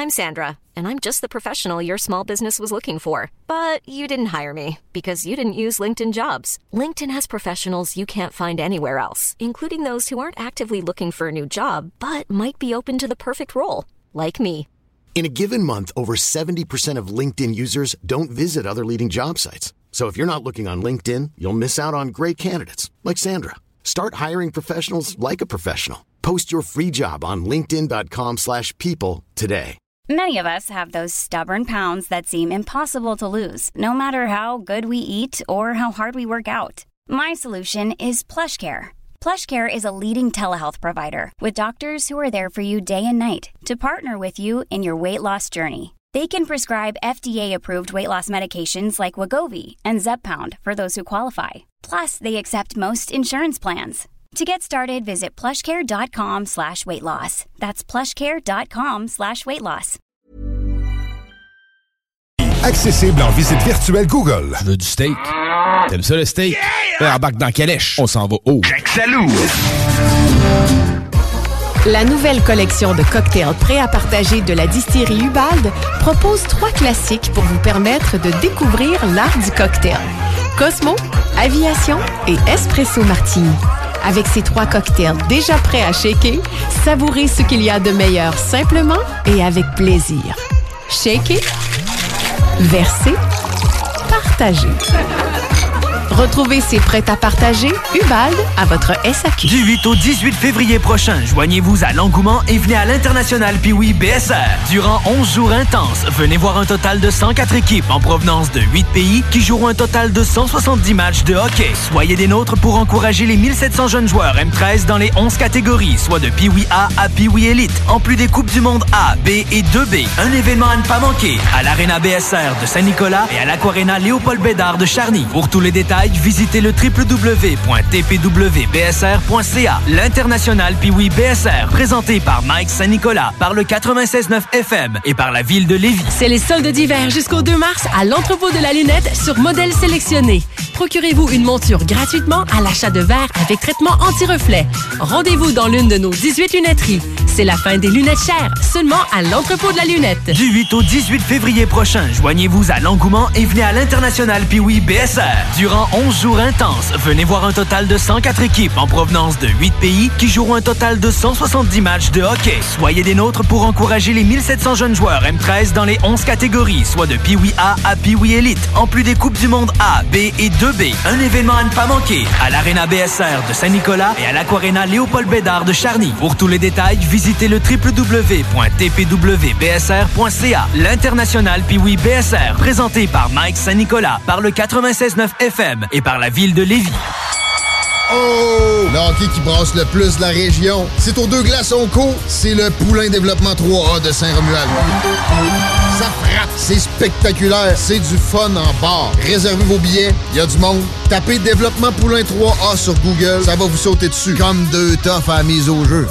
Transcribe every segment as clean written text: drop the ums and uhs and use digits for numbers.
I'm Sandra, and I'm just the professional your small business was looking for. But you didn't hire me because you didn't use LinkedIn Jobs. LinkedIn has professionals you can't find anywhere else, including those who aren't actively looking for a new job, but might be open to the perfect role, like me. In a given month, over 70% of LinkedIn users don't visit other leading job sites. So if you're not looking on LinkedIn, you'll miss out on great candidates like Sandra. Start hiring professionals like a professional. Post your free job on linkedin.com/people today. Many of us have those stubborn pounds that seem impossible to lose, no matter how good we eat or how hard we work out. My solution is PlushCare. PlushCare is a leading telehealth provider with doctors who are there for you day and night to partner with you in your weight loss journey. They can prescribe FDA-approved weight loss medications like Wegovy and Zepbound for those who qualify. Plus, they accept most insurance plans. To get started, visit plushcare.com/weightloss. That's plushcare.com/weightloss. Accessible en visite virtuelle Google. Je veux du steak. T'aimes ça le steak? Yeah! Embarque dans Calèche. On s'en va haut. Jacques Salou. La nouvelle collection de cocktails prêts à partager de la distillerie Ubald propose 3 classiques pour vous permettre de découvrir l'art du cocktail. Cosmo, Aviation et Espresso Martini. Avec ces 3 cocktails déjà prêts à shaker, savourez ce qu'il y a de meilleur simplement et avec plaisir. Shaker, verser, partager. Retrouvez ces prêts à partager Ubald à votre SAQ. Du 8 au 18 février prochain, joignez-vous à l'engouement et venez à l'International Pee-Wee BSR. Durant 11 jours intenses, venez voir un total de 104 équipes en provenance de 8 pays qui joueront un total de 170 matchs de hockey. Soyez des nôtres pour encourager les 1700 jeunes joueurs M13 dans les 11 catégories, soit de Pee-Wee A à Pee-Wee Elite, en plus des Coupes du Monde A, B et 2B. Un événement à ne pas manquer à l'Arena BSR de Saint-Nicolas et à l'Aquarena Léopold Bédard de Charny. Pour tous les détails, visitez le www.tpwbsr.ca. L'International Pee-Wee BSR, présenté par Mike Saint-Nicolas, par le 96.9 FM et par la ville de Lévis. C'est les soldes d'hiver jusqu'au 2 mars à l'entrepôt de la lunette sur modèle sélectionné. Procurez-vous une monture gratuitement à l'achat de verres avec traitement anti-reflet. Rendez-vous dans l'une de nos 18 lunetteries. C'est la fin des lunettes chères, seulement à l'entrepôt de la lunette. Du 8 au 18 février prochain, joignez-vous à l'engouement et venez à l'International Pee-Wee BSR. Durant 11 jours intenses, venez voir un total de 104 équipes en provenance de 8 pays qui joueront un total de 170 matchs de hockey. Soyez des nôtres pour encourager les 1700 jeunes joueurs M13 dans les 11 catégories, soit de Pee-Wee A à Pee-Wee Elite, en plus des Coupes du Monde A, B et 2B. Un événement à ne pas manquer à l'Arena BSR de Saint-Nicolas et à l'Aquarena Léopold Bédard de Charny. Pour tous les détails, visitez le www.tpwbsr.ca. L'International Pee-Wee BSR, présenté par Mike Saint-Nicolas, par le 96.9 FM et par la ville de Lévis. Oh! Le hockey qui brasse le plus de la région. C'est aux Deux Glaçons Co. C'est le Poulain Développement 3A de Saint-Romuald. Ça frappe, c'est spectaculaire, c'est du fun en bar. Réservez vos billets, il y a du monde. Tapez Développement Poulain 3A sur Google, ça va vous sauter dessus. Comme 2 toughs à la mise au jeu.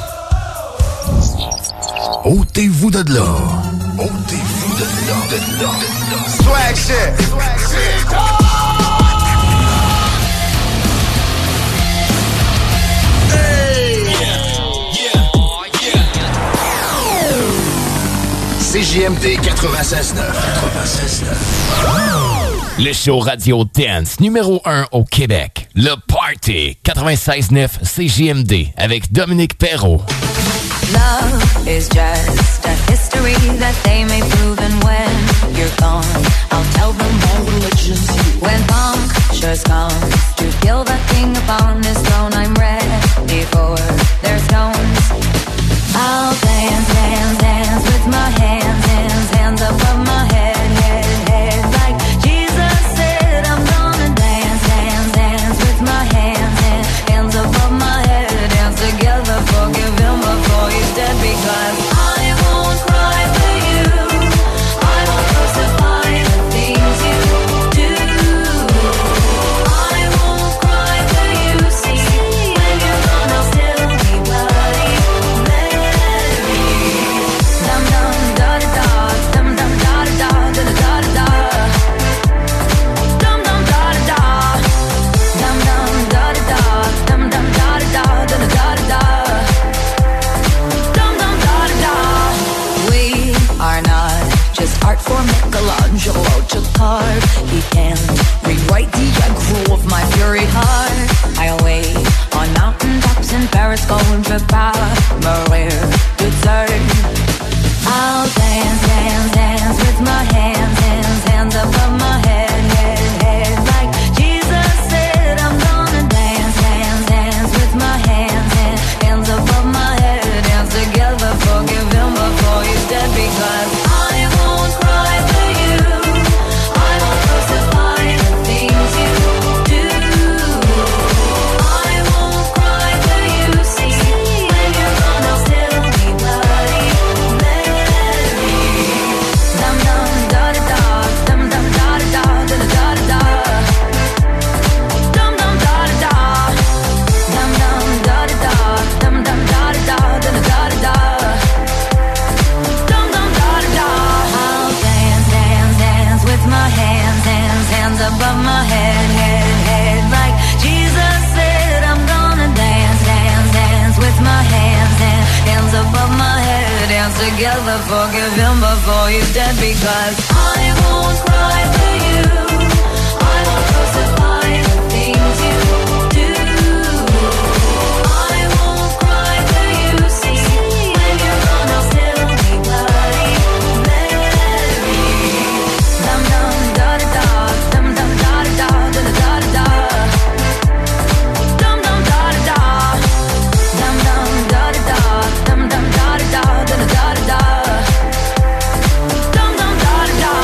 Ôtez-vous de là. Ôtez-vous de là. Swag shit. CJMD 96.9. Le show radio dance numéro 1 au Québec. Le Party 96.9 CJMD avec Dominique Perrault. Love is just a history that they may prove, and when you're gone, I'll tell them my religion's you. When punctures come to kill the king upon his throne, I'm ready for their stones. I'll dance, dance, dance with my hands above my head, like Jesus said. I'm gonna dance, dance, dance with my hands above my head. Dance together, forgive him before he's dead, because I won't cry. are not just art for Michelangelo to carve. He can't rewrite the aggro of my fury heart. I wait on mountaintops in Paris, going for power, Maria dessert. I'll dance, dance, dance with my hands, hands, hands above my head, head, head. Like Jesus said, I'm gonna dance, dance, dance with my hands, hands, hands above my head. Dance together, forgive him before he's dead, because I won't cry for you. I won't crucify the things you do. I won't cry for you. See, when you're gone, I'll still be bloody Mary. Dum dum da da da, dum dum da da da, da da da da. Dum dum da da da, dum dum da da da, dum dum da da da, da da da da. Dum dum da da da. I'll dance, dance, dance with my hands, hands, hands above my head, head, head. Like Jesus said, I'm gonna dance, dance, dance with my hands, hands, hands above my head. Dance together, forgive him before he's dead, because I won't cry for you. I won't crucify the things you do. I won't cry for you. See, when you're gone, I'll still be bloody Mary. Dum dum da da da, dum dum da da da, da da da da. Dum dum da da da, dum dum da da da, dum dum da da da, da da da da. Dum dum da da da.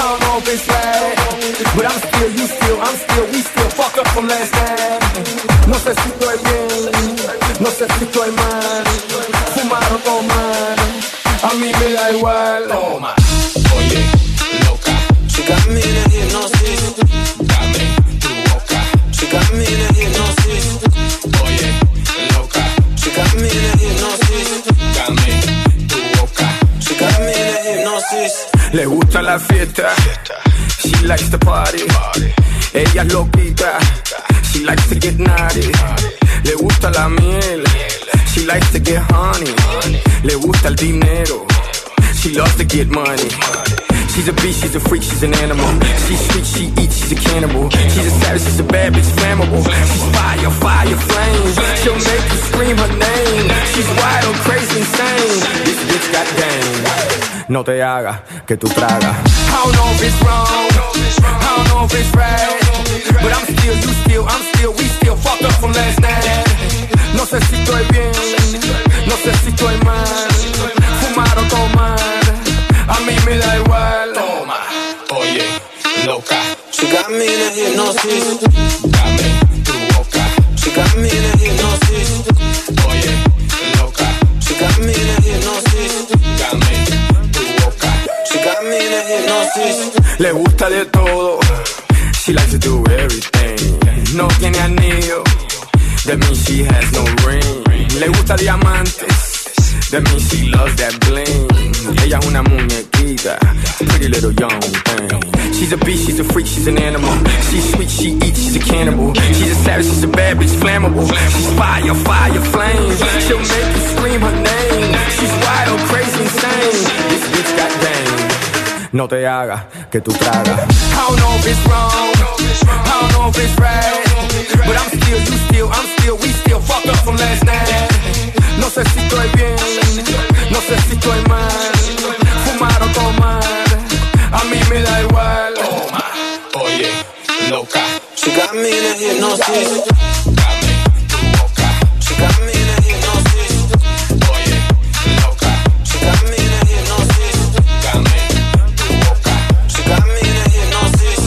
But I'm still, you still, I'm still, we still fuck up from last time. No sé si estoy bien, no sé si estoy mal. Fumar o tomar, a mí me da igual. Toma, oye, loca. She got me in a hypnosis. Dame tu boca. She got me in a hypnosis. Oye, loca. She got me in a hypnosis. Dame tu boca. She got me in a hypnosis. Le gusta la fiesta. She likes to party. Ella es loquita. She likes to get naughty. Le gusta la miel. She likes to get honey. Le gusta el dinero. She loves to get money. She's a beast, she's a freak, she's an animal. She's sweet, she eats, she's a cannibal. She's a savage, she's a bad bitch, flammable. She's fire, fire, flame. She'll make you scream her name. She's wild, crazy, insane. This bitch got game. No te hagas que tú tragas. I don't know if it's wrong, I don't know if it's right, but I'm still, you still, I'm still, we still fucked up from last night. No sé si estoy bien, no sé si estoy mal. Fumar o tomar, a mí me da igual. Toma, oye, loca. She got me in a hypnosis. Dame tu boca. She got me in a hypnosis. Oye, loca. She got me in a hypnosis. Dame tu boca. She got me in a hypnosis. Le gusta de todo. She likes to do everything. No tiene anillo. That means she has no ring. Le gusta diamantes. That means she loves that bling. Ella es una muñequita, pretty little young thing. She's a beast, she's a freak, she's an animal. She's sweet, she eats, she's a cannibal. She's a savage, she's a bad bitch, flammable. She's fire, fire, flame. She'll make you scream her name. She's wild, crazy, insane. This bitch got game. No te hagas que tú tragas. I don't know if it's wrong, I don't know if it's right, but I'm still, you still, I'm still, we still fucked up from last night. No sé si estoy bien, no sé si estoy mal. Fumar o tomar, a mí me da igual. Toma, oye, loca. She got me in a hypnosis. Dame tu boca. She got me in a hypnosis. Oye, loca. She got me in a hypnosis. Dame tu boca. She got me in a hypnosis.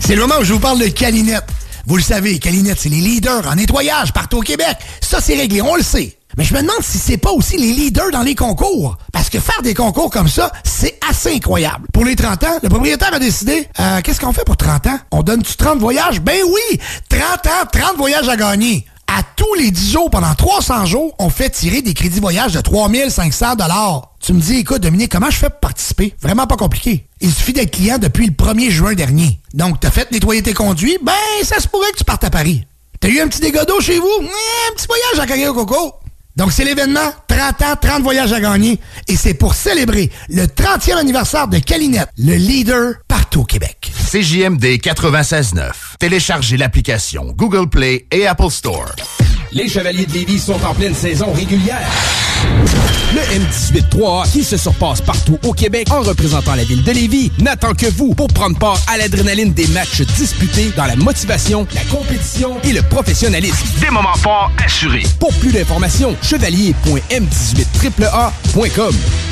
C'est le moment où je vous parle de Calinette. Vous le savez, Calinette, c'est les leaders en nettoyage partout au Québec. Ça, c'est réglé, on le sait. Mais je me demande si c'est pas aussi les leaders dans les concours. Parce que faire des concours comme ça, c'est assez incroyable. Pour les 30 ans, le propriétaire a décidé, qu'est-ce qu'on fait pour 30 ans? On donne-tu 30 voyages? Ben oui! 30 ans, 30 voyages à gagner. À tous les 10 jours, pendant 300 jours, on fait tirer des crédits voyage de 3500 $. Tu me dis, écoute, Dominique, comment je fais pour participer? Vraiment pas compliqué. Il suffit d'être client depuis le 1er juin dernier. Donc, t'as fait nettoyer tes conduits, ben, ça se pourrait que tu partes à Paris. T'as eu un petit dégât d'eau chez vous? Un petit voyage à Carrière au Coco. Donc, c'est l'événement 30 ans, 30 voyages à gagner. Et c'est pour célébrer le 30e anniversaire de Calinette, le leader partout au Québec. CJMD 96.9. Téléchargez l'application Google Play et Apple Store. Les Chevaliers de Lévis sont en pleine saison régulière. Le M18-3A, qui se surpasse partout au Québec en représentant la ville de Lévis, n'attend que vous pour prendre part à l'adrénaline des matchs disputés dans la motivation, la compétition et le professionnalisme. Des moments forts assurés. Pour plus d'informations, chevalier.m18AAA.com.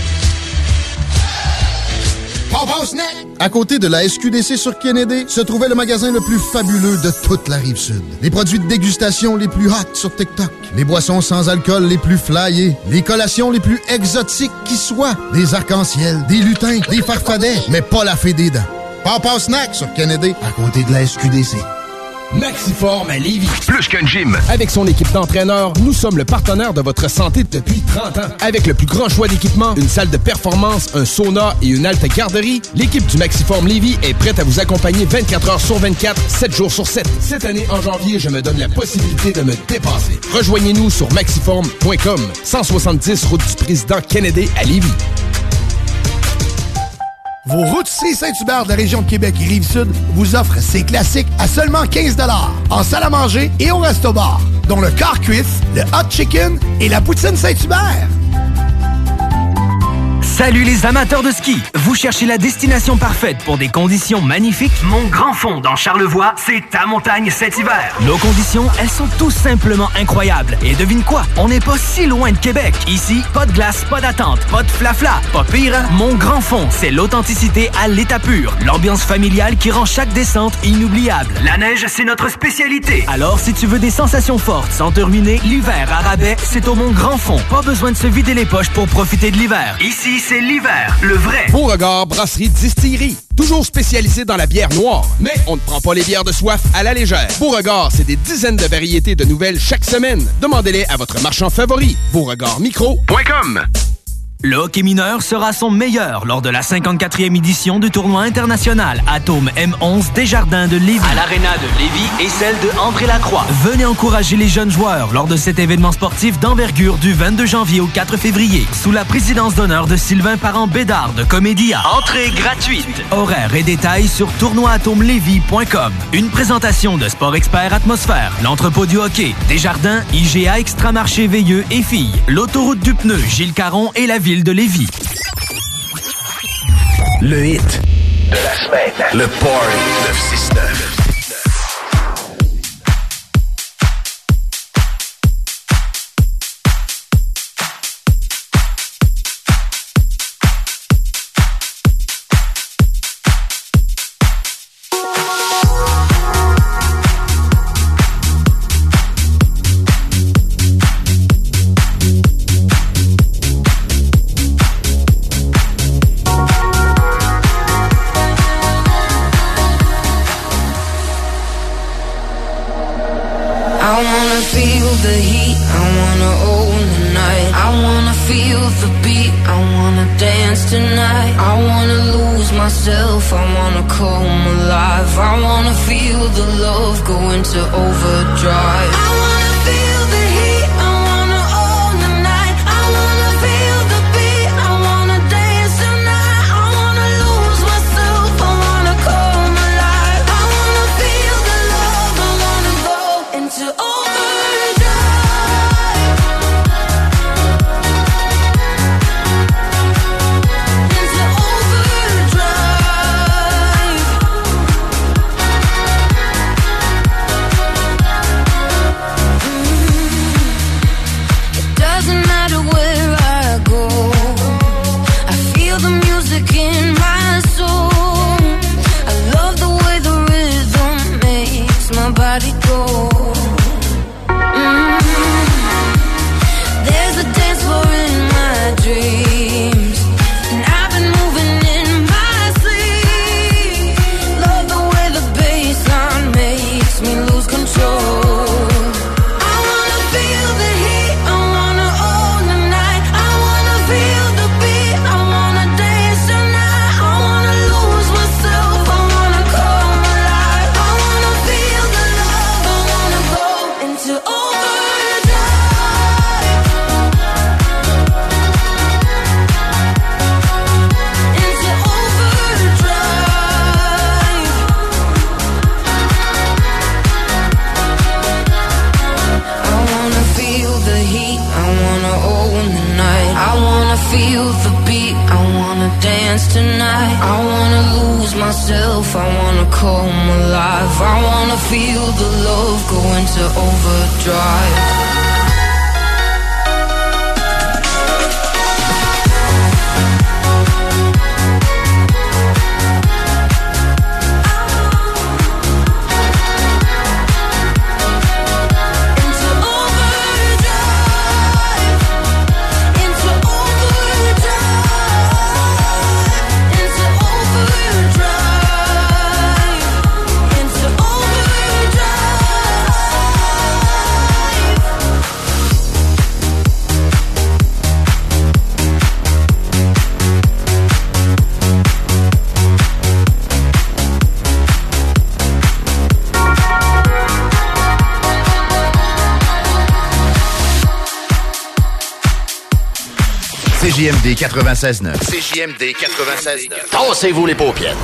À côté de la SQDC sur Kennedy, se trouvait le magasin le plus fabuleux de toute la Rive-Sud. Les produits de dégustation les plus hot sur TikTok. Les boissons sans alcool les plus flyées. Les collations les plus exotiques qui soient. Des arcs-en-ciel, des lutins, des farfadets, mais pas la fée des dents. Papa Snack sur Kennedy, à côté de la SQDC. Maxiform à Lévis. Plus qu'un gym. Avec son équipe d'entraîneurs, nous sommes le partenaire de votre santé depuis 30 ans. Avec le plus grand choix d'équipements, une salle de performance, un sauna et une halte garderie, l'équipe du Maxiform Lévis est prête à vous accompagner 24 heures sur 24, 7 jours sur 7. Cette année, en janvier, je me donne la possibilité de me dépasser. Rejoignez-nous sur maxiform.com, 170 route du président Kennedy à Lévis. Vos routiers Saint-Hubert de la région de Québec et Rive-Sud vous offrent ces classiques à seulement 15 $ en salle à manger et au resto-bar, dont le car cuisse, le hot chicken et la poutine Saint-Hubert. Salut les amateurs de ski! Vous cherchez la destination parfaite pour des conditions magnifiques? Mon Grand Fond dans Charlevoix, c'est ta montagne cet hiver. Nos conditions, elles sont tout simplement incroyables. Et devine quoi? On n'est pas si loin de Québec. Ici, pas de glace, pas d'attente, pas de flafla. Pas pire, Mon Grand Fond, c'est l'authenticité à l'état pur. L'ambiance familiale qui rend chaque descente inoubliable. La neige, c'est notre spécialité. Alors, si tu veux des sensations fortes sans te ruiner, l'hiver à rabais, c'est au Mon Grand Fond. Pas besoin de se vider les poches pour profiter de l'hiver. Ici, c'est l'hiver, le vrai. Beauregard Brasserie Distillerie. Toujours spécialisé dans la bière noire. Mais on ne prend pas les bières de soif à la légère. Beauregard, c'est des dizaines de variétés de nouvelles chaque semaine. Demandez-les à votre marchand favori. BeauregardMicro.com. Le hockey mineur sera son meilleur lors de la 54e édition du tournoi international Atome M11 Desjardins de Lévis. À l'aréna de Lévis et celle de André-Lacroix. Venez encourager les jeunes joueurs lors de cet événement sportif d'envergure du 22 janvier au 4 février. Sous la présidence d'honneur de Sylvain Parent-Bédard de Comédia. Entrée gratuite. Horaires et détails sur tournoiatomelévis.com. Une présentation de Sport Expert Atmosphère. L'entrepôt du hockey. Desjardins, IGA Extramarché Veilleux et Filles. L'autoroute du pneu Gilles Caron et la ville de Lévis. Le hit de la semaine. Le Party 969. The heat, I wanna own the night. I wanna feel the beat, I wanna dance tonight. I wanna lose myself, I wanna come alive. I wanna feel the love go into overdrive. I wanna feel the heat, I wanna own the night. I wanna feel the beat, I wanna dance tonight. I wanna lose myself, I wanna come alive. I wanna feel the love, I wanna go into overdrive. night. I wanna lose myself, I wanna come alive. I wanna feel the love go into overdrive. CJMD 96.9. CJMD 96.9. Tassez-vous les paupières.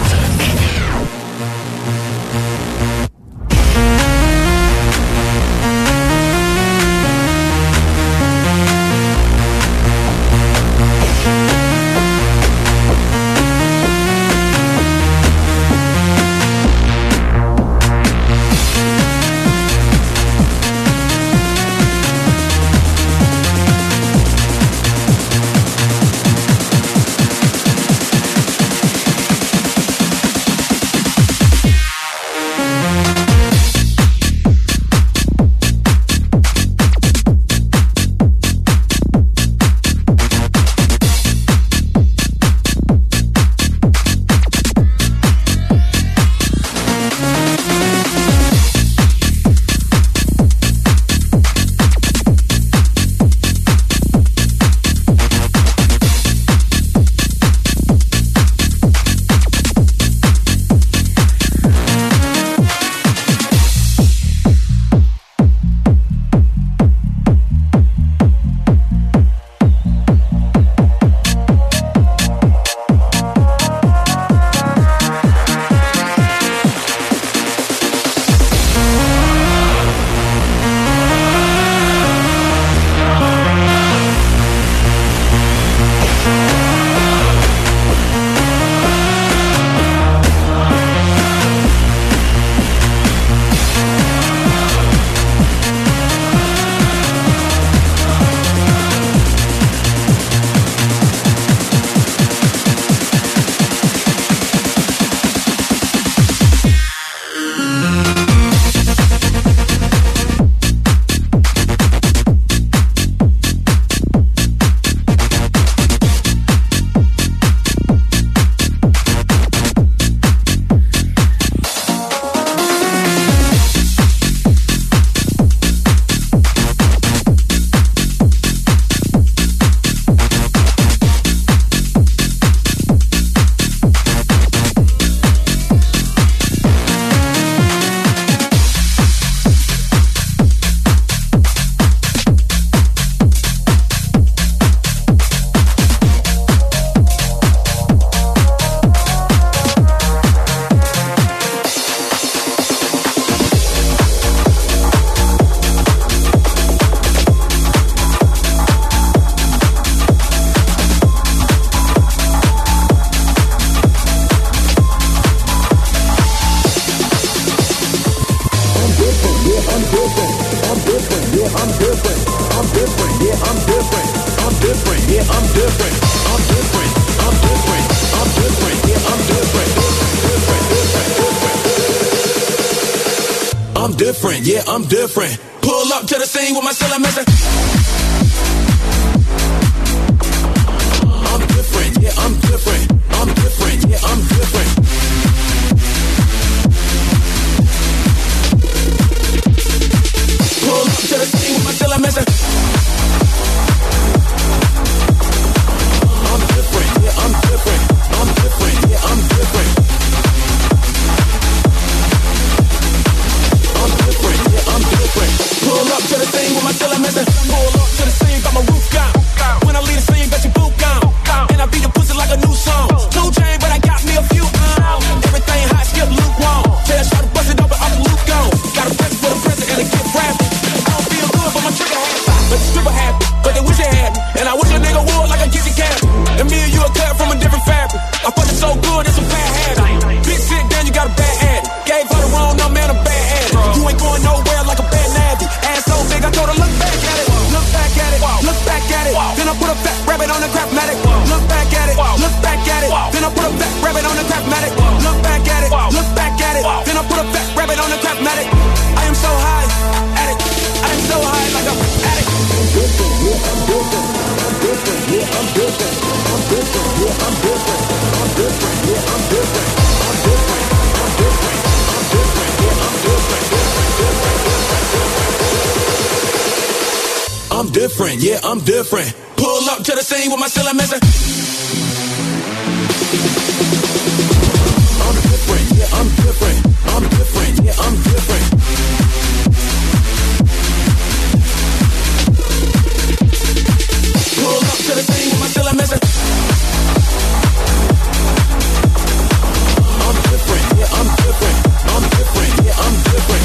I'm different, yeah, I'm different. Pull up to the scene with my cellar messing. I'm different, yeah, I'm different. I'm different, yeah, I'm different. Pull up to the scene with my cellar messing. I'm different, yeah, I'm different. I'm different, yeah, I'm different. I'm different, yeah, I'm different. Pull up to the scene with my cellar messing. Pull up to the scene, got my roof down. When I leave the scene, got your boot down. And I beat the pussy like a new song. 2 chain, but I got me a doing is a bad habit. Bitch, sit down, you got a bad habit. Gave her the wrong number and a bad habit. You ain't going nowhere like a bad nappy. Ass so big, I told her, look back at it. Look back at it. Look back at it. Then I put a fat rabbit on the Craftmatic. Look back at it. Look back at it. Then I put a fat rabbit on the Craftmatic. Look back at it. Look back at it. Then I put a fat rabbit on the Craftmatic. I am so high, addict. I am so high like a addict. I'm different, yeah, I'm different. I'm different, yeah, I'm different. I'm different, yeah, I'm different. I'm different, yeah, I'm different. I'm different, I'm different. I'm different, yeah, I'm different. I'm different, yeah, I'm different. Pull up to the scene with my cellar messing. I'm different, yeah, I'm different. I'm different, yeah, I'm different. Pull up to the scene with my cellar messing. I'm different, yeah, I'm different. I'm different, yeah, I'm different.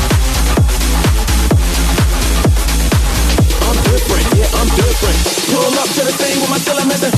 I'm different, yeah, I'm different. Pull up to the thing with my cellar messing.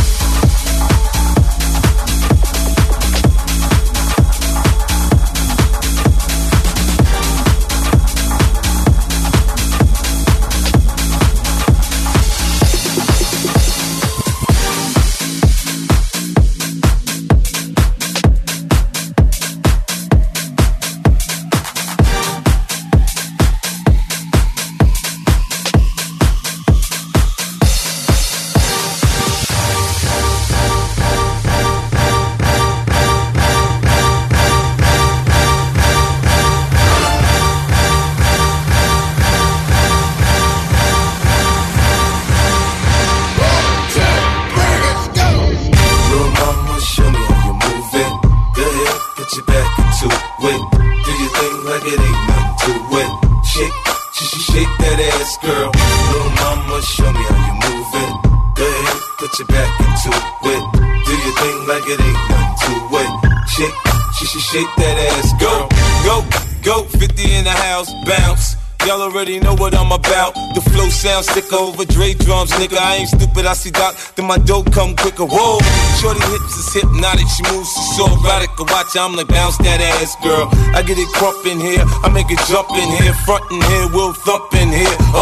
Shake that ass, go, go, go, 50 in the house, bounce. Y'all already know what I'm about. The flow sounds sicker over Dre drums, nigga. I ain't stupid, I see Doc, then my dough come quicker. Whoa, shorty hips is hypnotic, she moves, she's so erotic. I watch her, I'm like, bounce that ass, girl. I get it crump in here, I make it jump in here, front in here, we'll thump in here. Oh,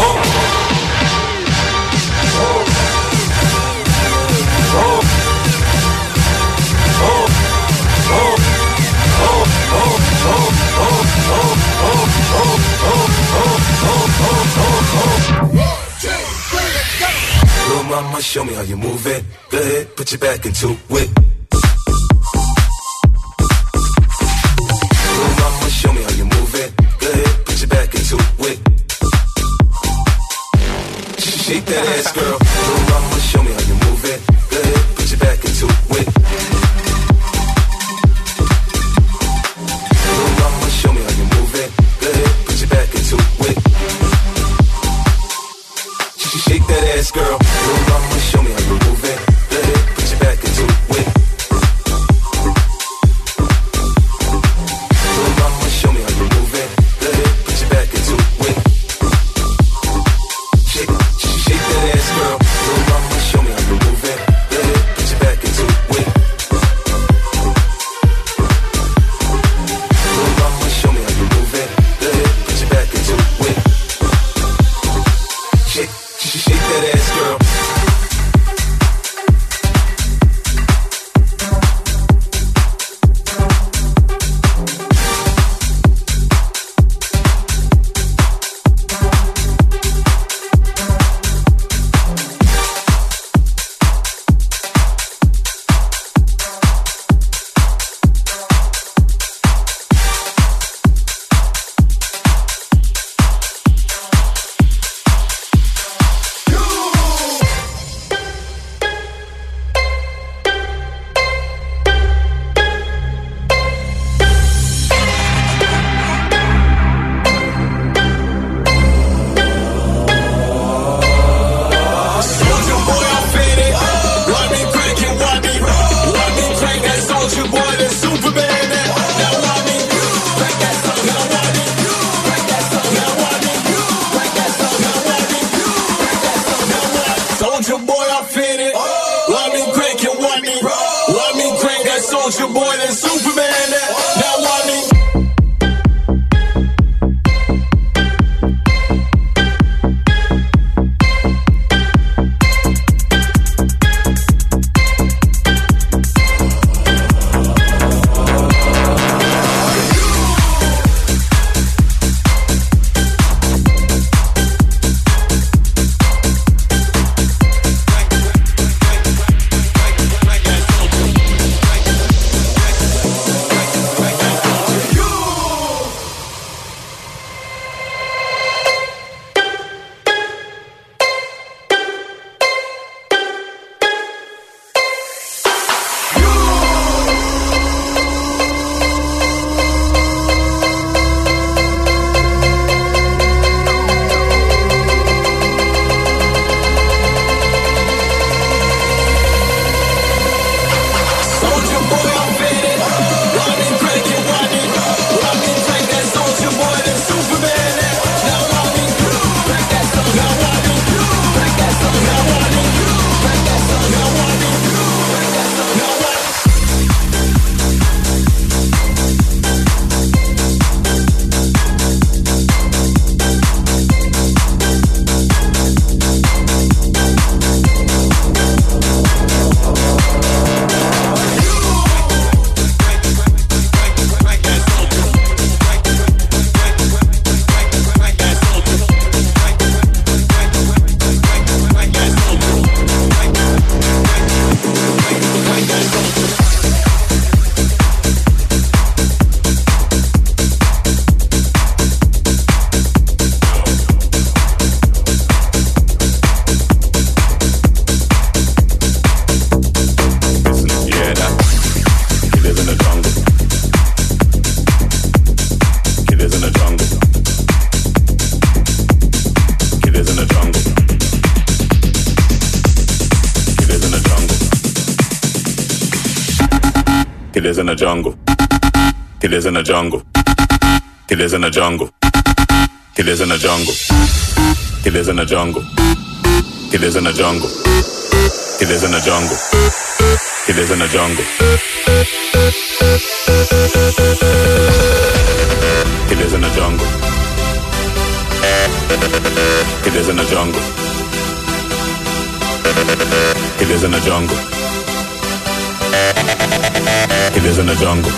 oh, oh, oh, oh. Little mama, show me how you move it. Go ahead, put your back into it. Little mama, show me how you move it. Go ahead, put your back into it. Shake that ass, girl. Little mama, show me how you move it. Go ahead, put your back into it. Little mama, show me how you move it. Go ahead, put your back into it. Shake that ass, girl. Little mama, show me how you move it. Go ahead, put your back into it. Soldier Boy than Superman. Now I mean. Killers in the jungle. Killers in the jungle. Killers in the jungle. Killers in the jungle. Killers in the jungle. Killers in the jungle. Killers in the jungle. Killers in the jungle. Killers in the jungle. Killers in the jungle. Killers in the jungle. Killers in the jungle.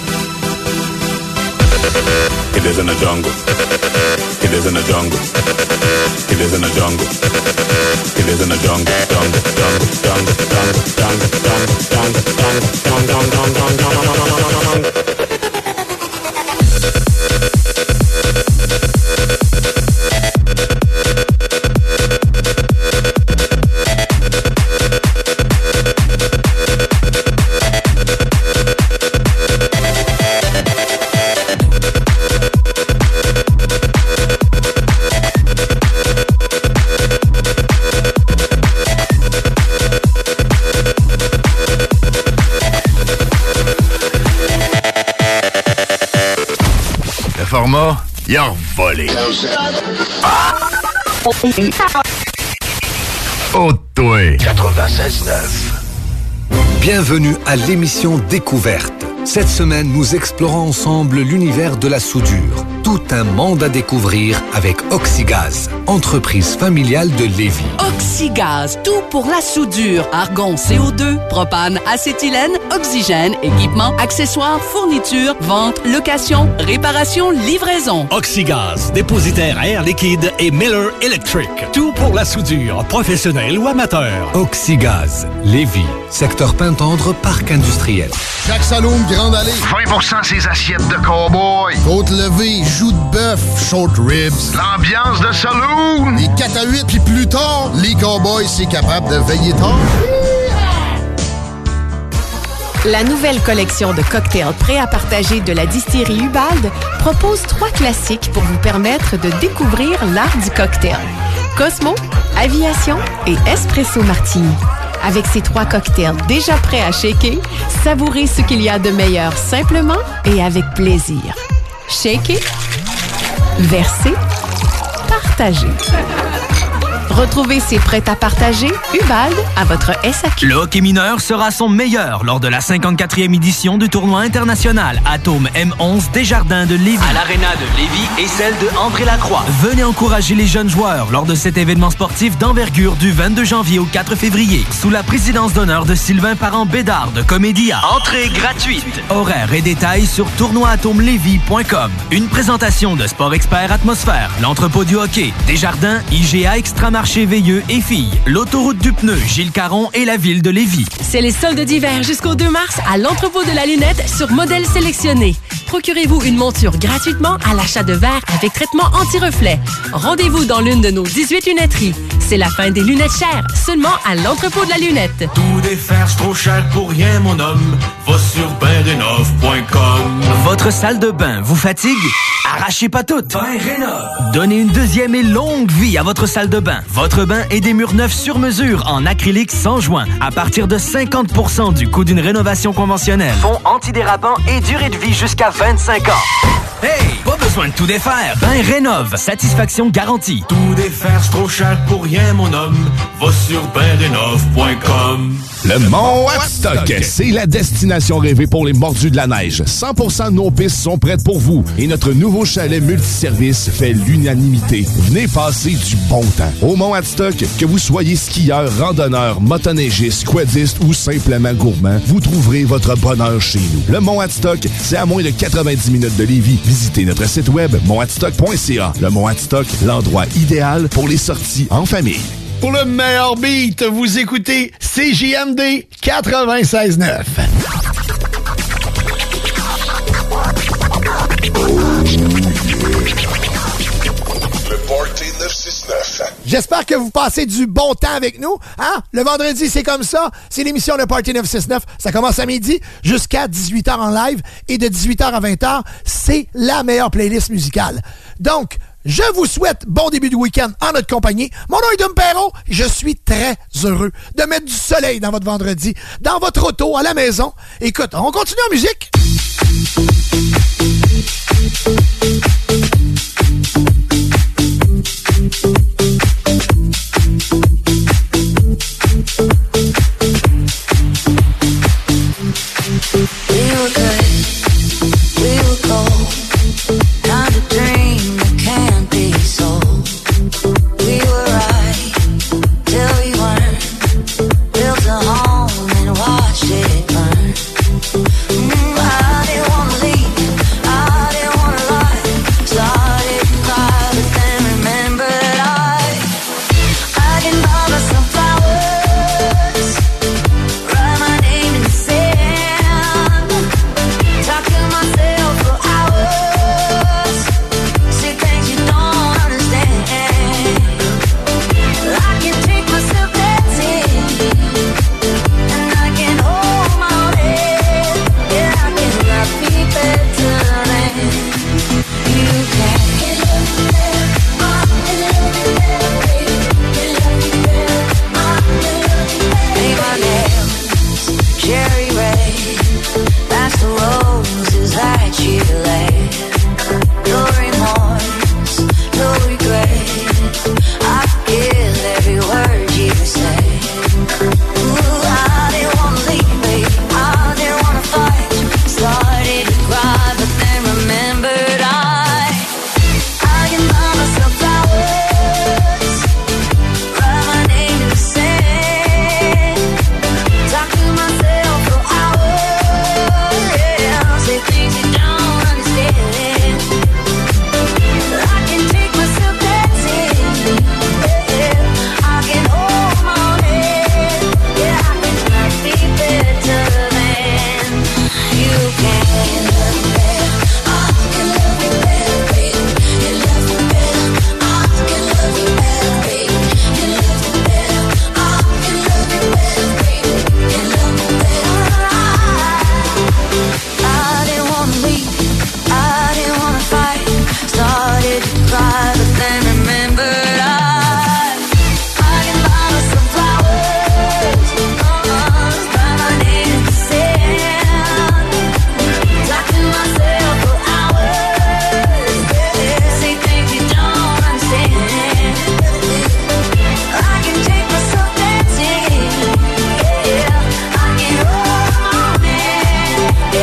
Killers in the jungle. Killers in the jungle. Killers in the jungle. Killers in the jungle. Jungle, jungle, jungle, jungle, jungle, jungle, jungle, jungle, jungle, jungle. Format, il a volé. Oh, toi. 96.9. Bienvenue à l'émission Découverte. Cette semaine, nous explorons ensemble l'univers de la soudure. Tout un monde à découvrir avec Oxygaz, entreprise familiale de Lévis. Oxygaz, tout pour la soudure. Argon, CO2, propane, acétylène, oxygène, équipement, accessoires, fournitures, vente, location, réparation, livraison. Oxygaz, dépositaire Air Liquide et Miller Electric. Tout pour la soudure, professionnelle ou amateur. Oxygaz, Lévis, secteur Pintendre, parc industriel. Jacques Saloum, Grande Allée. 20% ses assiettes de cow-boy. Côte levée, joues de bœuf, short ribs. L'ambiance de saloon. Les 4 à 8, puis plus tard, les cowboys, c'est capable de veiller tard. La nouvelle collection de cocktails prêts à partager de la distillerie Ubald propose 3 classiques pour vous permettre de découvrir l'art du cocktail. Cosmo, Aviation et Espresso Martini. Avec ces 3 cocktails déjà prêts à shaker, savourez ce qu'il y a de meilleur simplement et avec plaisir. Shaker, verser, partager. Retrouvez ces prêts à partager Ubalde à votre SAQ. Le hockey mineur sera son meilleur lors de la 54e édition du tournoi international Atome M11 Desjardins de Lévis. À l'aréna de Lévis et celle de André-Lacroix. Venez encourager les jeunes joueurs lors de cet événement sportif d'envergure du 22 janvier au 4 février. Sous la présidence d'honneur de Sylvain Parent-Bédard de Comédia. Entrée gratuite. Horaires et détails sur tournoi-atomelévis.com. Une présentation de Sport Expert Atmosphère, l'entrepôt du hockey, Desjardins, IGA Extramarché Veilleux et Filles, l'autoroute du pneu, Gilles Caron et la ville de Lévis. C'est les soldes d'hiver jusqu'au 2 mars à l'entrepôt de la lunette sur modèle sélectionné. Procurez-vous une monture gratuitement à l'achat de verres avec traitement anti-reflet. Rendez-vous dans l'une de nos 18 lunetteries. C'est la fin des lunettes chères, seulement à l'entrepôt de la lunette. Tout défaire, c'est trop cher pour rien, mon homme. Va sur bainrénov.com. Votre salle de bain vous fatigue? Arrachez pas toutes. Bain Rénov. Donnez une deuxième et longue vie à votre salle de bain. Votre bain et des murs neufs sur mesure en acrylique sans joint à partir de 50% du coût d'une rénovation conventionnelle. Fond antidérapant et durée de vie jusqu'à 25 ans. Hey, pas besoin de tout défaire. Bain Rénov. Satisfaction garantie. Tout défaire, c'est trop cher pour rien, mon homme. Va sur bainrénov.com. Le Mont Watstock, c'est la destination rêvée pour les mordus de la neige. 100% de nos pistes sont prêtes pour vous et notre nouveau chalet multiservice fait l'unanimité. Venez passer du bon temps. Au Mont Watstock, que vous soyez skieur, randonneur, motoneigiste, quadiste ou simplement gourmand, vous trouverez votre bonheur chez nous. Le Mont Watstock, c'est à moins de 90 minutes de Lévis. Visitez notre site web montwatstock.ca. Le Mont Watstock, l'endroit idéal pour les sorties en famille. Pour le meilleur beat, vous écoutez CJMD 96.9. Le Party 969. J'espère que vous passez du bon temps avec nous. Hein? Le vendredi, c'est comme ça. C'est l'émission Le Party 969. Ça commence à midi jusqu'à 18h en live. Et de 18h à 20h, c'est la meilleure playlist musicale. Donc, je vous souhaite bon début de week-end en notre compagnie. Mon nom est Dom Perrault. Je suis très heureux de mettre du soleil dans votre vendredi, dans votre auto, à la maison. Écoute, on continue en musique. Built a home and watched it burn. I didn't wanna leave.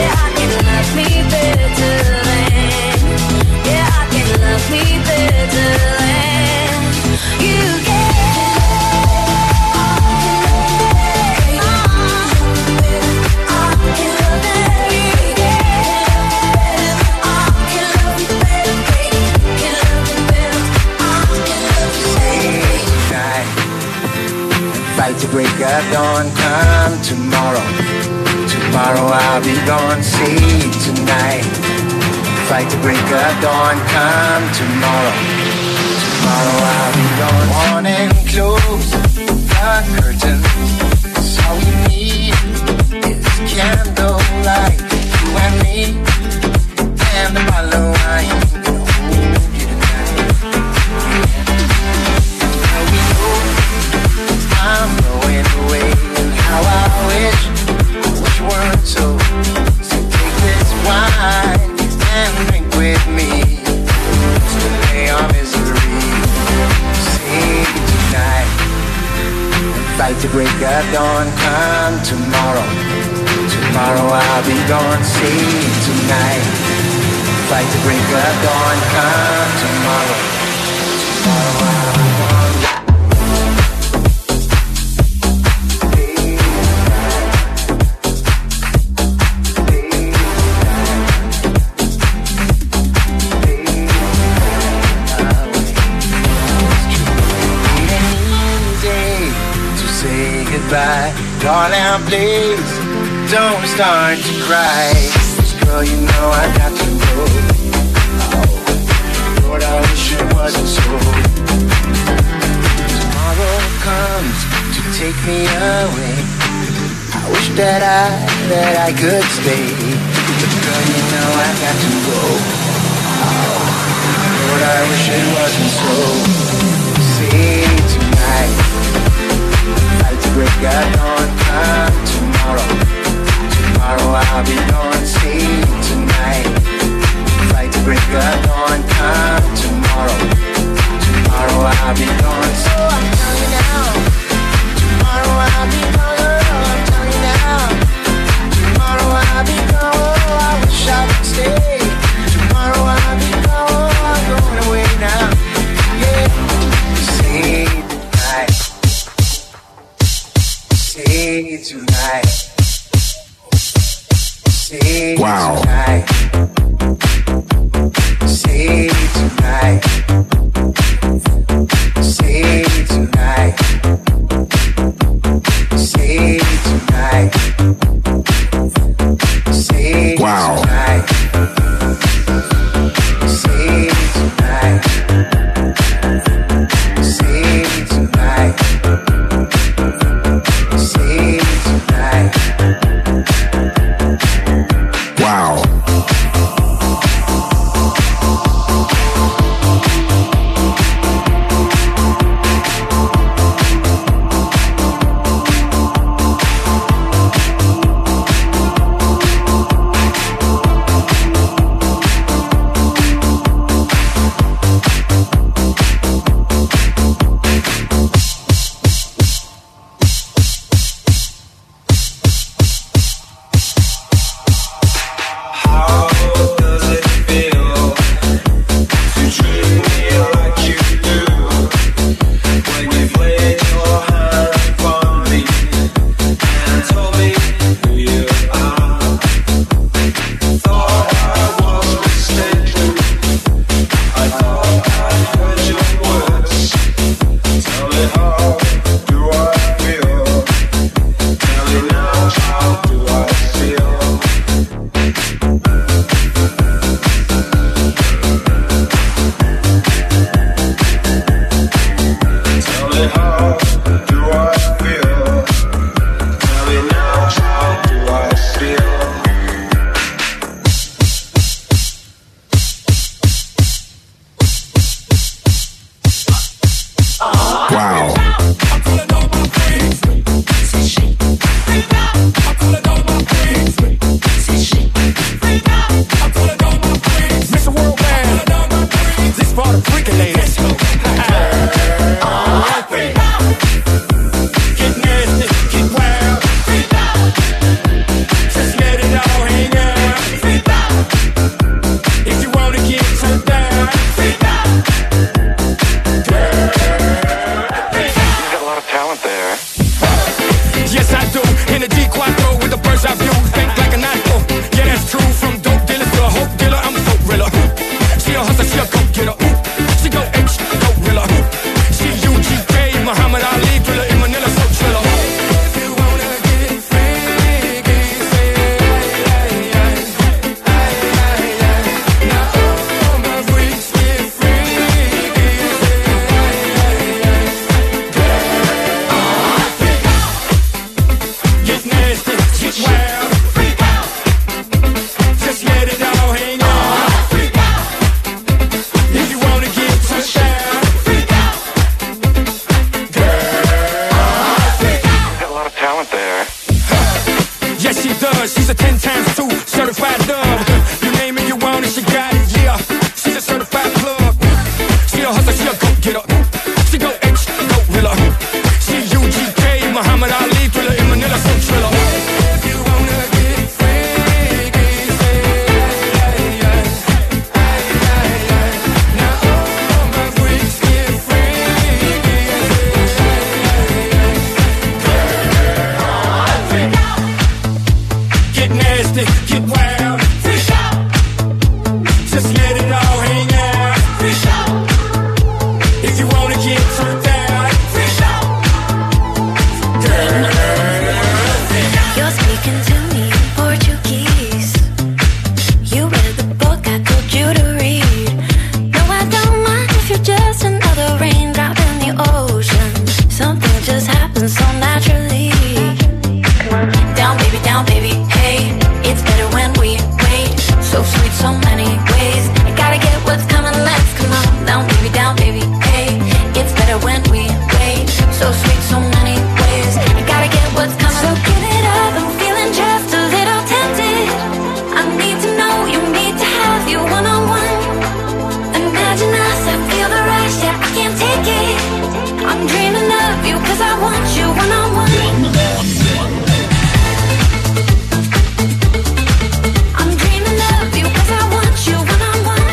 Yeah, I can love me better than. Yeah, I can love me better than you can. Fight to break up, dawn come tomorrow. Tomorrow I'll be gone, see tonight. Fight to break up, dawn come tomorrow. Tomorrow I'll be gone. Morning close the curtains. 'Cause all we need is candlelight. You and me and the bottle of wine. I'm going away, and how I wish weren't so. So take this wine and drink with me. Stay our misery. Say tonight. Fight to break up, dawn come tomorrow. Tomorrow I'll be gone. Say tonight. Fight to break up, dawn come tomorrow. Tomorrow I'll be gone. Goodbye, darling, please don't start to cry. 'Cause girl, you know I got to go. Oh, Lord, I wish it wasn't so. Tomorrow comes to take me away. I wish that I could stay. But girl, you know I got to go. Oh, Lord, I wish it wasn't so. See tonight. Break up, dawn come tomorrow. Tomorrow I'll be gone, see tonight. Fight to break up, dawn come tomorrow. Tomorrow I'll be gone, so I'm telling you now. Tomorrow I'll be gone, I'm telling you now. Tomorrow I'll be gone, I wish I could stay. Tomorrow I'll be gone, I'm going away now. Yeah, see tonight. See tonight. See wow. Tonight. See tonight. See tonight. See tonight. See wow. Tonight. See tonight. See tonight. Wow. get wild. Fish out. Just let it all hang out. Fish out. If you wanna get turned out. Fish out. Girl, fish out. You're speaking to me in Portuguese. You read the book I told you to read. No, I don't mind if you're just another raindrop in the ocean. Something just happens so naturally. Down, baby, hey. It's better when we wait. So sweet, so many ways. I gotta get what's coming, let's come on. Down, baby, hey. It's better when we wait. So sweet, so many ways. I gotta get what's coming. So give it up, I'm feeling just a little tempted. I need to know, you need to have you one-on-one. Imagine us, I feel the rush, yeah, I can't take it. I'm dreaming of you, cause I want you one-on-one. I'm dreaming of you, cause I want you one-on-one.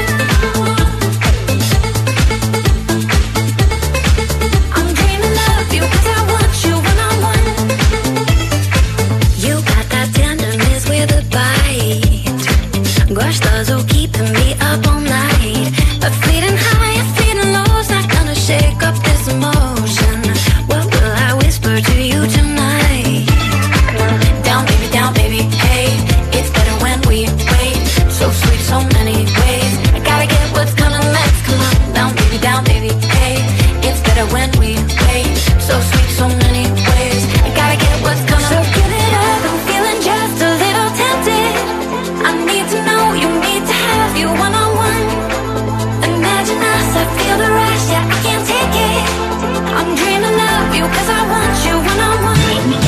I'm dreaming of you, cause I want you one-on-one. You got that tenderness with a bite. Gostoso keeping me up all night. But feeling high, feeling low's not gonna shake up this emotion. What will I whisper to you tonight? Down, baby, hey. It's better when we wait. So sweet, so many ways. I gotta get what's coming, let's come on. Down, baby, hey. It's better when we wait. So sweet, so many ways. I gotta get what's coming. So give it up, I'm feeling just a little tempted. I need to know, you need to have you one-on-one. Imagine us, I feel the rush, yeah, I can't take it. I'm dreaming of you, cause I want you one-on-one.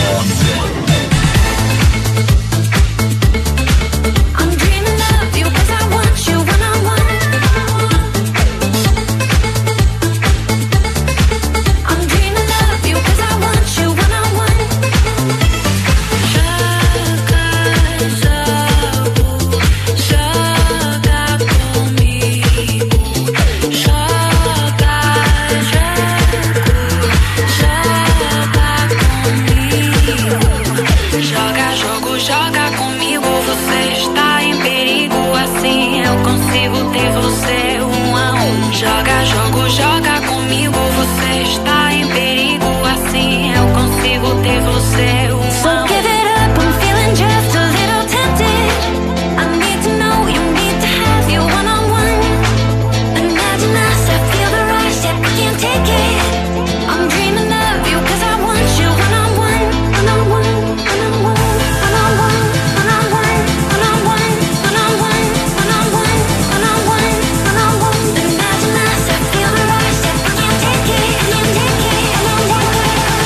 I'm dreaming of you, cause I want you one-on-one. I'm dreaming of you, cause I want you one-on-one. Joga, jogo, joga comigo. Você está em perigo, assim eu consigo ter você um a um. Joga, jogo, joga comigo. Você está em perigo, assim eu consigo ter você um a um. So give it up, I'm feeling just a little tempted. I need to know, you need to have you one-on-one. Imagine us, I feel the rush, yeah, I can't take it. I'm dreaming of you, cause I want you one-on-one, one-on-one, one-on-one, one-on-one, one-on-one, one-on-one, one-on-one, one-on-one, one-on-one, one-on-one. Imagine us, I feel the rush, yeah, I can't take it, I can't take it, one-on-one.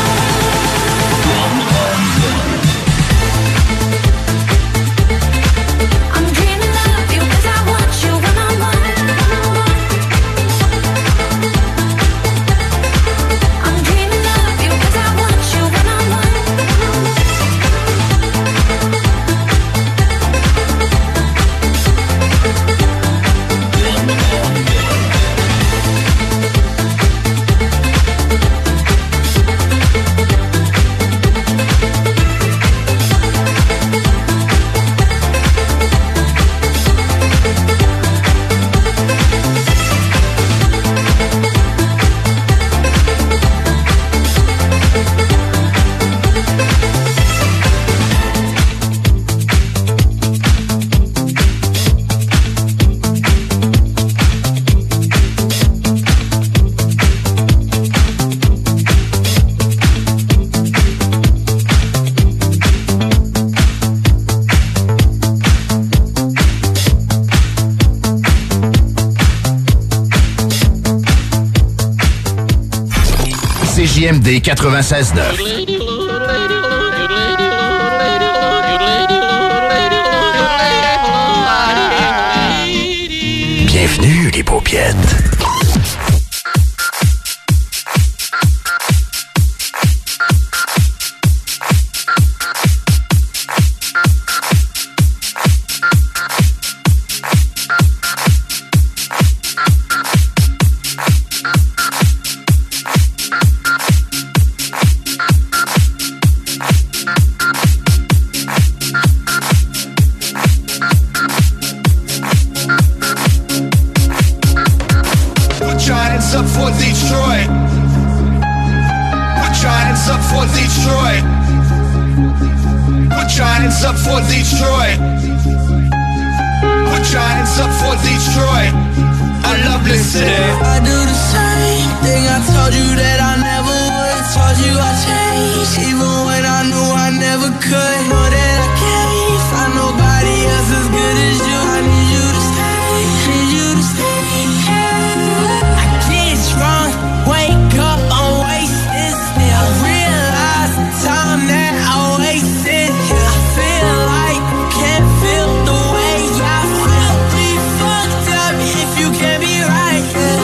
I'm dreaming of you, cause I want you one-on-one. I'm dreaming of you, cause I want you one-on-one. CJMD 96.9. Bienvenue, les paupiètes. hands up for Detroit. Put your hands up for Detroit. Put your hands up for Detroit. Put your hands up for Detroit. A lovely city. I do the same thing I told you that I never would. Told you I changed, even when I knew I never could. Know that I can't find nobody else as good as you. I need you to stay, need you to stay. I get drunk, wake up, I'm wasted still. I realize the time that I wasted here. I feel like I can't feel the way I feel. Be fucked up if you can't be right here.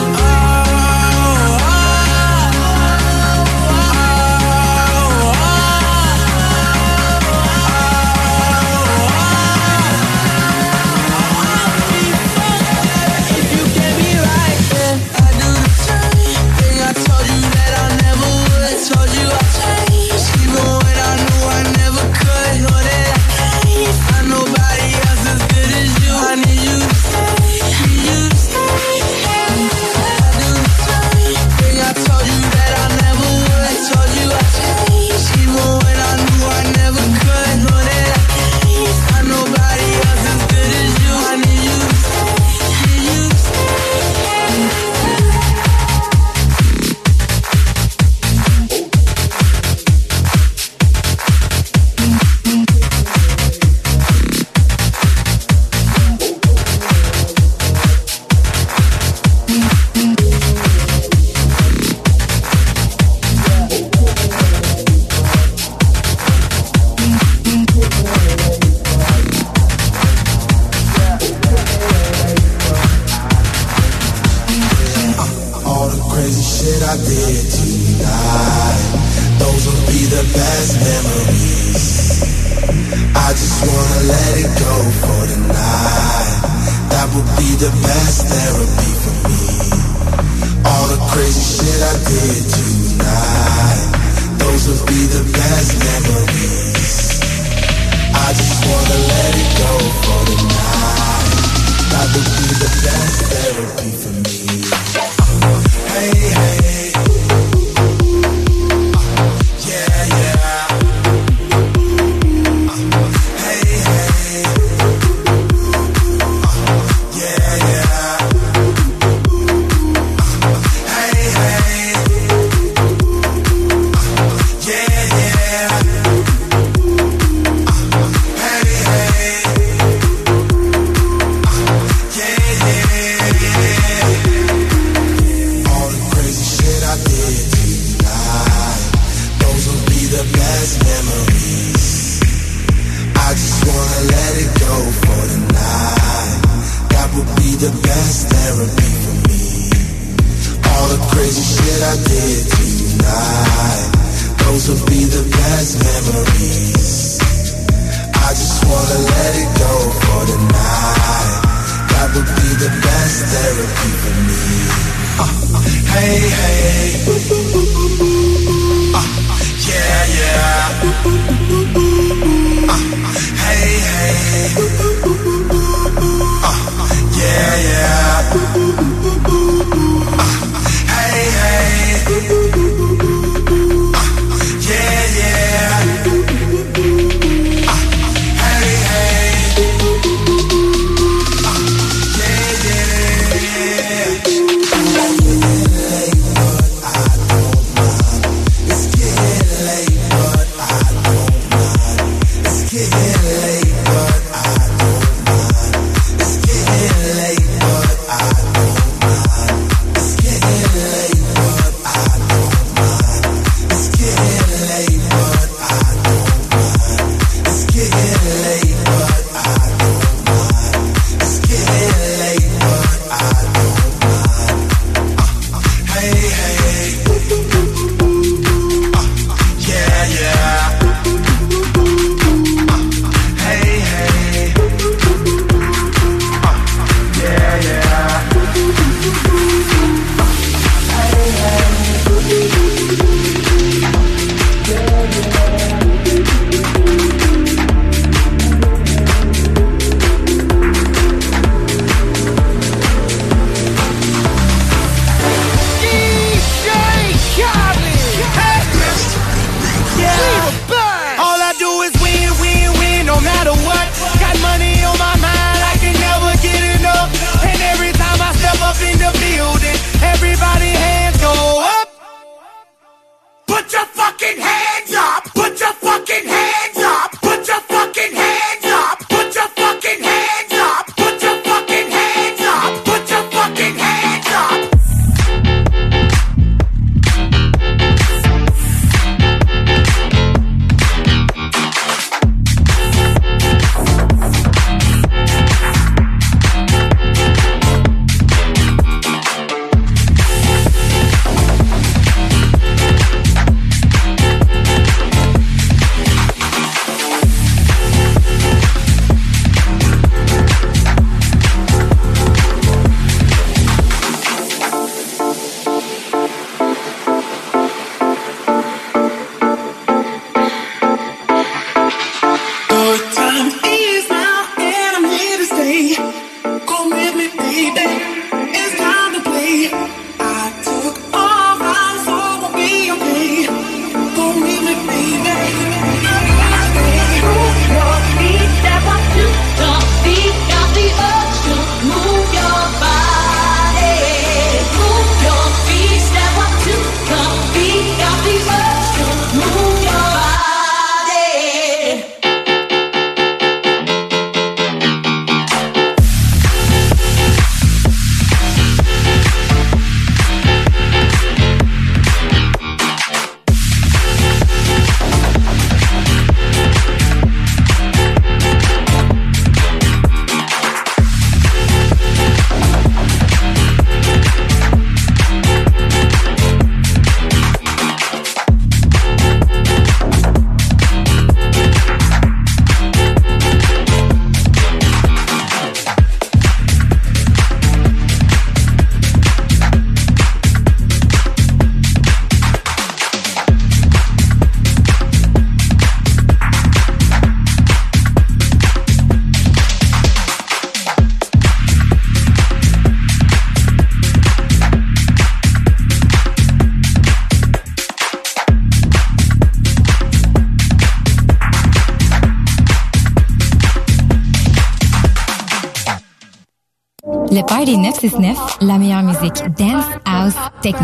Le Party 969, la meilleure musique dance, house, techno.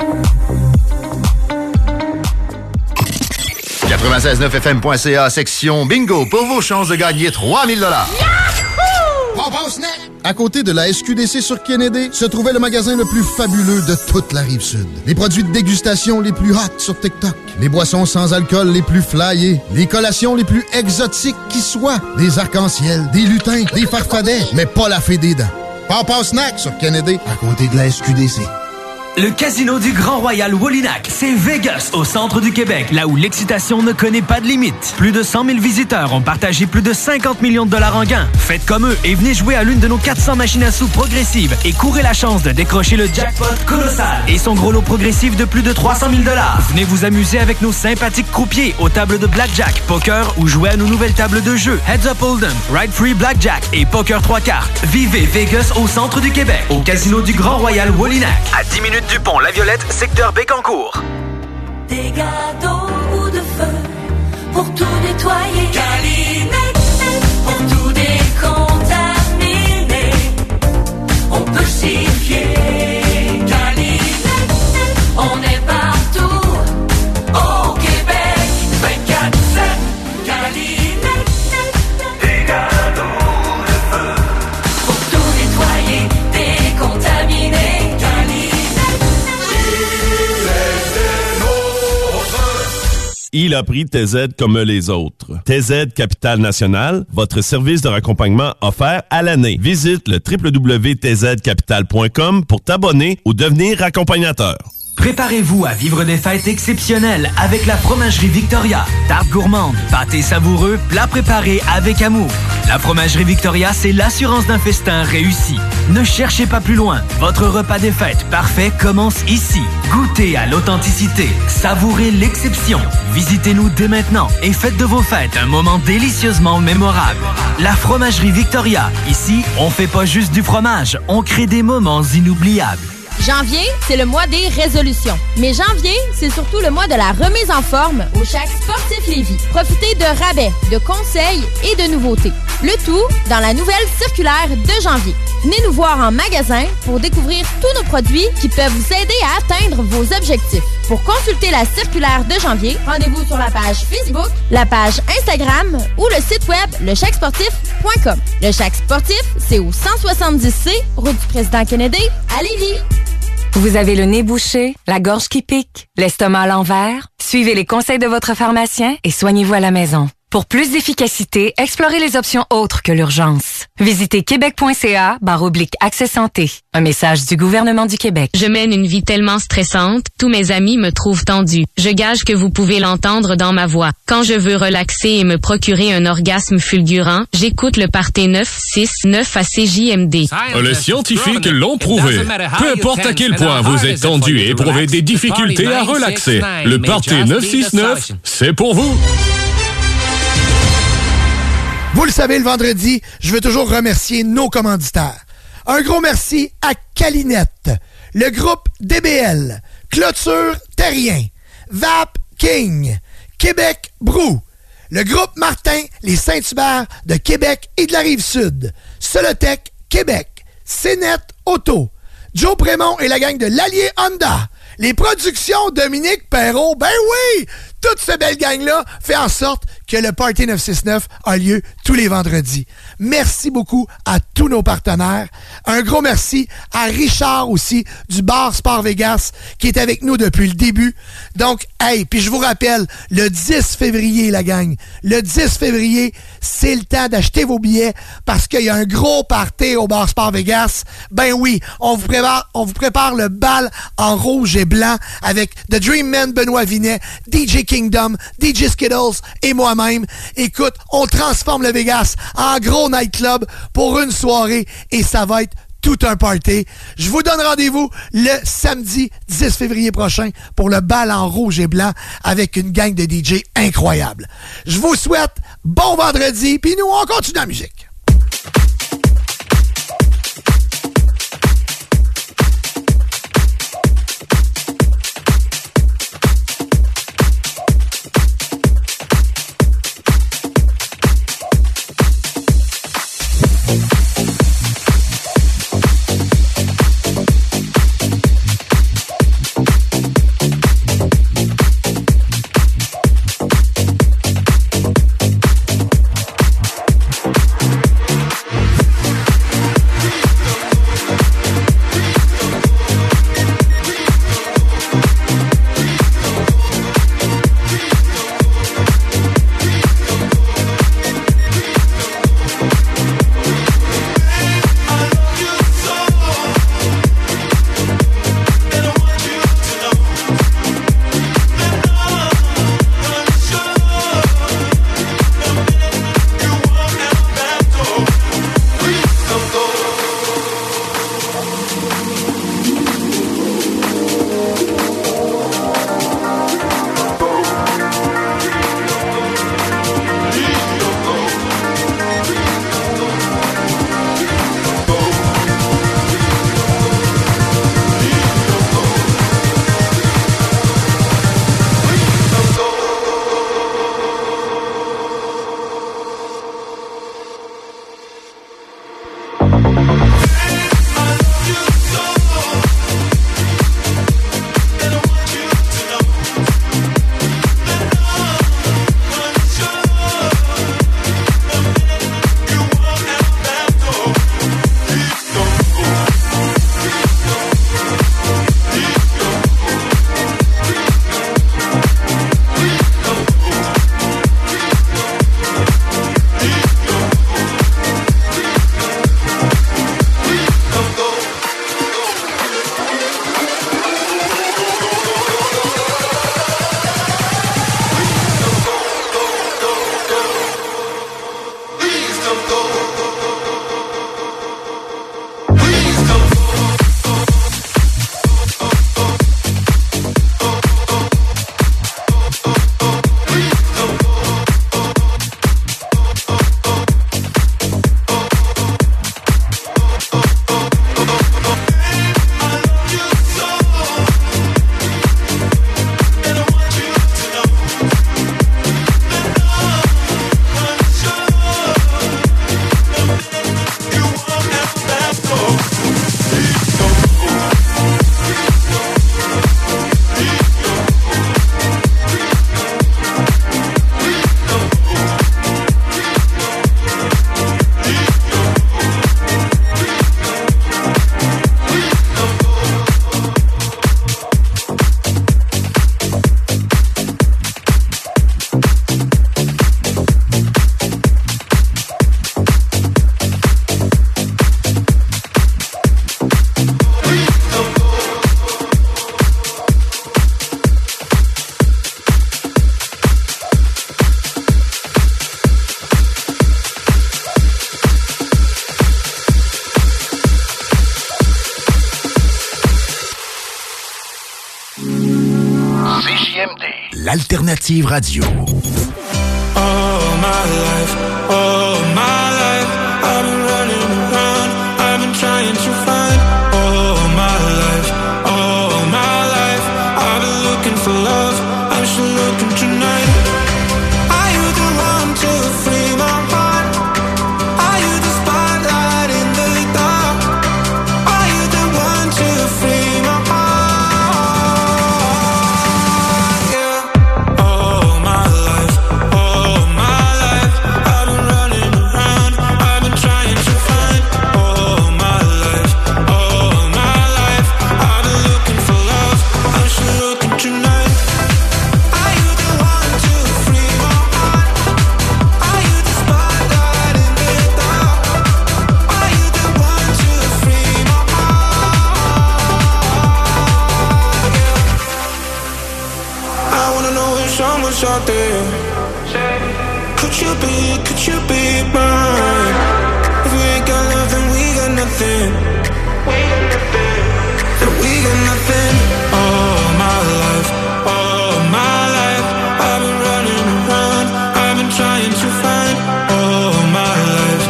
969fm.ca, section bingo, pour vos chances de gagner 3000 $. À côté de la SQDC sur Kennedy, se trouvait le magasin le plus fabuleux de toute la Rive-Sud. Les produits de dégustation les plus hot sur TikTok, les boissons sans alcool les plus flyées, les collations les plus exotiques qui soient, des arcs-en-ciel, des lutins, des farfadets, mais pas la fée des dents. Papa Snack sur Kennedy, à côté de la SQDC. Le casino du Grand Royal Wallinac, c'est Vegas, au centre du Québec, là où l'excitation ne connaît pas de limite. Plus de 100 000 visiteurs ont partagé plus de 50 millions de dollars en gains. Faites comme eux et venez jouer à l'une de nos 400 machines à sous progressives et courez la chance de décrocher le jackpot colossal et son gros lot progressif de plus de 300 000 $. Venez vous amuser avec nos sympathiques croupiers aux tables de blackjack, poker ou jouer à nos nouvelles tables de jeu Heads Up Hold'em, Ride Free Blackjack et Poker 3 cartes. Vivez Vegas au centre du Québec, au casino du Grand Royal Wallinac, à 10 minutes du pont La Violette, secteur Bécancour. Des gâteaux ou de feu pour tout nettoyer. Calinette, pour tout décontaminer. On peut s'y fier. Calinette, on est partout au Québec. 24/7. Calinette, des gâteaux de feu pour tout nettoyer, décontaminer. Il a pris TZ comme les autres. TZ Capital National, votre service de raccompagnement offert à l'année. Visite le www.tzcapital.com pour t'abonner ou devenir accompagnateur. Préparez-vous à vivre des fêtes exceptionnelles avec la Fromagerie Victoria. Tarte gourmande, pâté savoureux, plats préparés avec amour. La Fromagerie Victoria, c'est l'assurance d'un festin réussi. Ne cherchez pas plus loin. Votre repas des fêtes parfait commence ici. Goûtez à l'authenticité. Savourez l'exception. Visitez-nous dès maintenant et faites de vos fêtes un moment délicieusement mémorable. La Fromagerie Victoria. Ici, on fait pas juste du fromage, on crée des moments inoubliables. Janvier, c'est le mois des résolutions. Mais janvier, c'est surtout le mois de la remise en forme au Chac Sportif Lévis. Profitez de rabais, de conseils et de nouveautés. Le tout dans la nouvelle circulaire de janvier. Venez nous voir en magasin pour découvrir tous nos produits qui peuvent vous aider à atteindre vos objectifs. Pour consulter la circulaire de janvier, rendez-vous sur la page Facebook, la page Instagram ou le site web lechacsportif.com. Le Chac Sportif, c'est au 170C, route du Président Kennedy, à Lévis. Vous avez le nez bouché, la gorge qui pique, l'estomac à l'envers? Suivez les conseils de votre pharmacien et soignez-vous à la maison. Pour plus d'efficacité, explorez les options autres que l'urgence. Visitez québec.ca/accès santé. Un message du gouvernement du Québec. Je mène une vie tellement stressante, tous mes amis me trouvent tendue. Je gage que vous pouvez l'entendre dans ma voix. Quand je veux relaxer et me procurer un orgasme fulgurant, j'écoute le Party 969 à CJMD. Les scientifiques l'ont prouvé. Peu importe à quel point vous êtes tendu et éprouvez des difficultés à relaxer, le Party 969, c'est pour vous. Vous le savez, le vendredi, je veux toujours remercier nos commanditaires. Un gros merci à Calinette, le groupe DBL, Clôture Terrien, Vap King, Québec Brou, le groupe Martin, les Saint-Hubert de Québec et de la Rive-Sud, Solotech Québec, Cénet Auto, Joe Prémont et la gang de l'Allier Honda, les productions Dominique Perrault, ben oui! Toute cette belle gang-là fait en sorte que le Party 969 a lieu tous les vendredis. Merci beaucoup à tous nos partenaires. Un gros merci à Richard aussi du Bar Sport Vegas qui est avec nous depuis le début. Donc, hey, puis je vous rappelle, le 10 février, la gang, le 10 février, c'est le temps d'acheter vos billets parce qu'il y a un gros party au Bar Sport Vegas. Ben oui, on vous prépare le bal en rouge et blanc avec The Dream Man Benoît Vinet, DJ Kingdom, DJ Skittles et moi-même. Écoute, on transforme le Vegas en gros nightclub pour une soirée et ça va être tout un party. Je vous donne rendez-vous le samedi 10 février prochain pour le bal en rouge et blanc avec une gang de DJ incroyable. Je vous souhaite bon vendredi, puis nous, on continue la musique. l'Alternative Radio. All my life, I've been running around, I've been trying to find. All my life, I've been looking for love, I'm still looking tonight. Are you the one to free my heart? Are you the spotlight in the dark? Are you the one to free my heart? Yeah. All my life, I've been running around, I've been trying to find. All my life, I've been looking for love, I'm still looking tonight. Are you the one to free my heart? Are you the spotlight in the dark? Are you the one to free my heart? Yeah. I wanna know if someone's out there. Could you be mine? If we ain't got love, then we got nothing. Then we got nothing. All my life, I've been running around, I've been trying to find. All my life,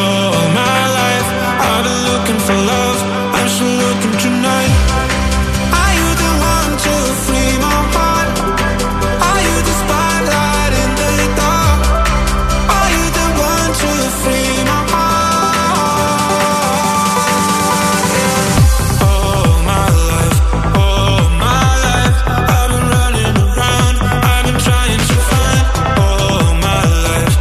I've been looking for love, I'm still looking tonight. Are you the one to free my heart? Are you the spotlight in the dark? Are you the one to free my heart? Yeah. All my life, I've been running around, I've been trying to find. All my life,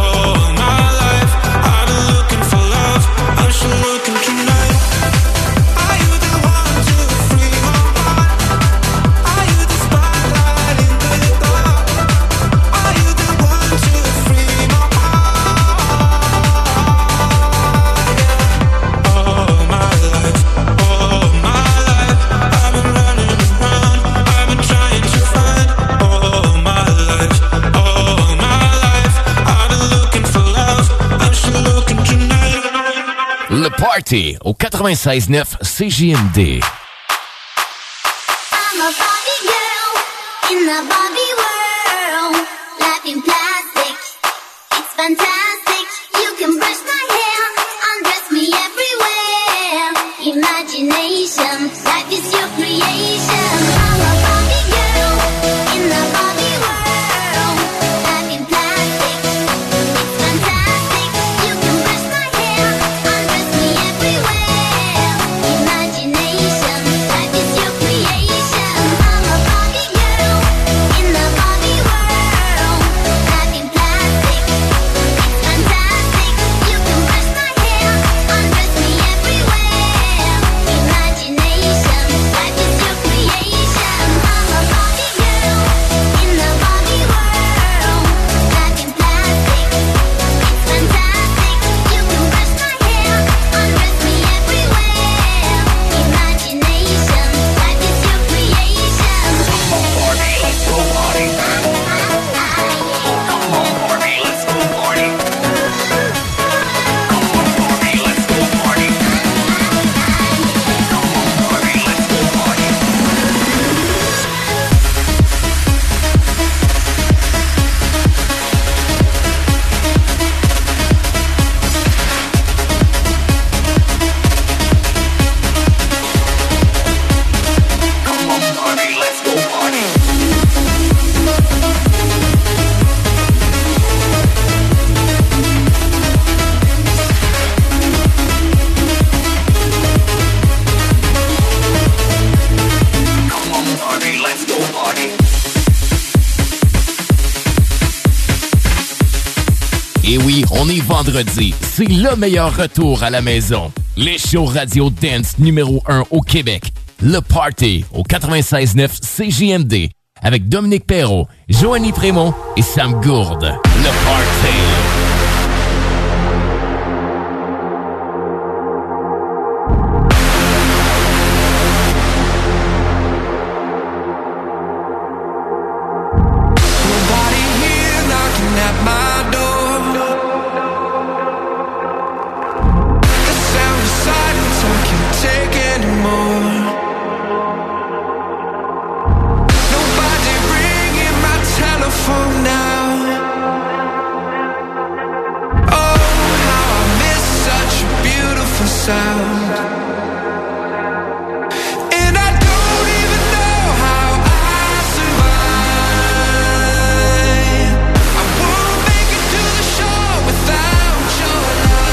I've been looking for love, I'm still looking tonight. Are you the one to free my heart? Are you the spotlight in the dark? Are you the one to free my heart? All my life, I've been running around, I've been trying to find. All my life, I've been looking for love, I'm still looking tonight. Le Party au 96.9 CJMD. I'm a Barbie girl in the Barbie world. Life in plastic, it's fantastic. You can brush my hair, undress me everywhere. Imagination, life is your creation. I'm a Barbie girl in the Barbie world. Life in plastic, it's fantastic. You can brush my hair, undress me everywhere. Imagination, life is your creation. I'm a Barbie girl in the Barbie world. Life in plastic, it's fantastic. You can brush my hair, undress me everywhere. Imagination, life is your creation. I'm a Barbie girl in the Barbie world. Life in plastic, it's fantastic. You can brush my hair, undress me everywhere. Imagination, life is your creation. Come on, Barbie, let's go party. Come on, Barbie, let's go party. Come on, Barbie, let's go party. Come on, Barbie, let's go party. Come on, Barbie, let's go party. Come on, Barbie, let's go party. Et oui, on est vendredi. C'est le meilleur retour à la maison. Les shows radio dance numéro 1 au Québec. Le Party au 96.9 CJMD. Avec Dominique Perrault, Joanie Prémont et Sam Gourde. Le Party. Nobody here knocking at my door. The sound of silence I can't take anymore. Nobody ringing my sound. And I don't even know how I survive. I won't make it to the shore without your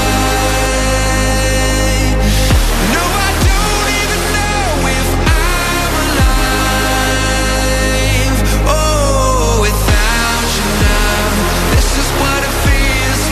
light. No, I don't even know if I'm alive. Oh, without you now, this is what it feels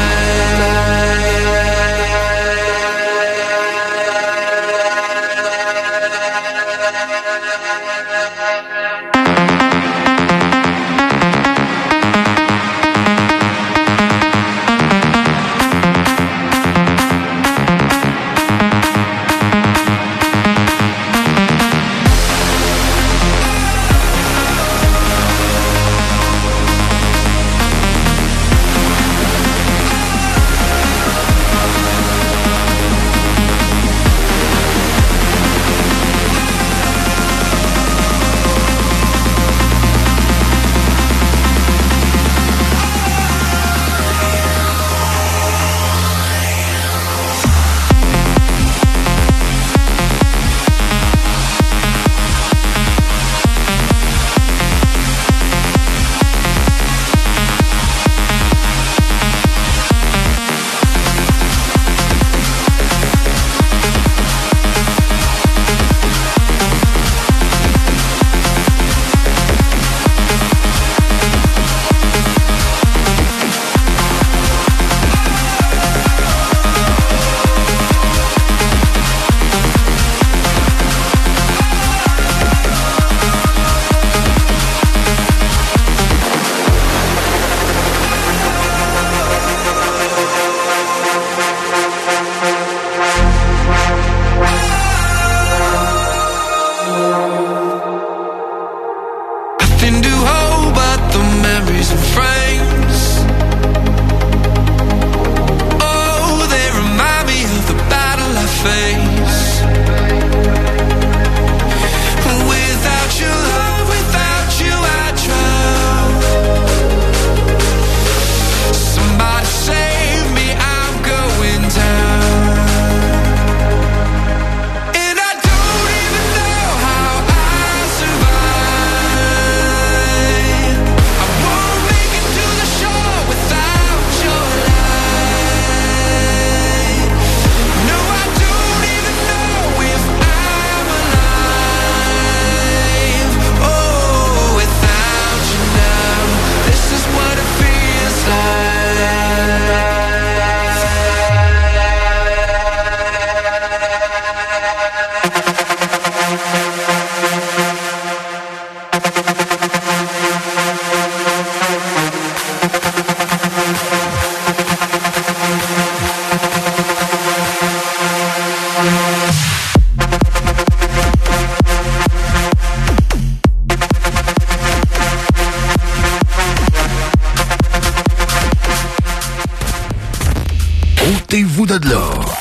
Ôtez-vous de là.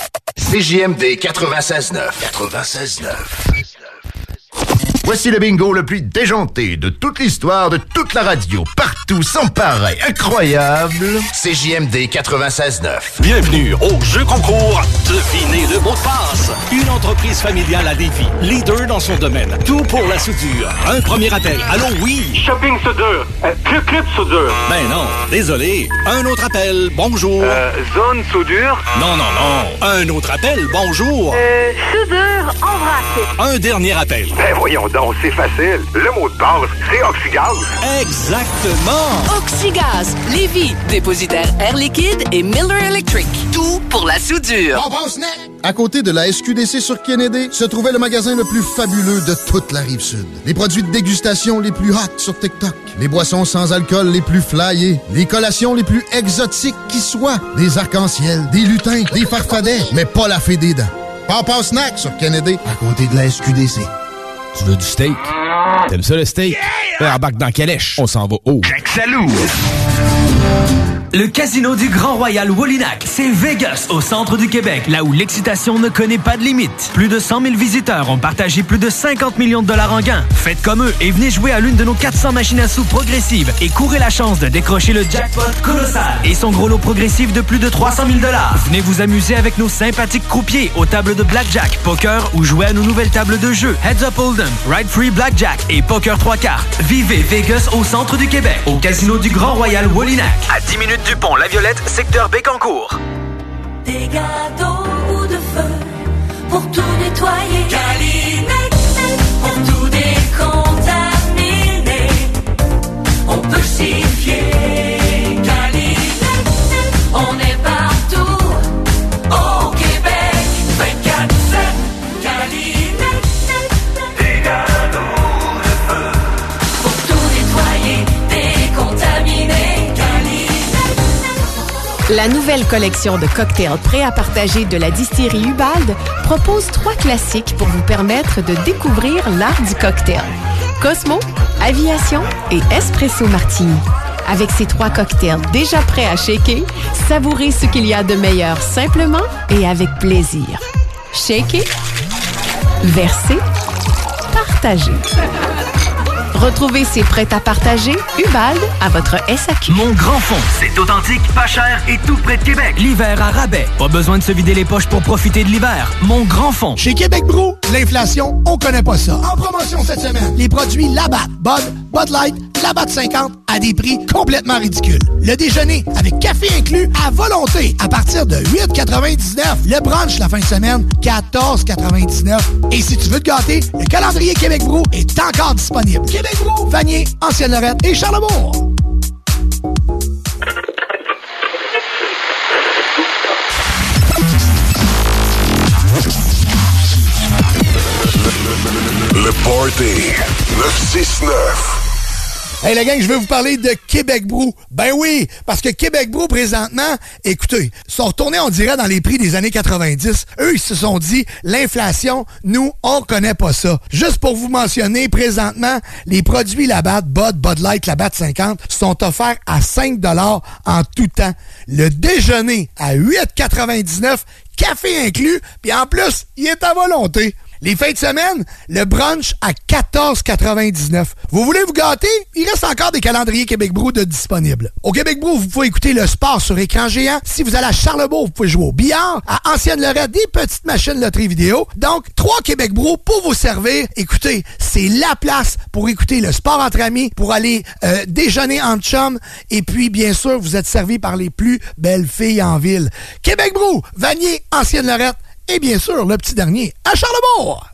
CJMD 96.9. 96.9. Voici le bingo le plus déjanté de toute l'histoire de toute la radio. Partout, sans pareil, incroyable. CJMD 96.9. Bienvenue au jeu concours Devinez le mot de passe. Une entreprise familiale à Lévis, leader dans son domaine. Tout pour la soudure. Un premier appel. Allô, oui. Shopping soudure. Clip soudure. Ben non, désolé. Un autre appel. Bonjour. Zone soudure. Non. Un autre appel. Bonjour. Soudure en vrac. Un dernier appel. Ben voyons donc, c'est facile. Le mot de passe, c'est Oxygaz. Exactement. Oxygaz, Lévis, dépositaire Air Liquide et Miller Electric. Tout pour la soudure. À côté de la SQDC sur Kennedy, se trouvait le magasin le plus fabuleux de toute la Rive-Sud. Les produits de dégustation les plus hot sur TikTok. Les boissons sans alcool les plus flyées. Les collations les plus exotiques qui soient. Des arcs-en-ciel, des lutins, des farfadets, mais pas la fée des dents. Papa Snack sur Kennedy, à côté de la SQDC. Tu veux du steak? T'aimes ça le steak? Yeah! Embarque dans Calèche. On s'en va haut. Jacques Salou. Le Casino du Grand Royal Wallinac, c'est Vegas, au centre du Québec, là où l'excitation ne connaît pas de limite. Plus de 100 000 visiteurs ont partagé plus de 50 millions de dollars en gains. Faites comme eux et venez jouer à l'une de nos 400 machines à sous progressives et courez la chance de décrocher le jackpot colossal et son gros lot progressif de plus de 300 000 dollars. Venez vous amuser avec nos sympathiques croupiers aux tables de blackjack, poker ou jouer à nos nouvelles tables de jeu Heads Up Hold'em, Ride Free Blackjack et Poker 3 cartes. Vivez Vegas au centre du Québec, au Casino du Grand Royal Wallinac. À 10 minutes du pont La Violette, secteur Bécancour. Des gâteaux ou de feu pour tout nettoyer. Galinette, pour tout décontaminer. On peut s'y fier. Galinette, on est partout au Québec. 24/7. Galinette, des gâteaux de feu pour tout nettoyer, décontaminer. La nouvelle collection de cocktails prêts à partager de la distillerie Ubald propose 3 classiques pour vous permettre de découvrir l'art du cocktail. Cosmo, Aviation et Espresso Martini. Avec ces 3 cocktails déjà prêts à shaker, savourez ce qu'il y a de meilleur simplement et avec plaisir. Shaker, verser, partager. Retrouvez ces prêts à partager Ubald à votre SAQ. Mon Grand Fond, c'est authentique, pas cher et tout près de Québec. L'hiver à rabais. Pas besoin de se vider les poches pour profiter de l'hiver. Mon Grand Fond. Chez Québec Brou, l'inflation, on connaît pas ça. En promotion cette semaine, les produits Labatt, Bud Light, Labatt 50 à des prix complètement ridicules. Le déjeuner avec café inclus à volonté à partir de 8,99. Le brunch la fin de semaine, 14,99. Et si tu veux te gâter, le calendrier Québec Brou est encore disponible. Québec Brou, Vanier, Ancienne-Lorette et Charlebourg. Le Party 969. Hey la gang, je vais vous parler de Québec Brou. Ben oui, parce que Québec Brou, présentement, écoutez, sont retournés, on dirait, dans les prix des années 90. Eux, ils se sont dit, l'inflation, nous, on connaît pas ça. Juste pour vous mentionner, présentement, les produits Labatt, Bud Light, Labatt 50 sont offerts à 5 $ en tout temps. Le déjeuner à 8,99, café inclus, puis en plus, il est à volonté. Les fins de semaine, le brunch à 14,99. Vous voulez vous gâter? Il reste encore des calendriers Québec Brou de disponibles. Au Québec Brou, vous pouvez écouter le sport sur écran géant. Si vous allez à Charlebourg, vous pouvez jouer au billard. À Ancienne-Lorette, des petites machines loterie vidéo. Donc, 3 Québec Brou pour vous servir. Écoutez, c'est la place pour écouter le sport entre amis, pour aller déjeuner en chum. Et puis, bien sûr, vous êtes servi par les plus belles filles en ville. Québec Brou, Vanier, Ancienne-Lorette. Et bien sûr, le petit dernier, à Charlebourg!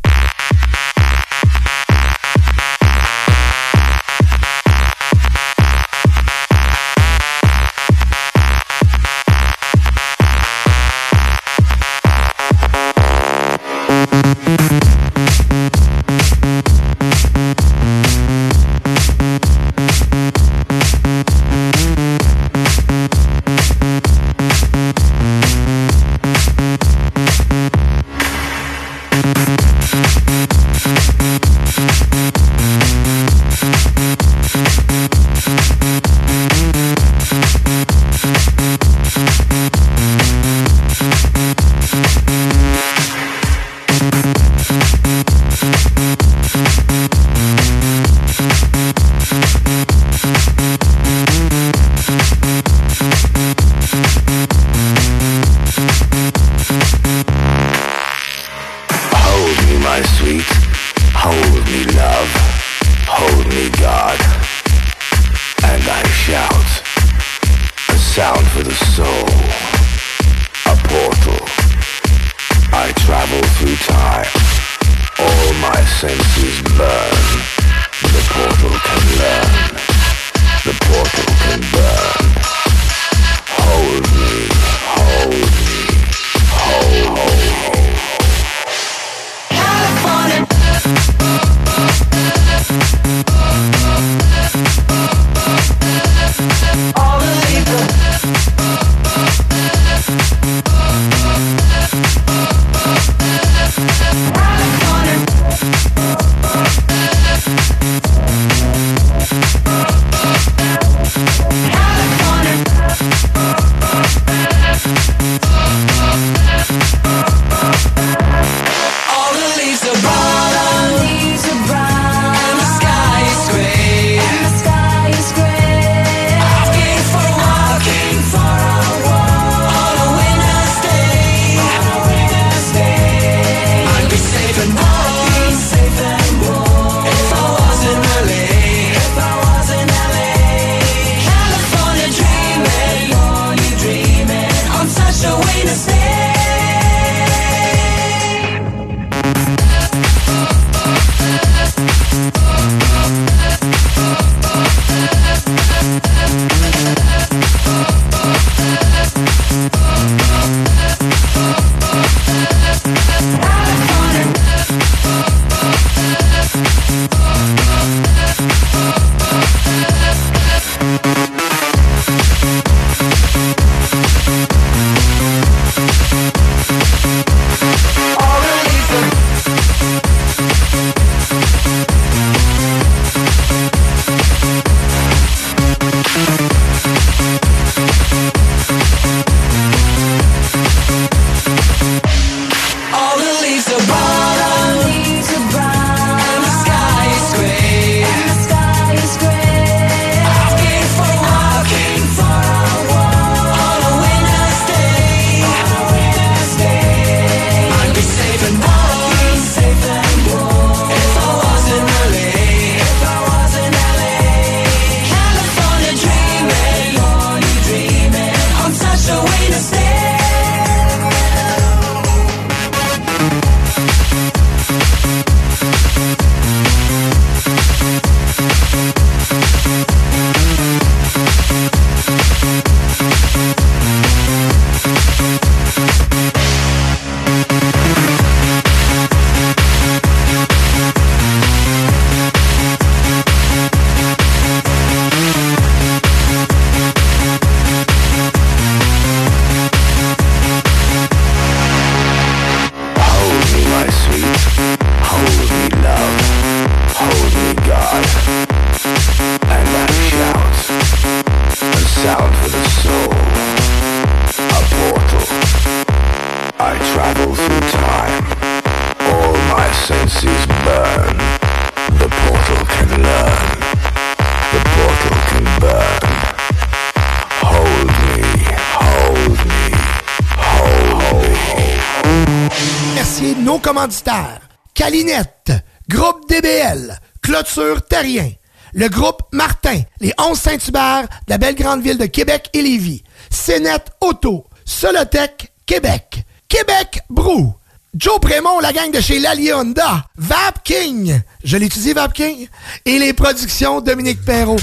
remercier nos commanditaires. Calinette, Groupe DBL, Clôture Terrien, le Groupe Martin, les 11 Saint-Hubert de la belle grande ville de Québec et Lévis, Cénet Auto, Solotech Québec, Québec Brou, Joe Prémont, la gang de chez Lalier Honda, Vap King, je l'étudie Vap King, et les productions Dominique Perrault.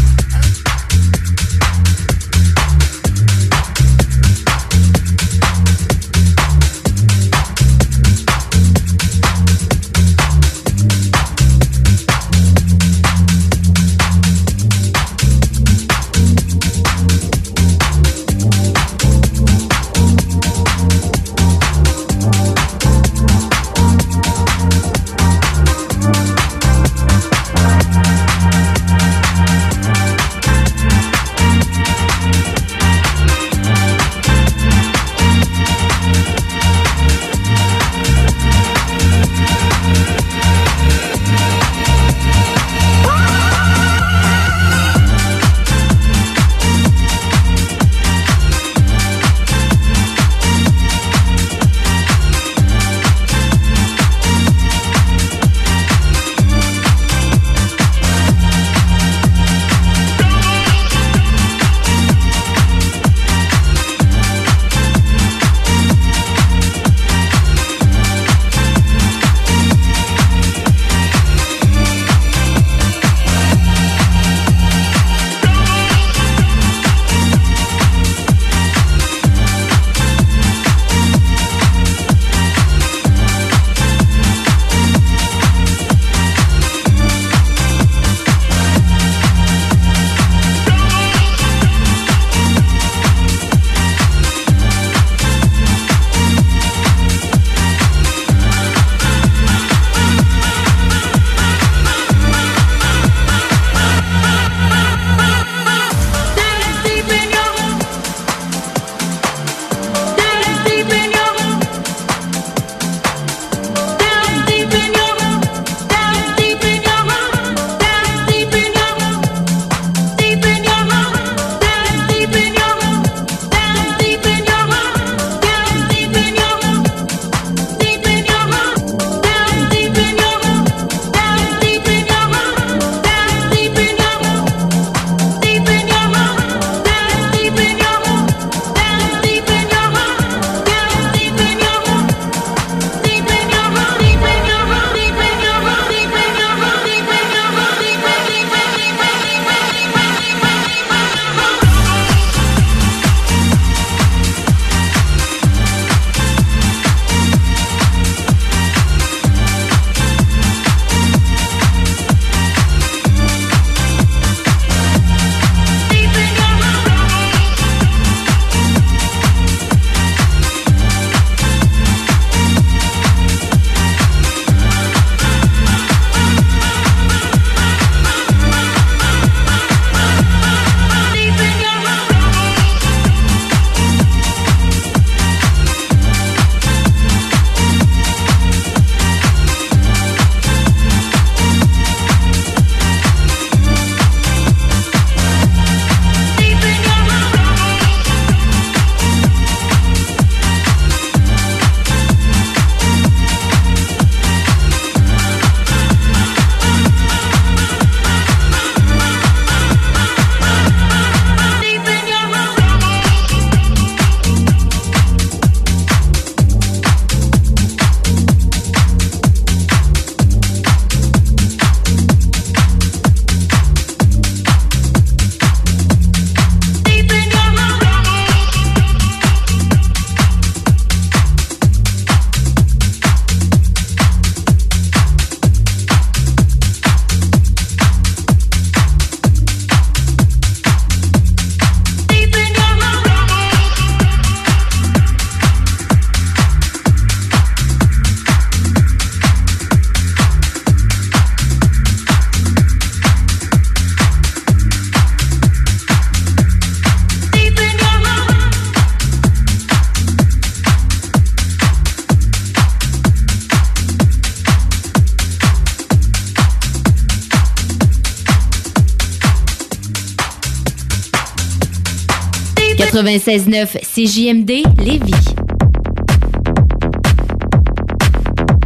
« 96.9 CJMD Lévis.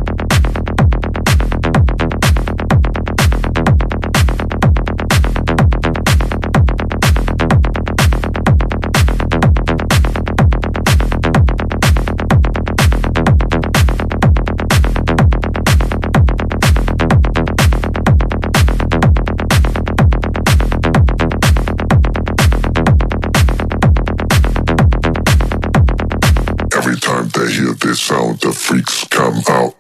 out.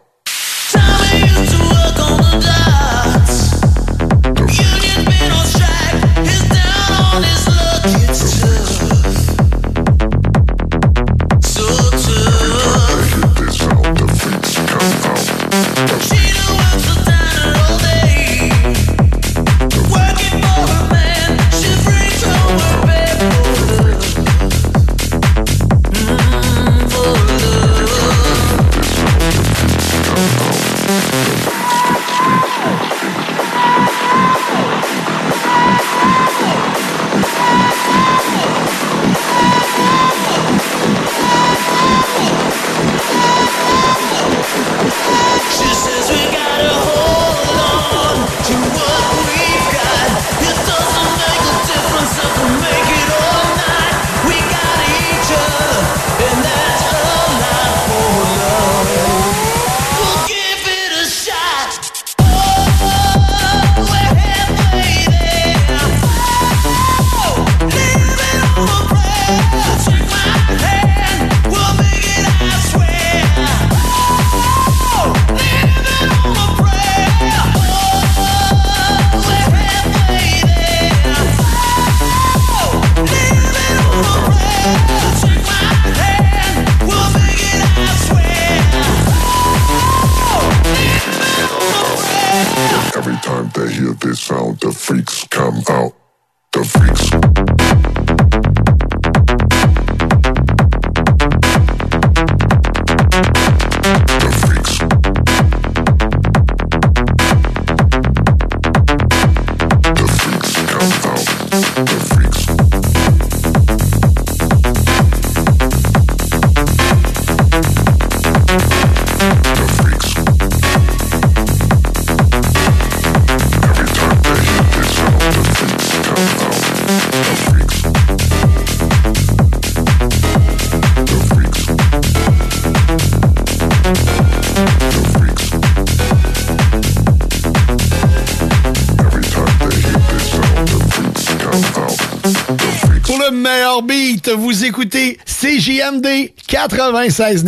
Every time they hear this sound, the freaks come out. The freaks. The freaks. The freaks come out. The freaks. Pour le meilleur beat, vous écoutez CJMD 96.9.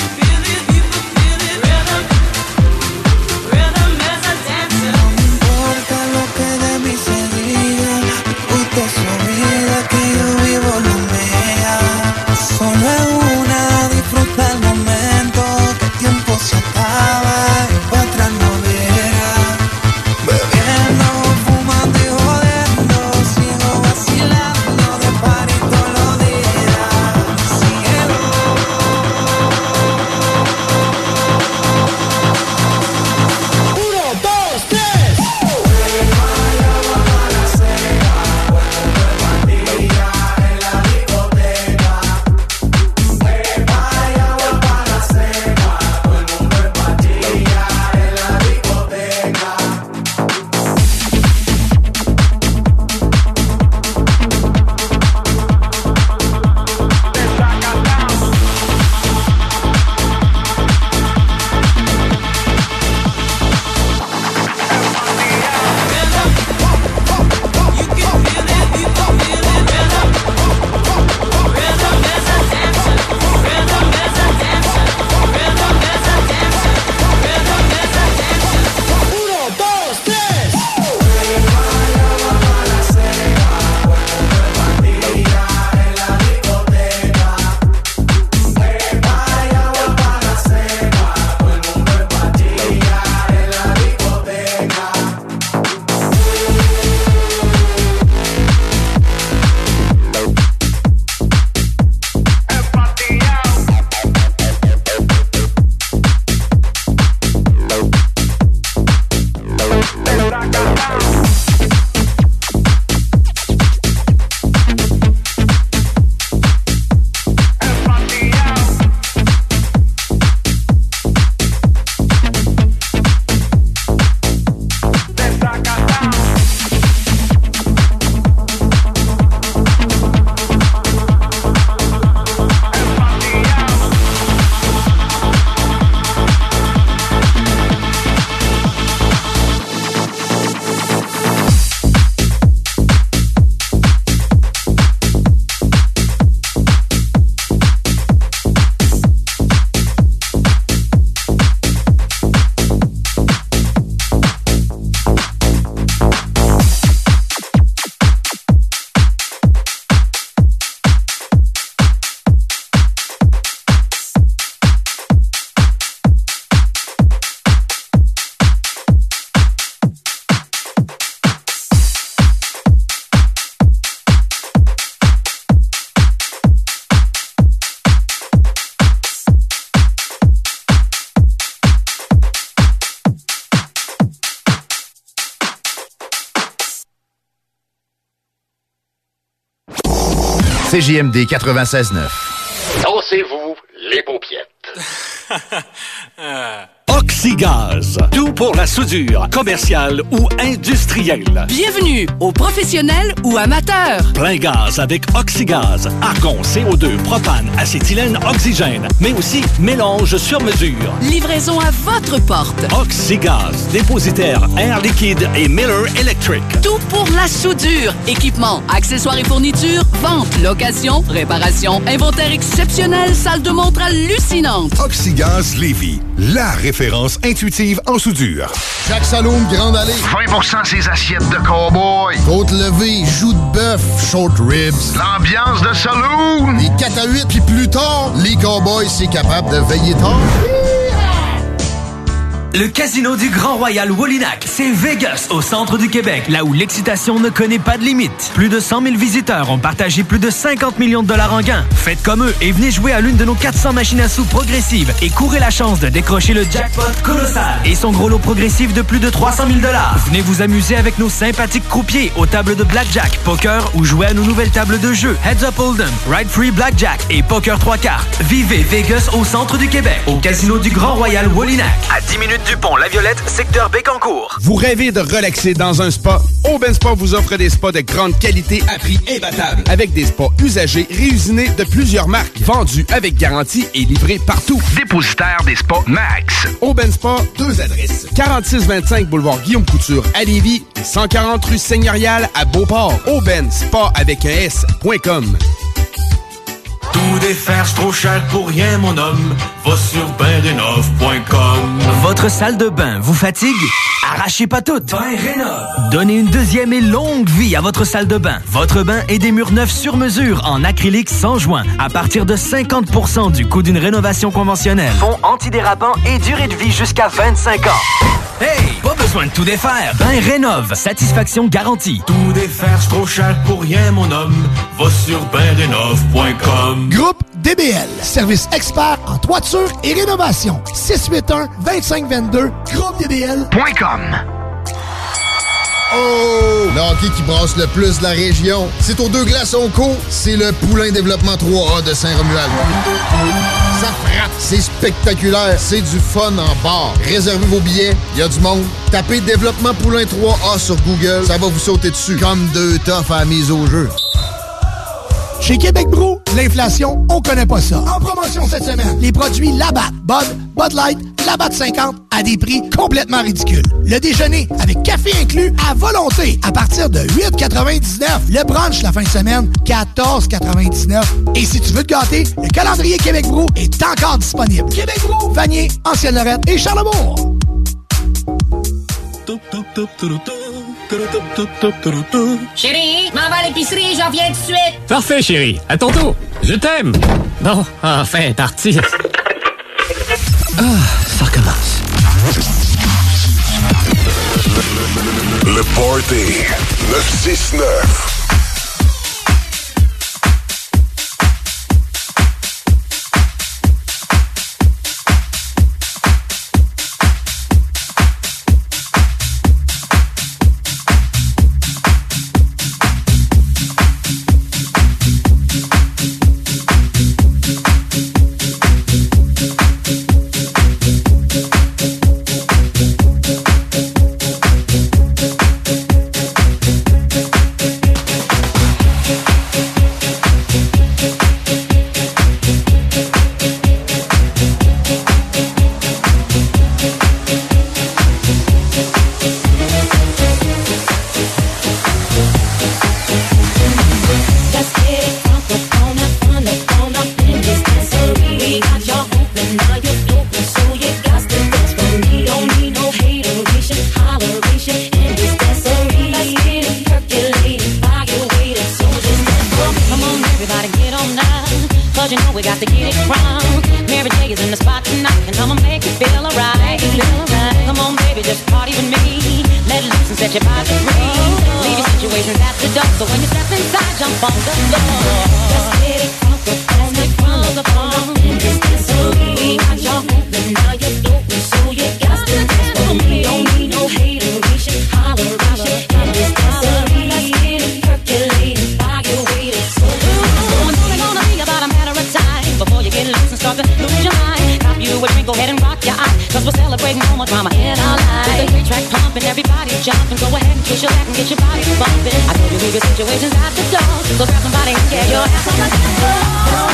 Rhythm CJMD 96.9. Dansez-vous les paupiètes. Oxygaz, tout pour la soudure, commerciale ou industrielle. Bienvenue aux professionnels ou amateurs. Plein gaz avec Oxygaz, argon, CO2, propane, acétylène, oxygène, mais aussi mélange sur mesure. Livraison à votre porte. Oxygaz, dépositaire Air Liquide et Miller Electric. Tout pour la soudure, équipement, accessoires et fournitures, vente, location, réparation, inventaire exceptionnel, salle de montre hallucinante. Oxygaz Lévis, la référence intuitive en soudure. Jacques Saloum, Grande Allée. 20% ses assiettes de cow-boy. Côte levée, joues de bœuf, short ribs. L'ambiance de saloon. Les 4 à 8, puis plus tard, les cowboys, c'est capable de veiller tard. Le casino du Grand Royal Wallinac, c'est Vegas, au centre du Québec, là où l'excitation ne connaît pas de limite. Plus de 100 000 visiteurs ont partagé plus de 50 millions de dollars en gains. Faites comme eux et venez jouer à l'une de nos 400 machines à sous progressives et courez la chance de décrocher le jackpot colossal et son gros lot progressif de plus de 300 000 dollars. Venez vous amuser avec nos sympathiques croupiers aux tables de blackjack, poker ou jouer à nos nouvelles tables de jeu Heads Up Hold'em, Ride Free Blackjack et Poker 3 cartes. Vivez Vegas au centre du Québec, au casino du Grand Royal Wallinac, à 10 minutes du pont La Violette, secteur Bécancour. Vous rêvez de relaxer dans un spa? Aubin Spa vous offre des spas de grande qualité à prix imbattable. Avec des spas usagés réusinés de plusieurs marques, vendus avec garantie et livrés partout. Dépositaire des spas Max. Aubin Spa, 2 adresses. 4625 boulevard Guillaume Couture à Lévis et 140 rue Seigneurial à Beauport. Aubin Spa avec un S.com. Tout défaire, c'est trop cher pour rien, mon homme. Va sur bainrénov.com. Votre salle de bain vous fatigue? Arrachez pas toute. Bain Rénov. Donnez une deuxième et longue vie à votre salle de bain. Votre bain et des murs neufs sur mesure en acrylique sans joint à partir de 50% du coût d'une rénovation conventionnelle. Fond antidérapant et durée de vie jusqu'à 25 ans. Hey, pas besoin de tout défaire. Bain Rénov. Satisfaction garantie. Tout défaire, c'est trop cher pour rien, mon homme. Va sur bainrénov.com. Groupe DBL, service expert en toiture et rénovation. 681-2522, groupedbl.com. Oh! Le hockey qui brasse le plus de la région, c'est aux Deux Glaçons Co. C'est le Poulain Développement 3A de Saint-Romuald. Ça frappe, c'est spectaculaire, c'est du fun en bar. Réservez vos billets, il y a du monde. Tapez Développement Poulain 3A sur Google, ça va vous sauter dessus. Comme 2 toffes à la mise au jeu. Chez Québec Brou, l'inflation, on connaît pas ça. En promotion cette semaine, les produits Labatt, Bud Light, Labatt 50 à des prix complètement ridicules. Le déjeuner avec café inclus à volonté à partir de 8,99. Le brunch la fin de semaine, 14,99. Et si tu veux te gâter, le calendrier Québec Brou est encore disponible. Québec Brou, Vanier, Ancienne-Lorette et Charlebourg. Chérie, m'en va à l'épicerie, j'en viens tout de suite. Parfait, chérie. À ton tour. Je t'aime. Bon, enfin, parti. Ah, ça recommence. Le Party 969. jumping, everybody jumping. Go ahead and push your back and get your body bumping. I told you leave your situations at the door, so grab somebody and get your ass on the floor.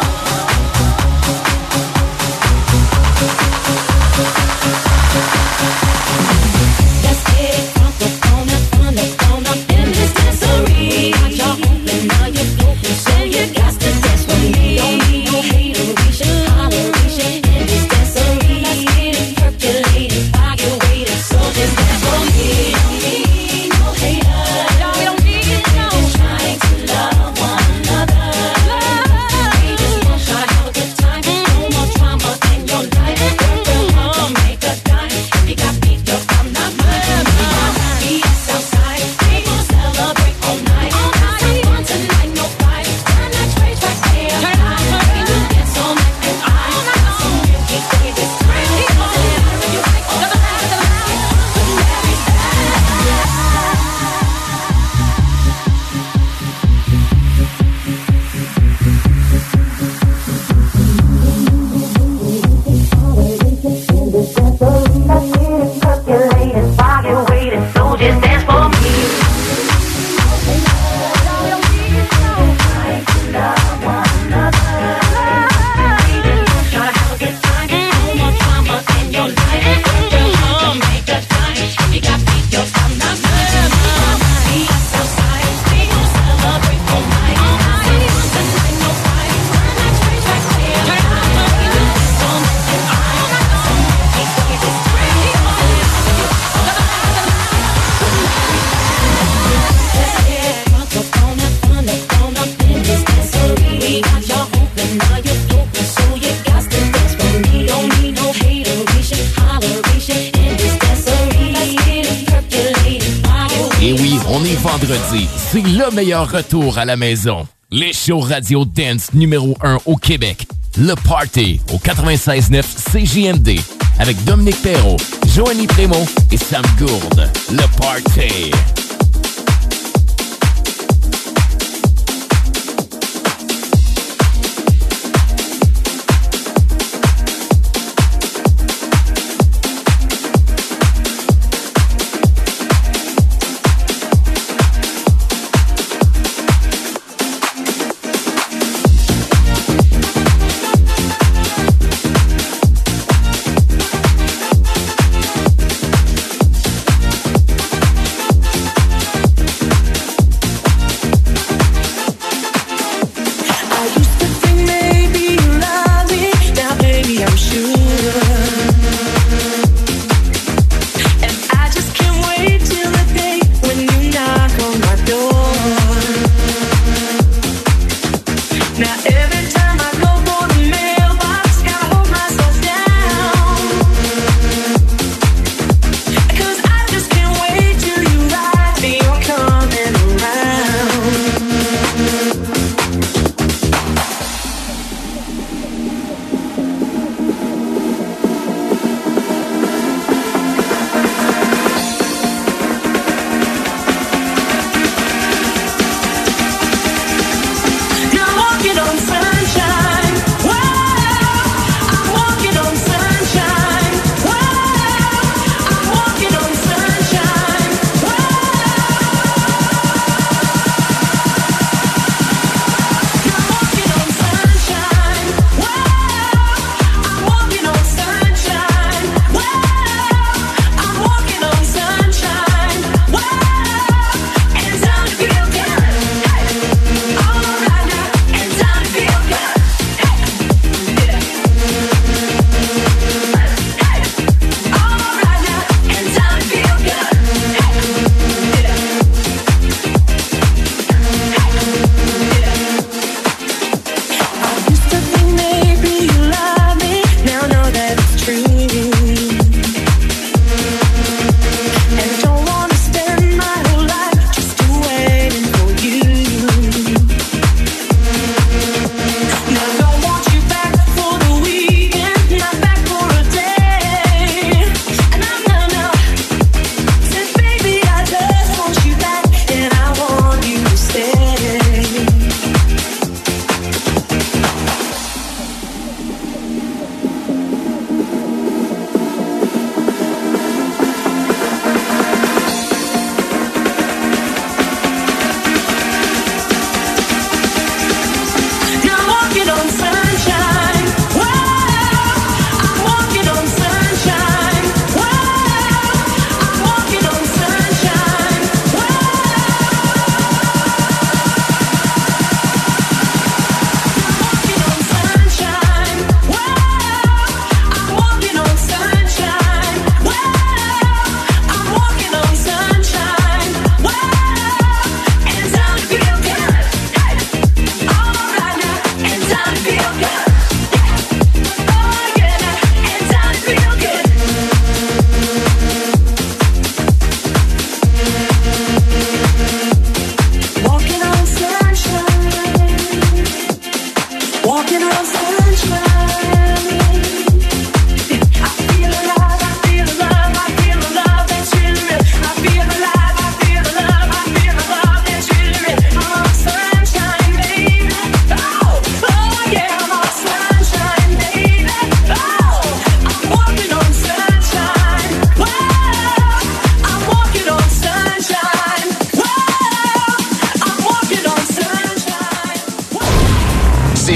Let's get it from the phone up in this dancery. Got your open, now you're open, so you got to dance with me. Don't need no hateration, holleration in this dancery. Let's get it percolated, while you're waiting, so just dance for me. Don't need no haters, we don't need no trying to love one another. We just want to have a good time, no more drama in your life. Girl, come make a dime. If you got beat up, I'm not mad. Be outside, we gon' celebrate all night. Have fun tonight, no fight. Turn that train track day up high. We will dance all night and I so you keep this time. You like all the so just dance for me. Et oui, on est vendredi. C'est le meilleur retour à la maison. Les shows radio dance numéro 1 au Québec. Le Party au 96.9 CJMD. Avec Dominique Perrault, Joanie Prémont et Sam Gourde. Le Party.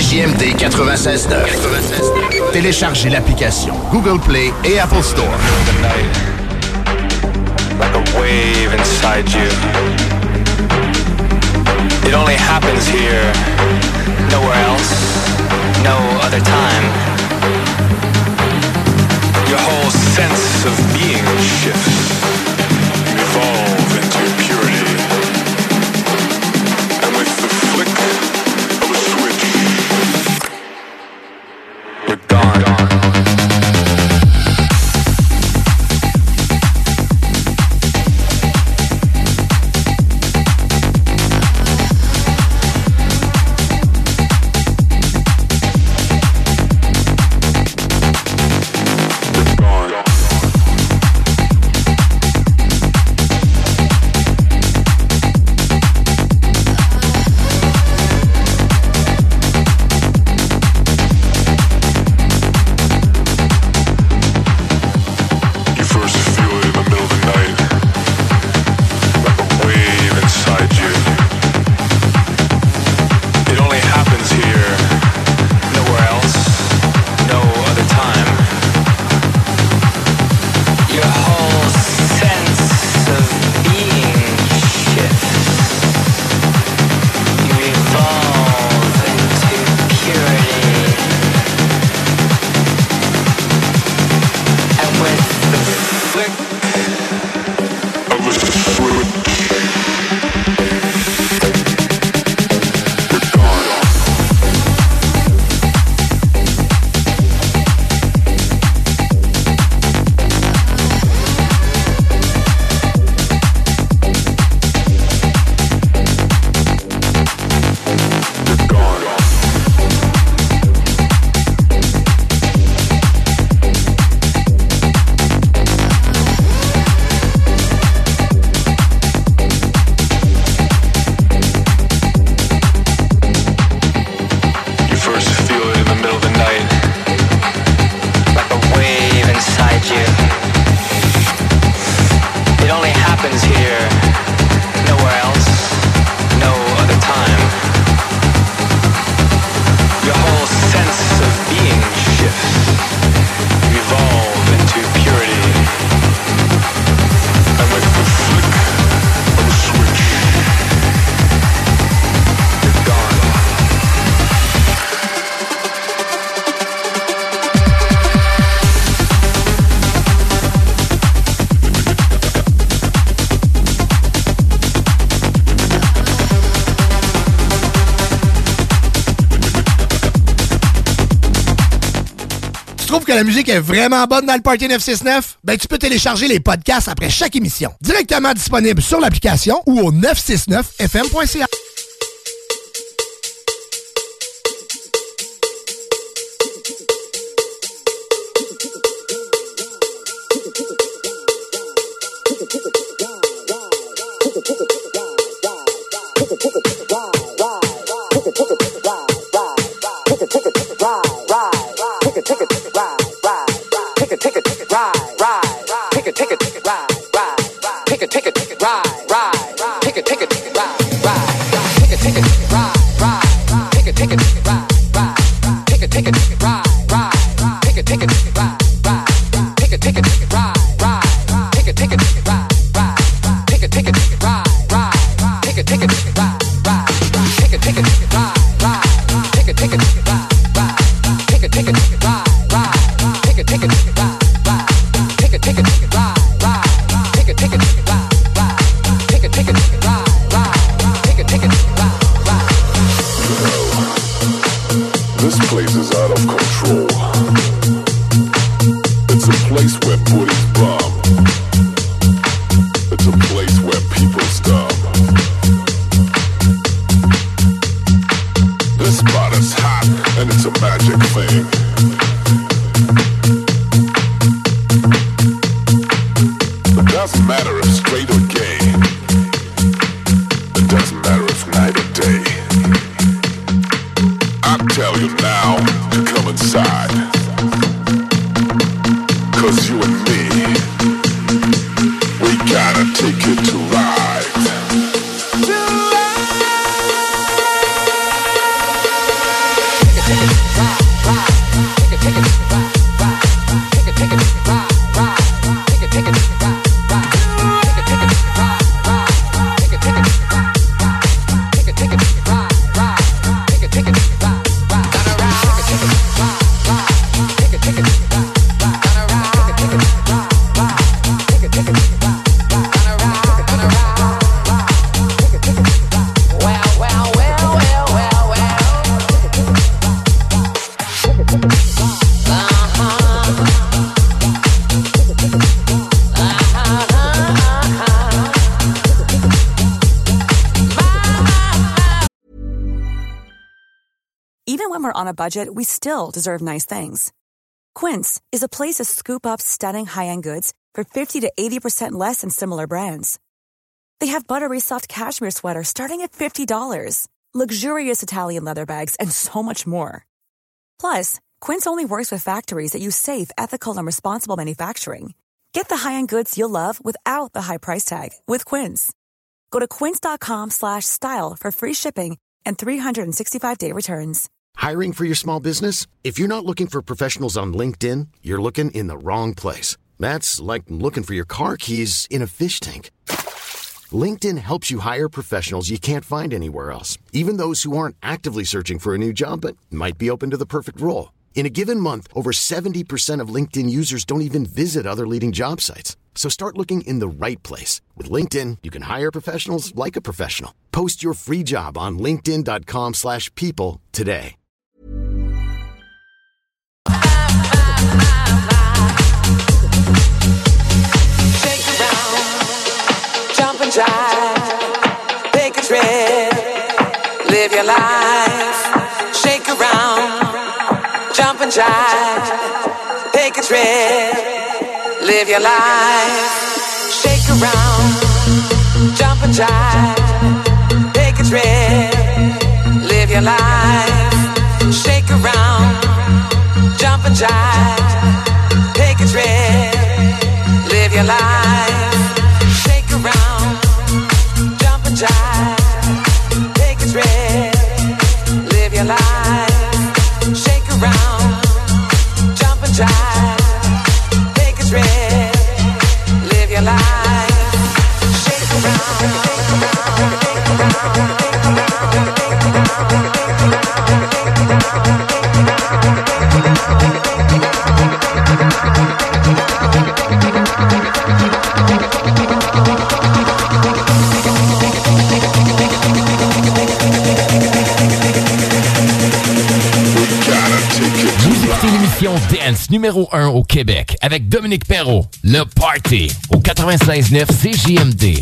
CJMD 96.9. Téléchargez l'application Google Play et Apple Store. Like a wave inside you. It only happens here, nowhere else, no other time. Your whole sense of being shifts. You evolve into purity. And with the flick of a switch, you're gone. Que la musique est vraiment bonne dans le Party 969? Ben, tu peux télécharger les podcasts après chaque émission. Directement disponible sur l'application ou au 969fm.ca. Even when we're on a budget, we still deserve nice things. Quince is a place to scoop up stunning high-end goods for 50 to 80% less than similar brands. They have buttery soft cashmere sweaters starting at $50, luxurious Italian leather bags, and so much more. Plus, Quince only works with factories that use safe, ethical, and responsible manufacturing. Get the high-end goods you'll love without the high price tag with Quince. Go to quince.com/style for free shipping and 365-day returns. Hiring for your small business? If you're not looking for professionals on LinkedIn, you're looking in the wrong place. That's like looking for your car keys in a fish tank. LinkedIn helps you hire professionals you can't find anywhere else, even those who aren't actively searching for a new job but might be open to the perfect role. In a given month, over 70% of LinkedIn users don't even visit other leading job sites. So start looking in the right place. With LinkedIn, you can hire professionals like a professional. Post your free job on linkedin.com/people today. Shake around, jump and jive, take a trip, live your life. Shake around, jump and jive, take a trip, live your life. Shake around, jump and jive, take a trip, live your life. Shake around, jump and jive, take a trip, live your life. Shake around, jump and jive, take a trip, live your life. Shake around, jump and jive, take a trip, live your life. Shake around, shake around, shake around, shake around, shake Vous écoutez l'émission Dance numéro 1 au Québec avec Dominique Perrault, Le Party, au 96.9 CJMD.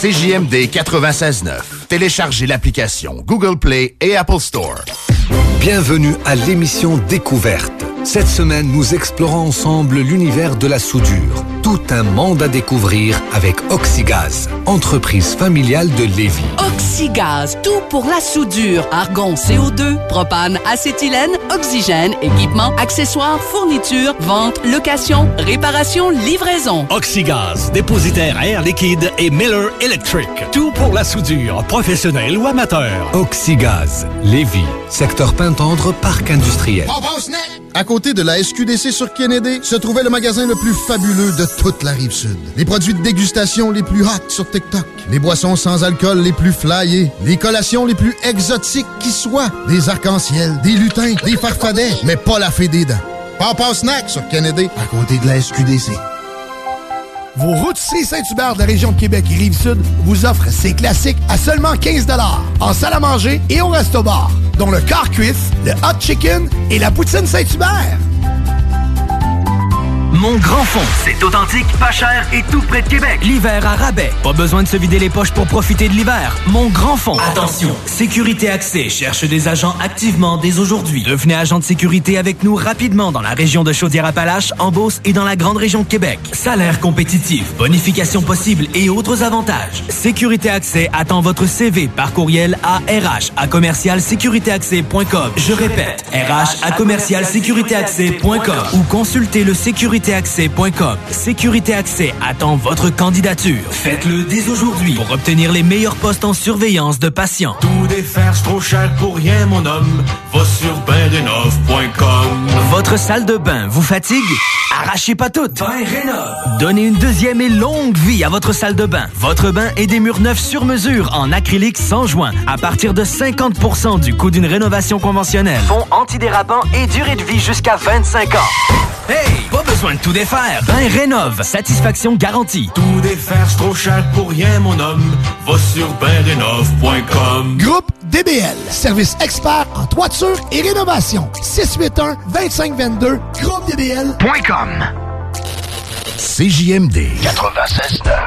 CJMD 96.9. Téléchargez l'application Google Play et Apple Store. Bienvenue à l'émission Découverte. Cette semaine, nous explorons ensemble l'univers de la soudure. Tout un monde à découvrir avec Oxygaz, entreprise familiale de Lévis. Oxygaz, tout pour la soudure. Argon, CO2, propane, acétylène, oxygène, équipement, accessoires, fournitures, vente, location, réparation, livraison. Oxygaz, dépositaire Air Liquide et Miller Electric. Tout pour la soudure, professionnelle ou amateur. Oxygaz, Lévis, secteur Pintendre, parc industriel. À côté de la SQDC sur Kennedy, se trouvait le magasin le plus fabuleux de toute la Rive-Sud. Les produits de dégustation les plus hot sur TikTok. Les boissons sans alcool les plus flyées. Les collations les plus exotiques qui soient. Des arcs-en-ciel, des lutins, des farfadets, mais pas la fée des dents. Papa Snack sur Kennedy, à côté de la SQDC. Vos rôtisseries Saint-Hubert de la région de Québec et Rive-Sud vous offrent ces classiques à seulement 15 $ en salle à manger et au resto-bar, dont le quart cuisse, le hot chicken et la poutine Saint-Hubert. Mon Grand Fond, c'est authentique, pas cher et tout près de Québec. L'hiver à rabais. Pas besoin de se vider les poches pour profiter de l'hiver. Mon Grand Fond. Attention, Sécurité Accès cherche des agents activement dès aujourd'hui. Devenez agent de sécurité avec nous rapidement dans la région de Chaudière-Appalaches, en Beauce et dans la grande région de Québec. Salaire compétitif, bonification possible et autres avantages. Sécurité Accès attend votre CV par courriel à rh@commercialsécuritéaccès.com. Je répète, rh@commercialsécuritéaccès.com ou consultez le sécuritéaccès.com. Sécurité Accès attend votre candidature. Faites-le dès aujourd'hui pour obtenir les meilleurs postes en surveillance de patients. Tout défaire, c'est trop cher pour rien, mon homme. Va sur bainrénov.com. Votre salle de bain vous fatigue? Arrachez pas toutes. Bain Rénov. Donnez une deuxième et longue vie à votre salle de bain. Votre bain et des murs neufs sur mesure en acrylique sans joint à partir de 50% du coût d'une rénovation conventionnelle. Fond antidérapant et durée de vie jusqu'à 25 ans. Hey, pas besoin de tout défaire. Bain Rénov. Satisfaction garantie. Tout défaire, c'est trop cher pour rien, mon homme. Va sur bainrénov.com. Groupe DBL, service expert en toiture et rénovation. 681-2522, groupedbl.com. CJMD 96.9.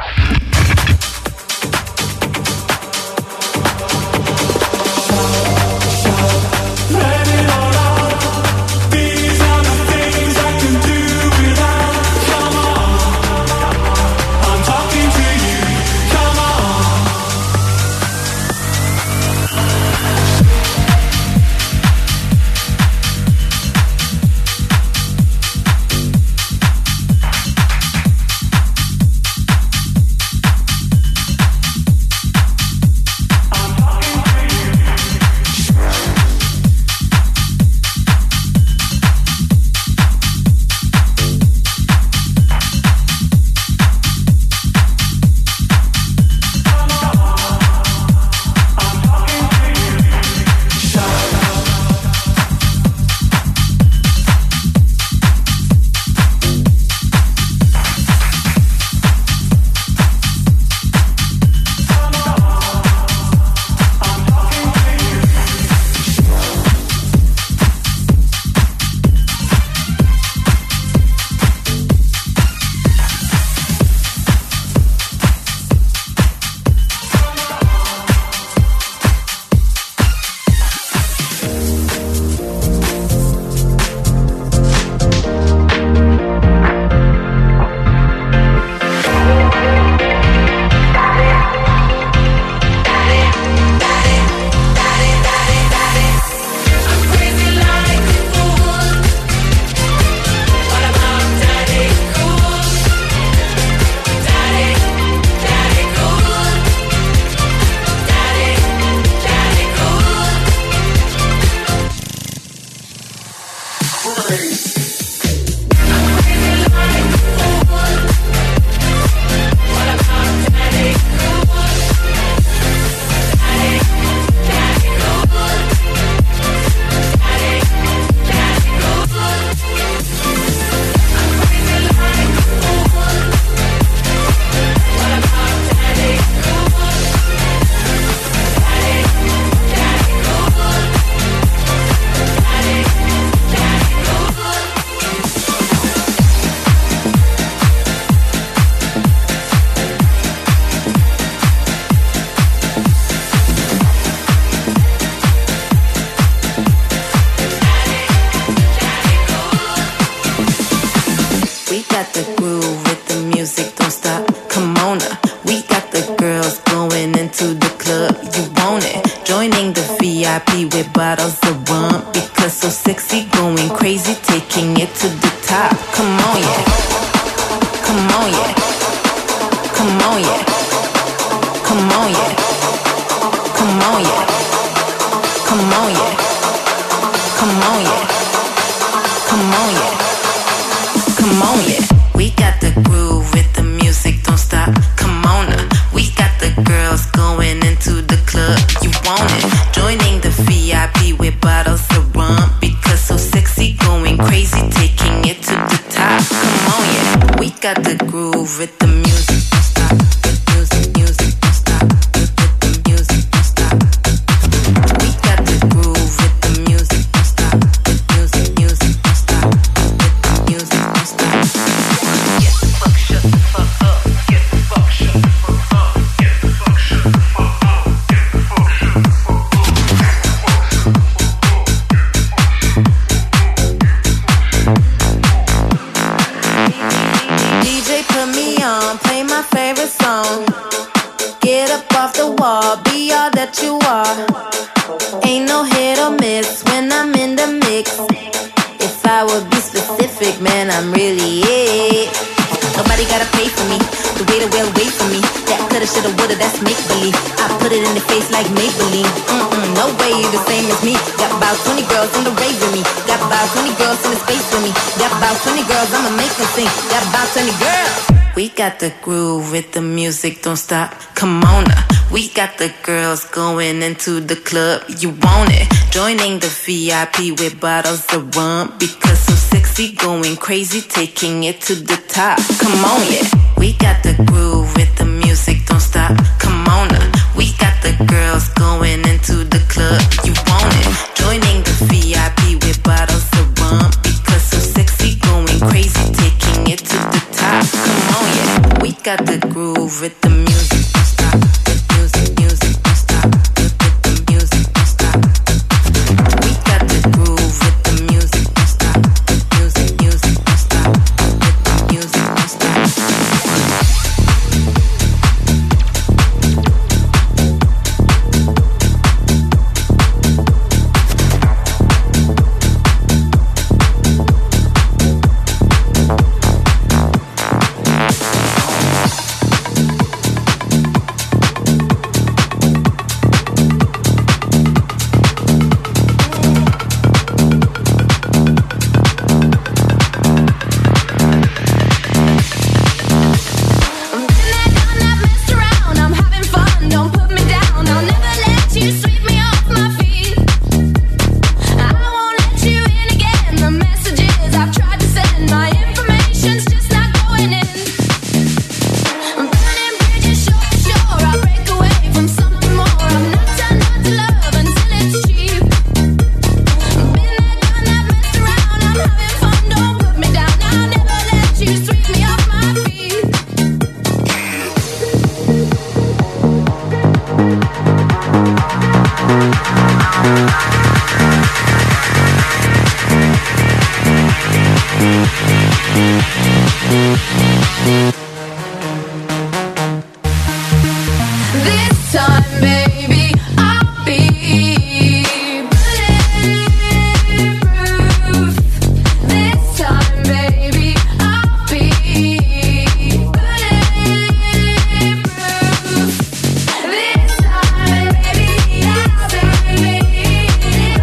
VIP with bottles of rum because so sexy, going crazy, taking it to the top. Come on, yeah. Come on, yeah. Come on, yeah. Come on, yeah. Come on, yeah. Come on, yeah. Come on, yeah. Come on, yeah. Come on, yeah. We got the groove with the music, don't stop. Come on, we got the girls going into the club. You want it? Joining the VIP with bottles of rum because so sexy, going crazy, taking it to the top. Come on, yeah. We got the groove with the music, don't stop. With music, music, don't stop. With the music, don't stop. We got the groove with the music, don't stop. With music, music, don't stop. With the music, don't stop. Get the fuck, shut the fuck up. Get the fuck, shut the fuck up. Get the fuck, shut the fuck up. Get the fuck, shut the fuck up. DJ put me on, play my favorite song. Get up off the wall, be all that you are. Ain't no hit or miss when I'm in the mix. If I would be specific, man, I'm really it. Nobody gotta pay for me, the way the well wait for me. That coulda, shoulda, woulda, that's make believe. I put it in the face like Maybelline. No way you the same as me. Got about 20 girls in the rave with me. Got about 20 girls in the space with me. Got about 20 girls, I'ma make them sing. Got about 20 girls. We got the groove with the music, don't stop. Come on now. We got the girls going into the club. You want it? Joining the VIP with bottles of rum because so sexy, going crazy, taking it to the top. Come on, yeah. We got the groove with the music, don't stop. Come on now. We got the girls going into the club. You want it? Joining the VIP with bottles of rum because so sexy, going crazy, taking it to the top. Come on, yeah. We got the groove with the music, don't stop. With music, music, don't stop. With the music, don't stop. We got the groove with the music, don't stop. With music, music, don't stop. With the music, don't stop. This time, baby, I'll be bulletproof. This time, baby, I'll be bulletproof. This time, baby, I'll be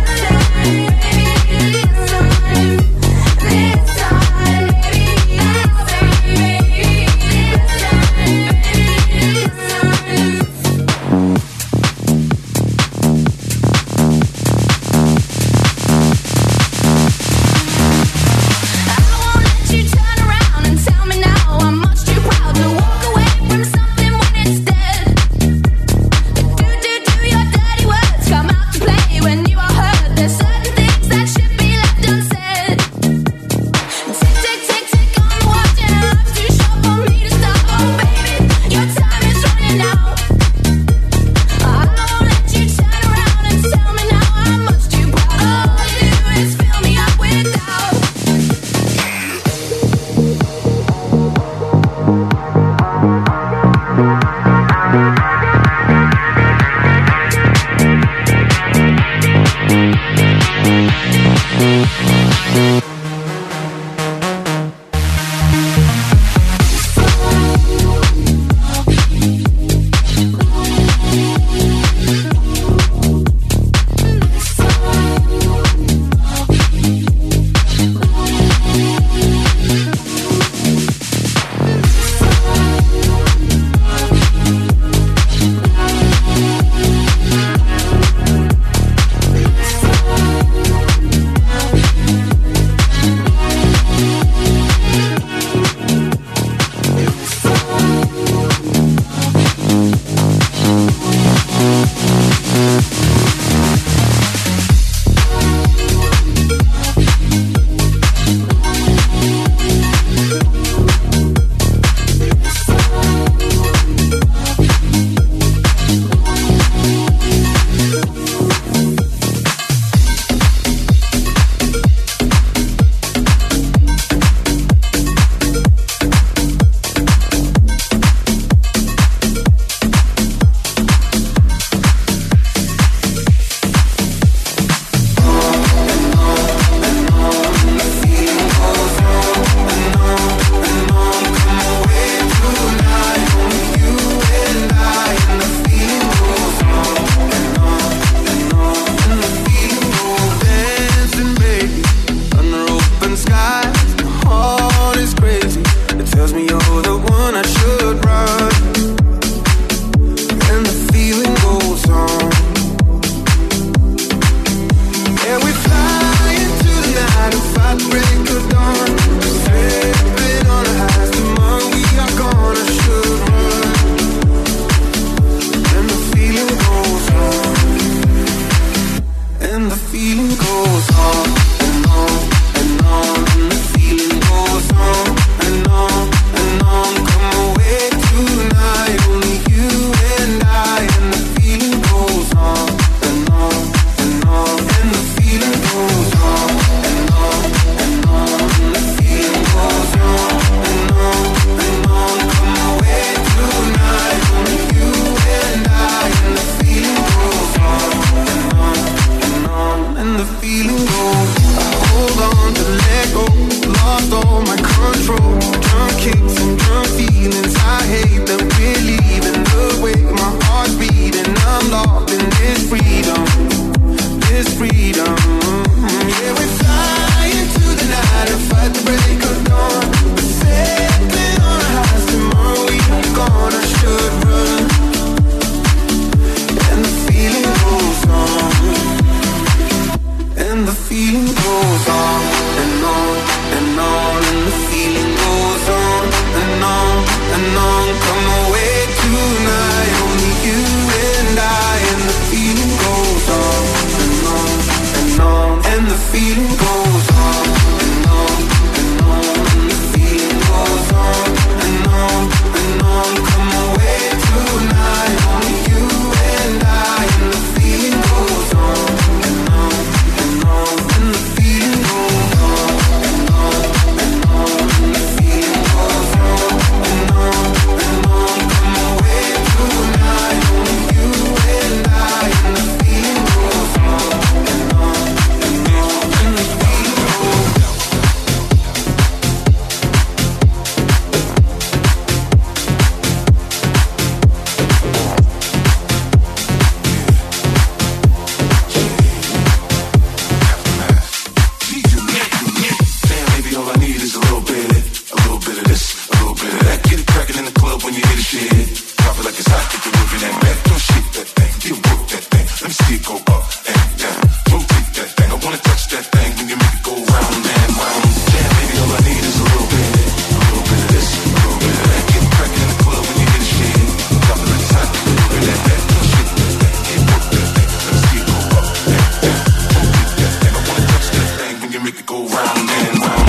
and the feeling goes on and on and on, and the feeling goes on and on and on. Come away tonight, only you and I, and the feeling goes on and on and on, and the feeling goes on and on and on, and the feeling goes on and on and on. Come away tonight, only you and I, and the feeling goes on and on and on, and the feeling goes. I hold on to let go, lost all my control. Drunk kicks and drunk feelings, I hate that we're leaving. The way my heart's beating, I'm locked in this freedom, this freedom. Yeah, we fly into the night and fight the break of dawn. We're sailing on a high, tomorrow we are gone. I should run, and the feeling goes on, and the feeling goes on and on and on, and the feeling goes on and on and on. Come away tonight, only you and I, and the feeling goes on and on and on, and the feeling goes on and on and on, and the feeling goes on and on and on. Come away tonight, only you and I, and the feeling goes on and on and on, and the feeling goes on and on and on, and the feeling goes on and on and on. Come away tonight, only you and I, and the feeling goes on and on and on, and the feeling goes on. Damn, baby, all I need is a little bit of this, a little bit of that. Get it cracking in the club when you hear the shit. Drop it like it's hot, get the roof in that back. Don't shake that thing, you work that thing. Let me see it go up and down. Rotate that thing, I wanna touch that thing when you make it go round and round. Damn, baby, all I need is a little bit of this, a little bit of that. Get it cracking in the club when you hear the shit. Drop it like it's hot, get the roof in that back. Don't shake that thing, you work that thing. Let me see it go up and down. Rotate that thing, I wanna touch that thing when you make it go round and round.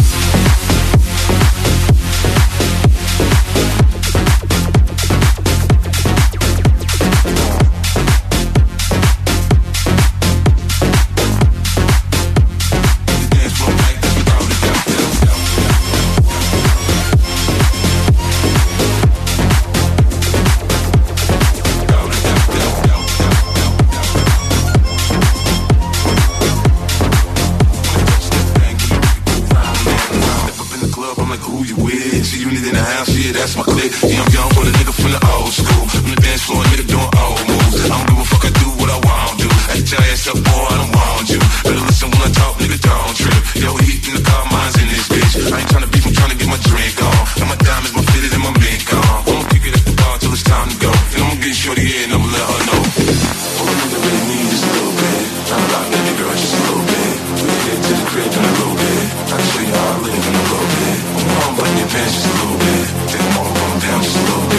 That's my clique. Yeah, I'm young, but a nigga from the old school. On the dance floor, a nigga doing old moves. I don't give a fuck, I do what I want to. I hit your ass up, boy, I don't want you. Better listen when I talk, nigga, don't trip. Yo, heat in the car, mine's in this bitch. I ain't tryna beef, I'm tryna get my drink on. And my diamonds, my fitted, and my mink on. I'ma kick it at the bar till it's time to go. And I'ma get shorty in, and I'ma let her know. All a nigga really need is a little bit. Tryna lock that nigga up just a little bit. We can get to the crib in a little bit. I can show you how I live in a little bit. I'm button your pants just a little bit. Take them all down just a little bit.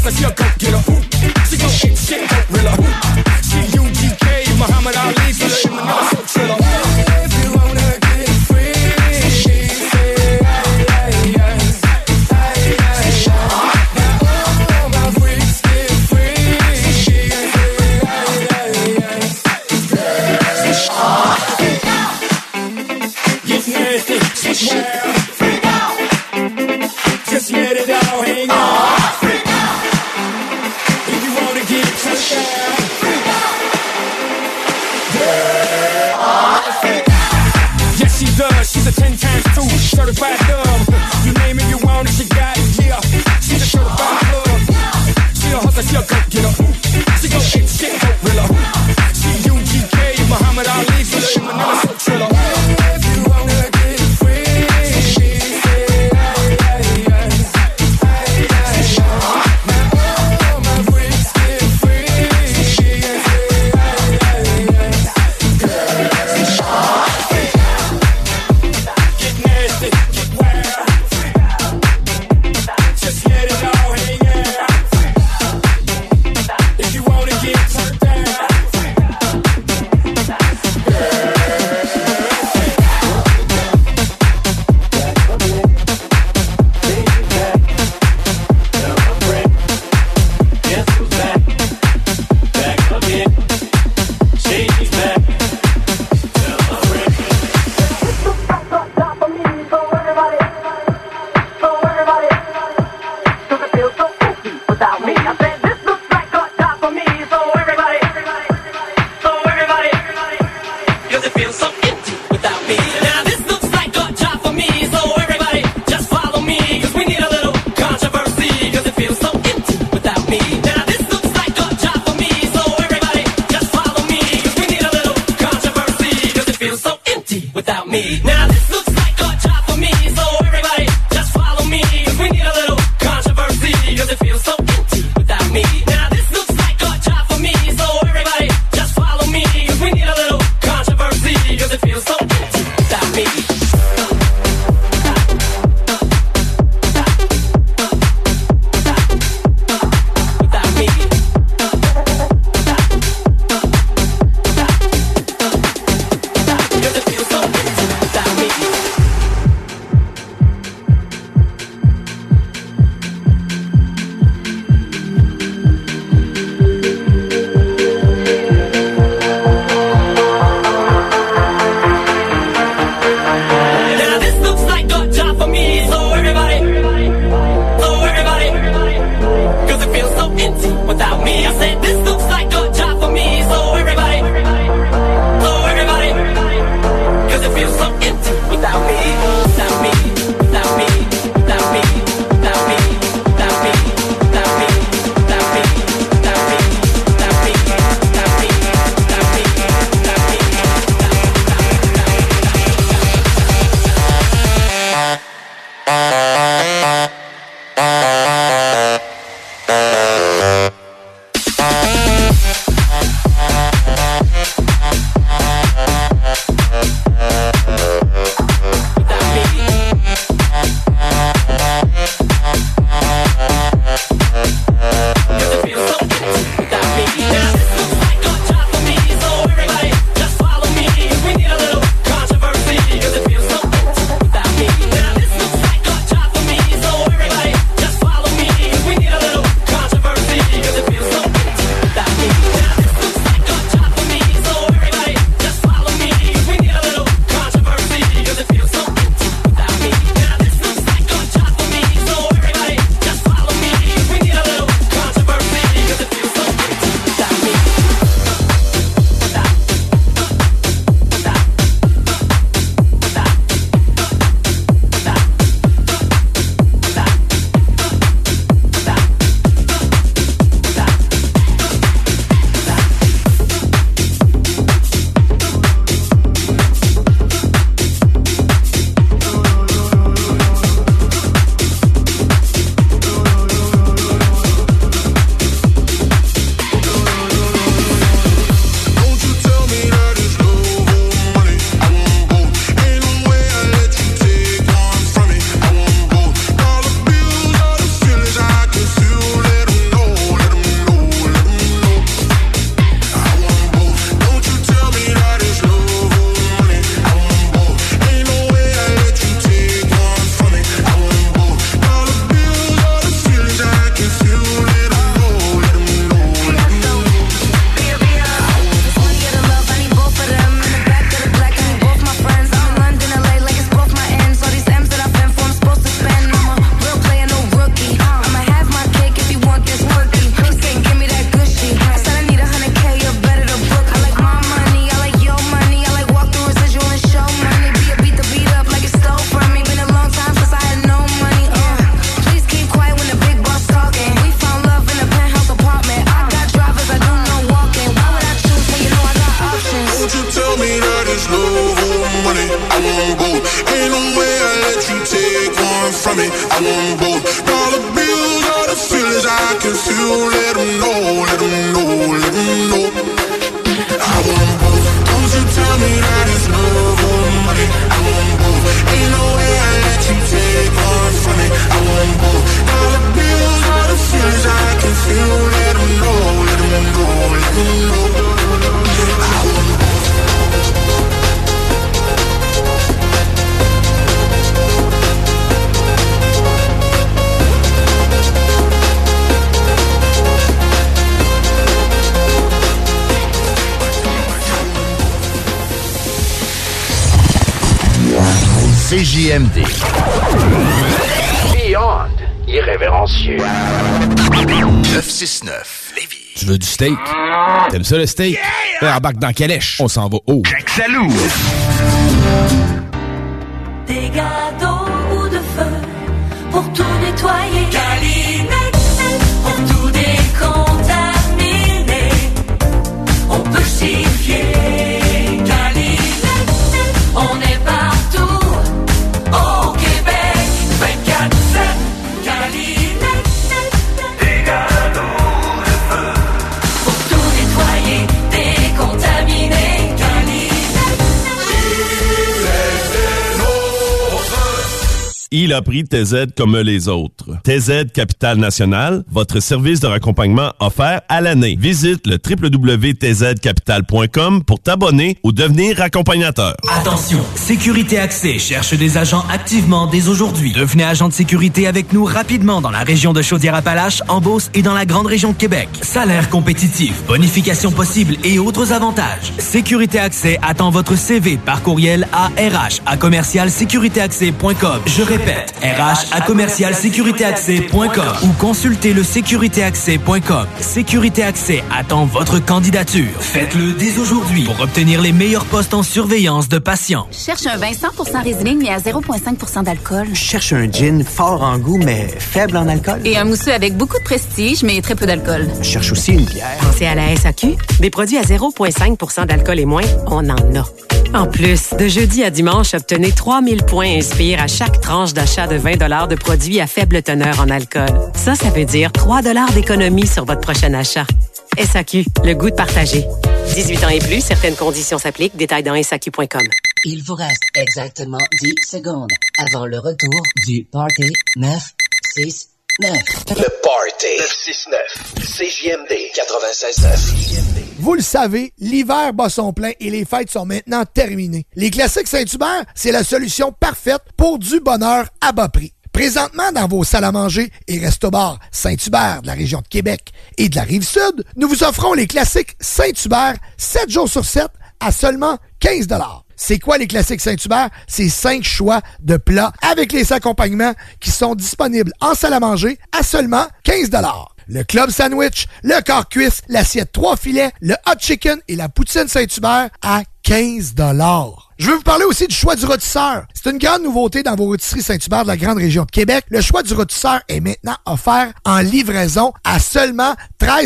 hustler, she a go-getter. She gon' hit shit, gorilla. She UGK, Muhammad Ali, to the Eminem, so thriller. If you wanna get free, she say, ay, ay, ay, ay, ay. Now all my freaks get free, she say, ay, ay, ay. Get nasty, get wild, freak out. Just let it all hang on. Freak out. If you wanna get turned down, freak out. Yes, she does. She's a 10 times 2 certified dub. You name it, you want it, she got it. Yeah, she's a certified plug. She a hustler, she a go-getter. She gon' hit shit, gorilla. She UGK, Muhammad Ali, to the Eminem, so thriller. If you wanna get free, she say, ay, ay, ay, ay, ay, ay. Now all my freaks get free, she say, ay, ay, ay. Get nasty, get wild. Just let it all hang out. Ain't no way I let you take one from me. I want both. Dollar bills, all the feelings I can feel. Let them know, let them know, let them know. I want both. Don't you tell me that it's love or money. I want both. Ain't no way I let you take one from me. I want both. Dollar bills, all the feelings I can feel. Let them know, let them know, let them know. I want both. CJMD. Beyond irrévérencieux. 969 Lévis. Tu veux du steak? T'aimes ça le steak? Yeah! Embarque dans Calèche. On s'en va haut. Jacques Salou. Des gâteaux ou de feu pour tout nettoyer. Calinette, pour tout décontaminer. On peut s'y fier. Calinette, on est partout. Au Québec, 24/7. Calinette, des gâteaux de feu pour tout nettoyer, décontaminer. Il a pris TZ comme les autres. TZ Capital National, votre service de raccompagnement offert à l'année. Visite le www.tzcapital.com pour t'abonner ou devenir accompagnateur. Attention, Sécurité Accès cherche des agents activement dès aujourd'hui. Devenez agent de sécurité avec nous rapidement dans la région de Chaudière-Appalaches, en Beauce et dans la grande région de Québec. Salaire compétitif, bonification possible et autres avantages. Sécurité Accès attend votre CV par courriel à rh@commercialsécuritéaccès.com. Je répète, rh@commercialsécuritéaccès.com ou consultez le sécuritéaccès.com. Sécurité Accès attend votre candidature. Faites-le dès aujourd'hui pour obtenir les meilleurs postes en surveillance de patients. Cherche un vin 100% Riesling, mais à 0,5% d'alcool. Cherche un gin fort en goût, mais faible en alcool. Et un mousseux avec beaucoup de prestige, mais très peu d'alcool. Cherche aussi une bière. Pensez à la SAQ. Des produits à 0,5% d'alcool et moins, on en a. En plus, de jeudi à dimanche, obtenez 3000 points Inspire à chaque tranche d'achat de 20 $ de produits à faible teneur en alcool. Ça veut dire 3 $ d'économie sur votre prochain achat. SAQ, le goût de partager. 18 ans et plus, certaines conditions s'appliquent. Détails dans SAQ.com. Il vous reste exactement 10 secondes avant le retour du Party 969. Le Party 969. CJMD 96.9. Vous le savez, l'hiver bat son plein et les fêtes sont maintenant terminées. Les Classiques Saint-Hubert, c'est la solution parfaite pour du bonheur à bas prix. Présentement, dans vos salles à manger et resto-bars Saint-Hubert de la région de Québec et de la Rive-Sud, nous vous offrons les Classiques Saint-Hubert 7 jours sur 7 à seulement 15 $. C'est quoi les Classiques Saint-Hubert? C'est 5 choix de plats avec les accompagnements qui sont disponibles en salle à manger à seulement 15 $. Le club sandwich, le quart cuisse, l'assiette 3 filets, le hot chicken et la poutine Saint-Hubert à 15 $. Je veux vous parler aussi du choix du rôtisseur. C'est une grande nouveauté dans vos rôtisseries Saint-Hubert de la grande région de Québec. Le choix du rôtisseur est maintenant offert en livraison à seulement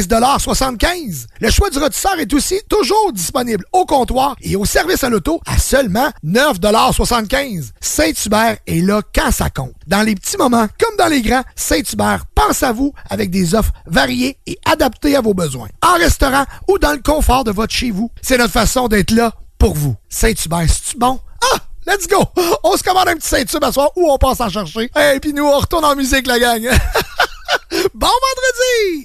13,75 $. Le choix du rôtisseur est aussi toujours disponible au comptoir et au service à l'auto à seulement 9,75 $. Saint-Hubert est là quand ça compte. Dans les petits moments comme dans les grands, Saint-Hubert pense à vous avec des offres variées et adaptées à vos besoins. En restaurant ou dans le confort de votre chez vous, c'est notre façon d'être là pour vous. Saint-Hubert, c'est-tu bon? Ah! Let's go! On se commande un petit Saint-Hubert à soir ou on passe en chercher. Et puis nous, on retourne en musique, la gang. Bon vendredi!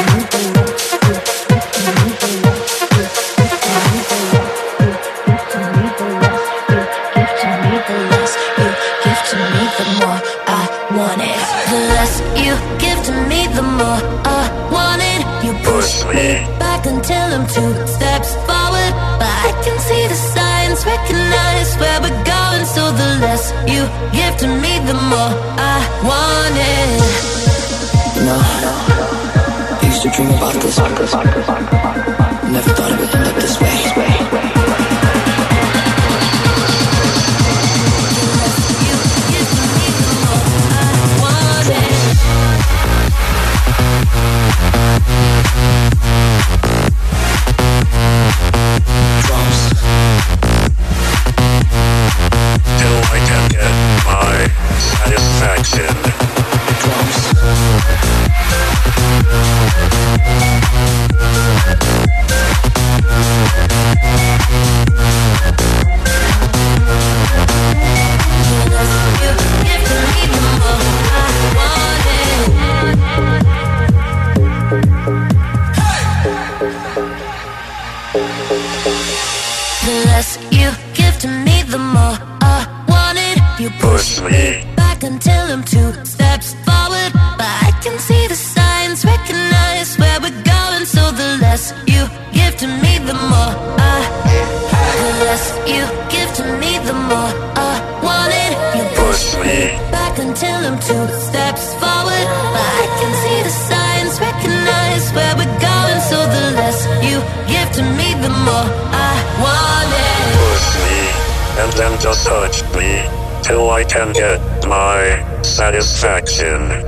Until I'm 2 steps forward, but I can see the signs, recognize where we're going. So the less you give to me, the more I want it. You know, I used to dream about this. Never thought it would end up this way. Till I can get The less you give to me, the more I want it. You push me back until I'm 2 steps forward, but I can see the signs, recognize where we're going. So the less you give to me, the more the less you give to me, the more I want it. You push me back until I'm 2 steps forward, but I can see the signs, recognize where we're going. So the less you give to me, the more I want it. Push me, and then just touch me, till I can get my satisfaction.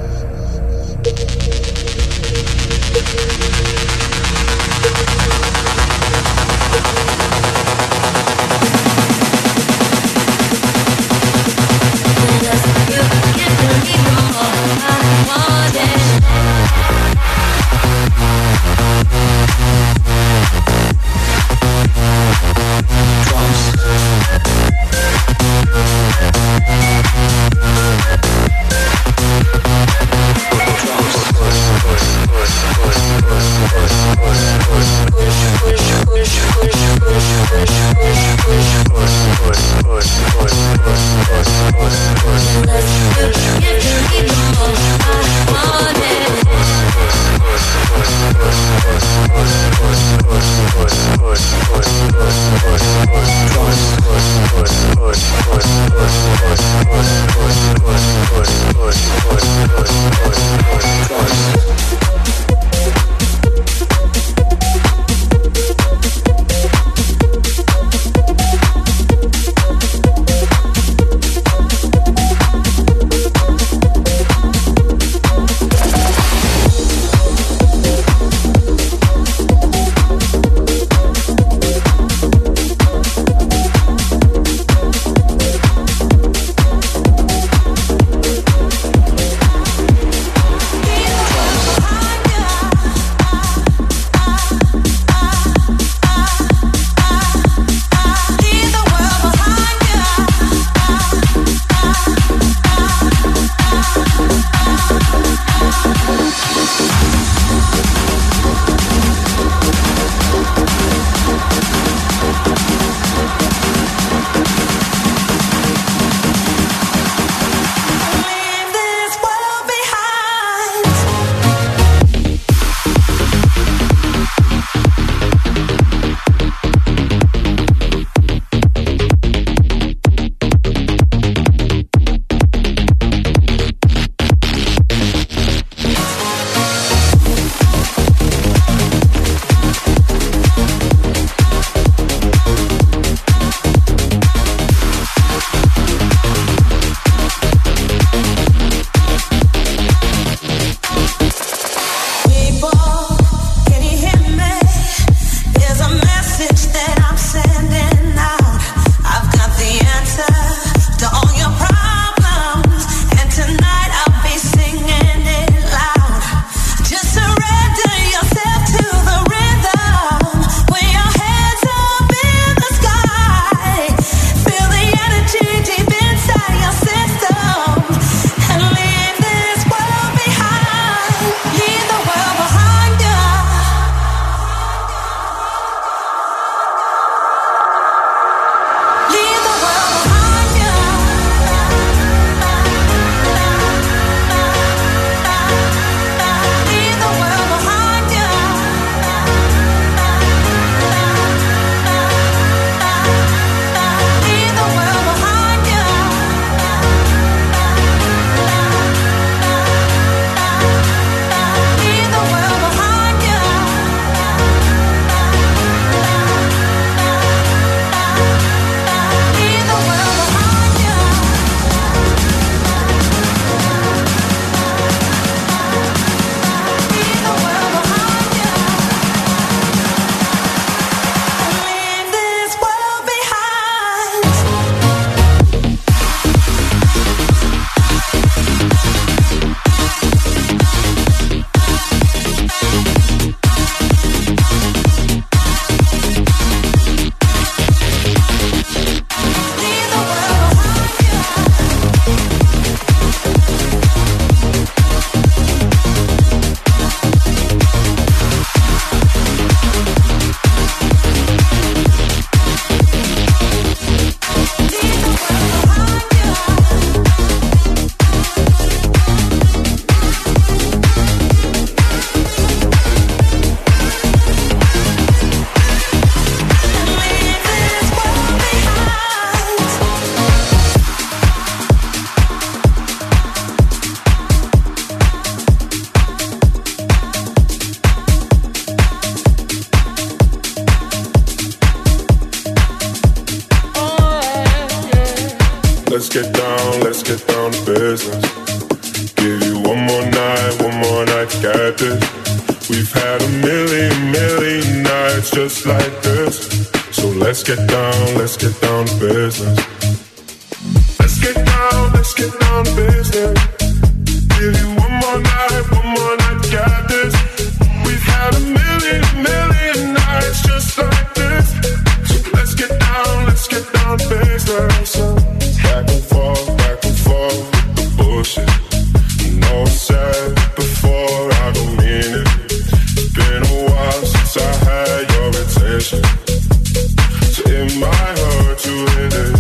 let's get down to business. Give you one more night to get this. We've had a million nights just like this. So let's get down to business. Let's get down to business. Give you one more night to get this. We've had a million nights just like this. So let's get down to business. Back and forth with the bullshit. You know I said it before, I don't mean it. It's been a while since I had your attention. So it might hurt to hit it.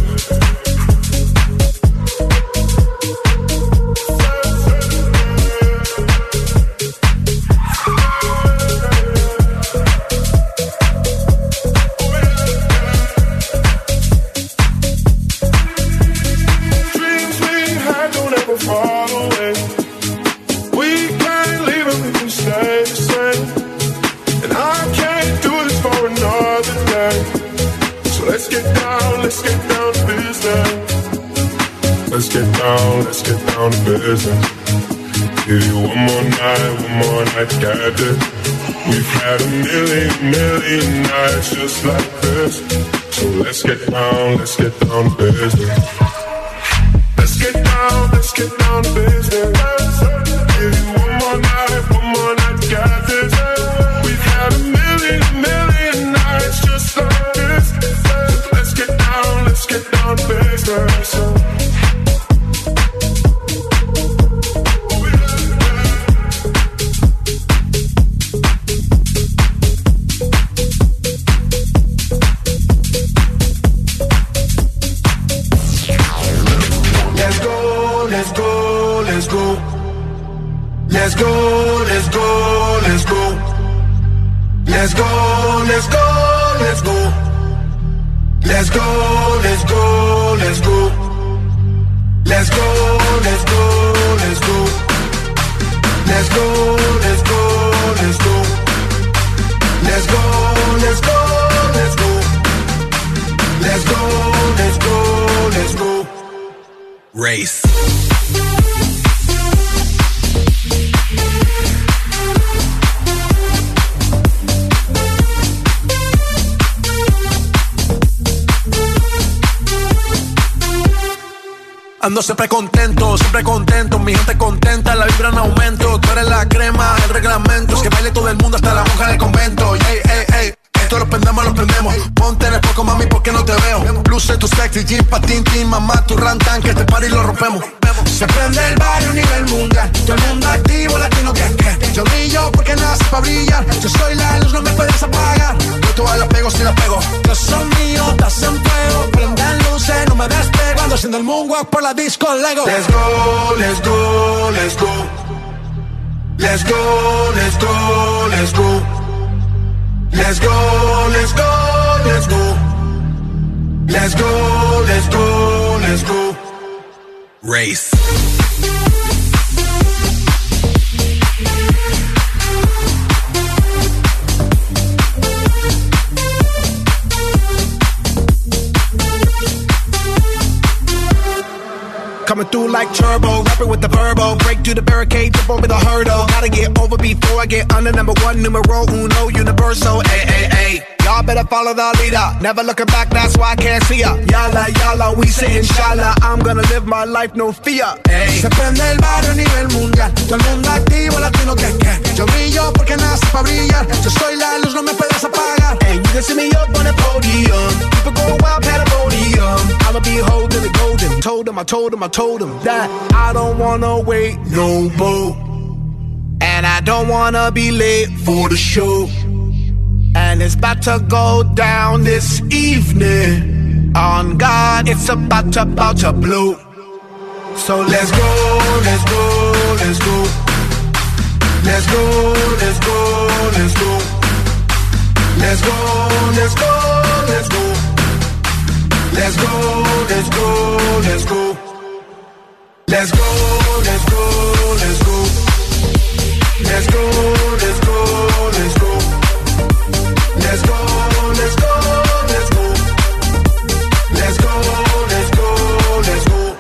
Let's get down to business. Give you one more night to get this. We've had a million nights just like this. So let's get down to business. Let's get down to business. Give you one more night to get this. We've had a million nights just like this. So let's get down to business. Race. Ando siempre contento, mi gente contenta, la vibra en aumento. Tú eres la crema, el reglamento, es que baile todo el mundo hasta la monja del convento. Ey, esto lo prendemos. Ponte en el poco, mami, porque no te veo. Luce tu sexy, jean, patín, mamá, tu rantan, que este party lo rompemos. Se prende el barrio a nivel mundial, todo el mundo activo, latino que. Yo brillo porque nací pa' brillar, yo soy la luz, no me puedes apagar. Yo todas las pego si las pego. Yo soy mío, estás en fuego, prendan luces, no me despego. Ando haciendo el moonwalk por la disco Lego. Let's go, let's go, let's go. Let's go, let's go, let's go. Let's go, let's go, let's go. Let's go, let's go, let's go. Race. Coming through like turbo, rapping with the verbo. Break through the barricade, jump over the hurdle. Gotta get over before I get under. Number one, numero uno, universal. Ay. Y'all better follow the leader. Never looking back, that's why I can't see ya. Yalla, we say inshallah. I'm gonna live my life, no fear. Ay. Se prende el barrio a nivel mundial. Todo el mundo activo, latino que. Yo brillo porque nací pa' brillar. Yo soy la luz, no me puedes apagar. Hey, you can see me up on the podium. People go wild, pandemonium. I'ma be holding the golden. I told him that I don't wanna wait no more. And I don't wanna be late for the show. And it's about to go down this evening. On God, it's about to blow. So let's go, let's go, let's go. Let's go, let's go, let's go. Let's go, let's go, let's go. Let's go, let's go, let's go. Let's go, let's go, let's go. Let's go, let's go, let's go. Let's go, let's go, let's go. Let's go, let's go, let's go.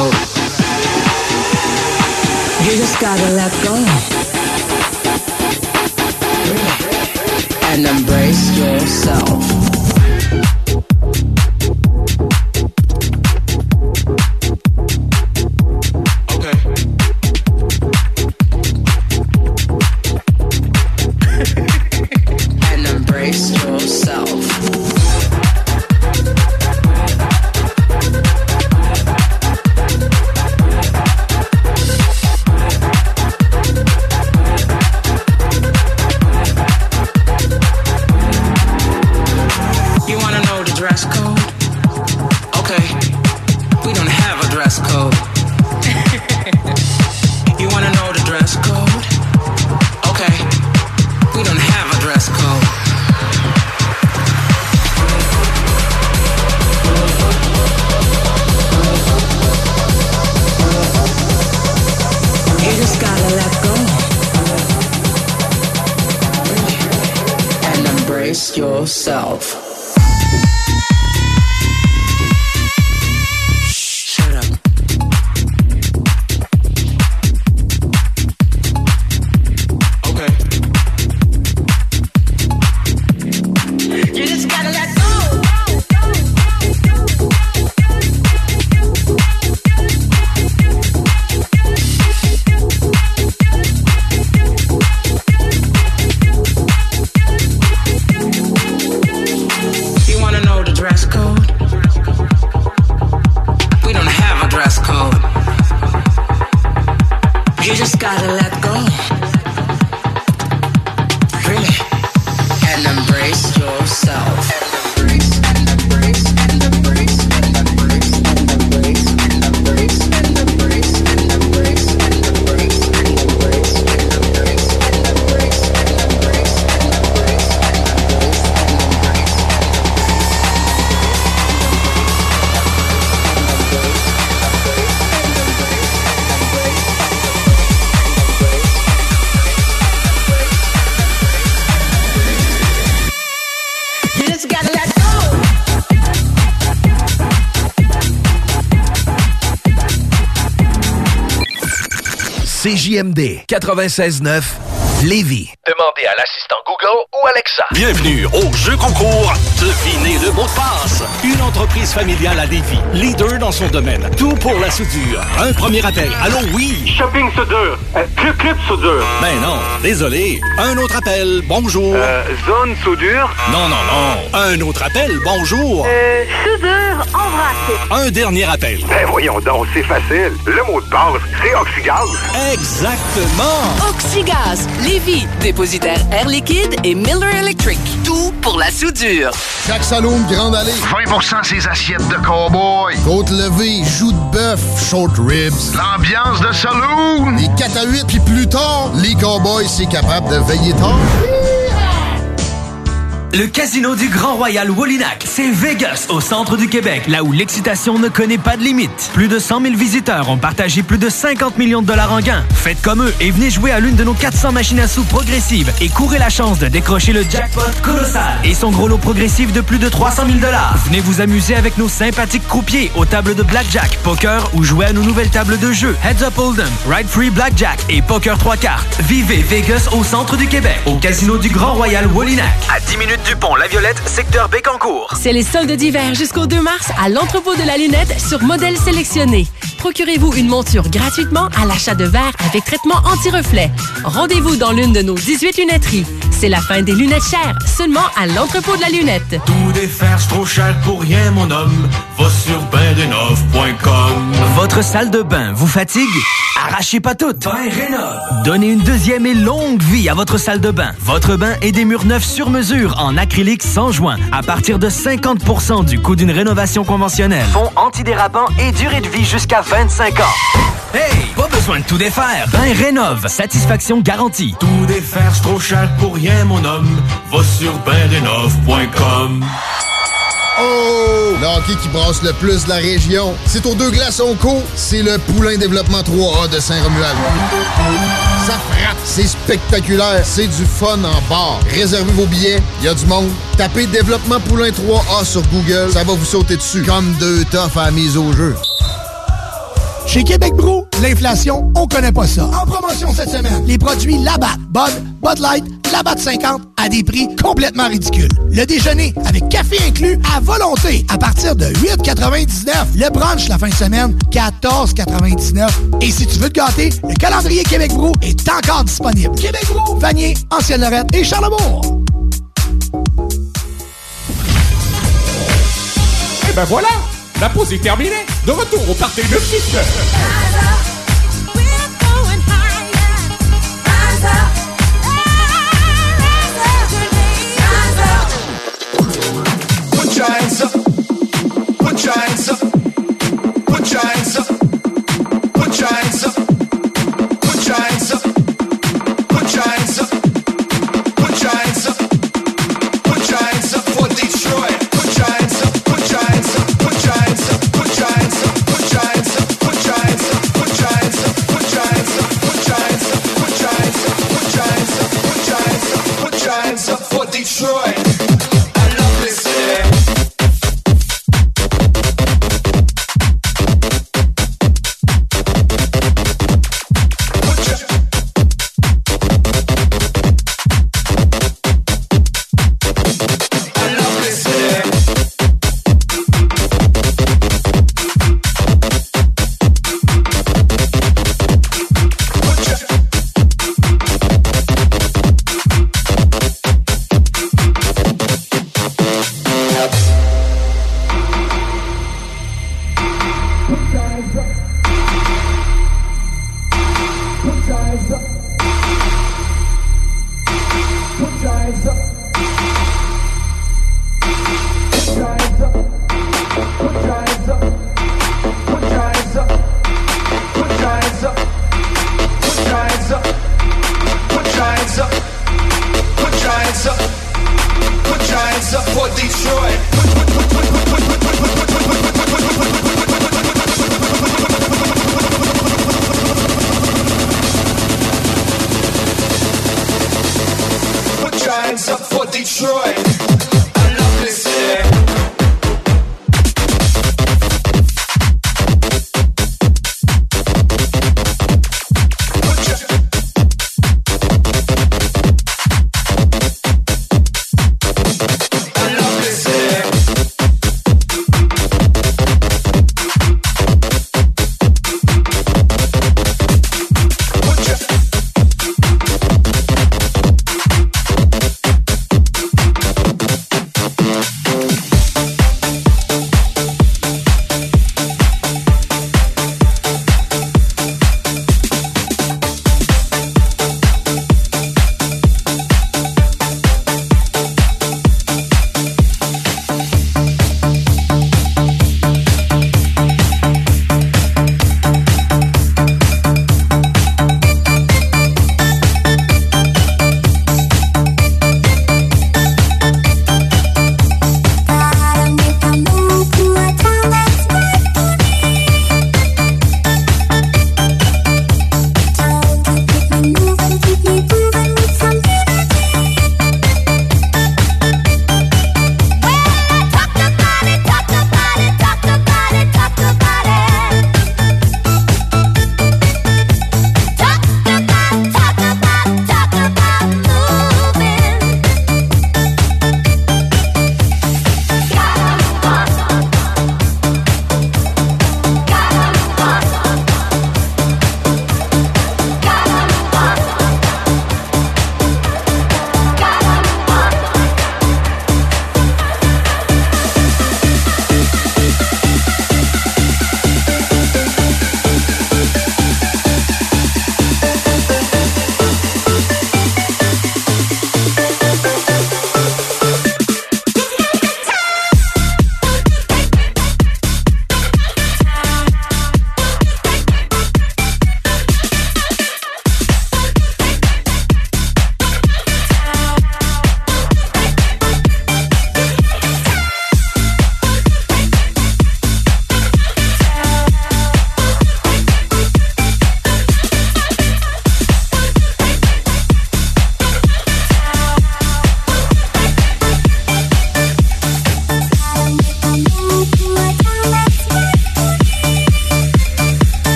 code. You just gotta let go and embrace yourself. And embrace yourself. You wanna know the dress code? Okay, we don't have a dress code. You wanna know the dress code? Okay, we don't have a dress code. You just gotta let go and embrace yourself. Shut up. Okay. You just gotta let go. You wanna know the dress code? We don't have a dress code. You just gotta let go. Really. And embrace yourself. You just gotta let go. CJMD 96.9 Lévis. Demandez à l'assistant Google ou Alexa. Bienvenue au jeu concours Devinez le mot de passe. Une entreprise familiale à Lévis, leader dans son domaine. Tout pour la soudure. Un premier appel. Allô, oui. Shopping soudure. Club soudure. Ben non, désolé. Un autre appel. Bonjour. Zone soudure. Non, non, non. Un autre appel. Bonjour. Soudure embrassée. Un dernier appel. Ben voyons donc, c'est facile. Le mot de passe, c'est Oxygaz. Exactement. Oxygaz, Lévis, dépositaire Air Liquide et Miller Electric. Tout pour la soudure. Chaque saloon Grande Allée. 20% ses assiettes de cow-boy. Côte levée, joues de bœuf, short ribs. L'ambiance de saloon. Les 4 à 8, puis plus tard, les cowboys, c'est capable de veiller tard. Le Casino du Grand Royal Wallinac, c'est Vegas, au centre du Québec, là où l'excitation ne connaît pas de limite. Plus de 100 000 visiteurs ont partagé plus de 50 millions de dollars en gains. Faites comme eux et venez jouer à l'une de nos 400 machines à sous progressives et courez la chance de décrocher le jackpot colossal et son gros lot progressif de plus de 300 000 dollars. Venez vous amuser avec nos sympathiques croupiers aux tables de blackjack, poker ou jouer à nos nouvelles tables de jeu Heads Up Hold'em, Ride Free Blackjack et Poker 3 cartes. Vivez Vegas au centre du Québec, au Casino du Grand Royal Wallinac. À 10 minutes du pont La Violette, secteur Bécancour. C'est les soldes d'hiver jusqu'au 2 mars à l'entrepôt de la lunette sur modèle sélectionné. Procurez-vous une monture gratuitement à l'achat de verres avec traitement anti-reflet. Rendez-vous dans l'une de nos 18 lunetteries. C'est la fin des lunettes chères, seulement à l'entrepôt de la lunette. Tout défaire, c'est trop cher pour rien, mon homme. Va sur baindenov.com. Votre salle de bain vous fatigue? Arrachez pas tout. Bain Rénov. Donnez une deuxième et longue vie à votre salle de bain. Votre bain et des murs neufs sur mesure en acrylique sans joint à partir de 50% du coût d'une rénovation conventionnelle. Fond antidérapant et durée de vie jusqu'à 25 ans. Hey, pas besoin de tout défaire. Bain Rénov. Satisfaction garantie. Tout défaire, c'est trop cher pour rien, mon homme. Va sur baindenov.com. Oh! Le hockey qui brasse le plus de la région. C'est aux Deux Glaçons Co. C'est le Poulain Développement 3A de Saint-Romuald. Ça frappe, c'est spectaculaire, c'est du fun en bar. Réservez vos billets, il y a du monde. Tapez Développement Poulain 3A sur Google, ça va vous sauter dessus. Comme deux toughs à la mise au jeu. Chez Québec Brou, l'inflation, on connaît pas ça. En promotion cette semaine, les produits Labatt, Bud Light, Labatt 50 à des prix complètement ridicules. Le déjeuner avec café inclus à volonté à partir de 8,99. Le brunch la fin de semaine, 14,99. Et si tu veux te gâter, le calendrier Québec Brou est encore disponible. Québec Brou, Vanier, Ancienne-Lorette et Charlebourg. Et ben voilà, la pause est terminée. De retour au party de 6 heures. Put your hands up. Put your hands up. Put your hands up. Put your hands up. Put your hands up. Put your hands up. Put your hands up. Put your hands up for Detroit. Put your hands up. Put your hands up. Put your hands up. Put your hands up. Put your hands up. Put your hands up. Put your hands up. Put your hands up. Put your hands up. Put your hands up. Put your hands up. Put your hands up. Put your hands up for Detroit. I love this city.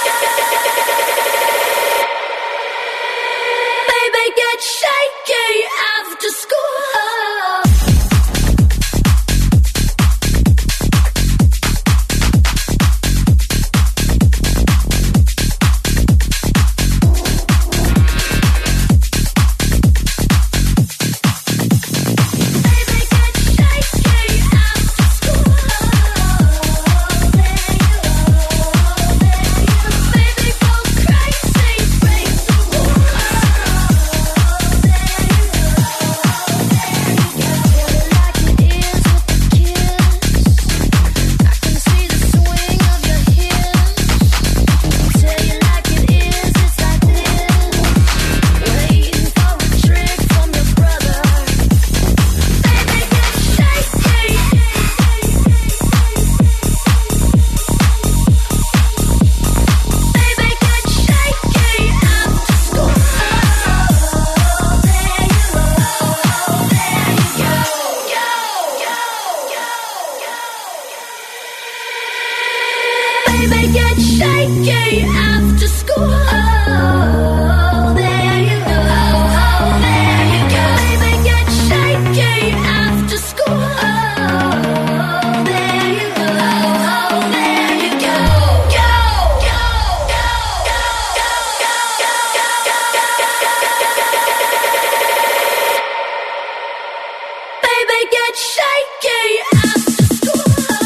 Baby, get shaky after school. Baby, get shaky after school. There you go. There you go. Baby, get shaky after school. There you go. There you go. Baby, get shaky after school.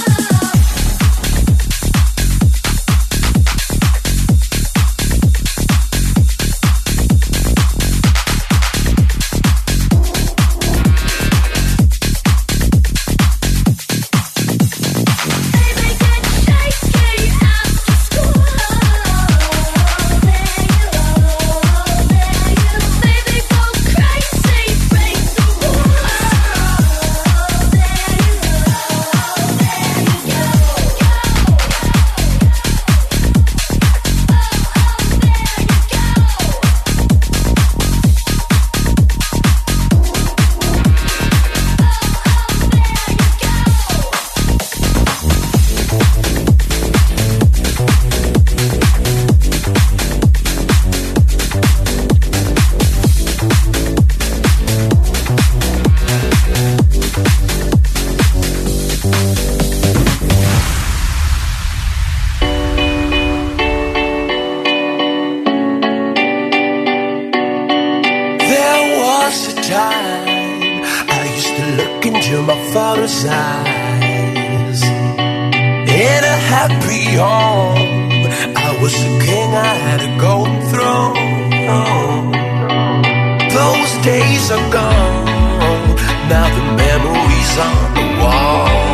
father's eyes. In a happy home, I was a king, I had a golden throne. Those days are gone, now the memories on the wall.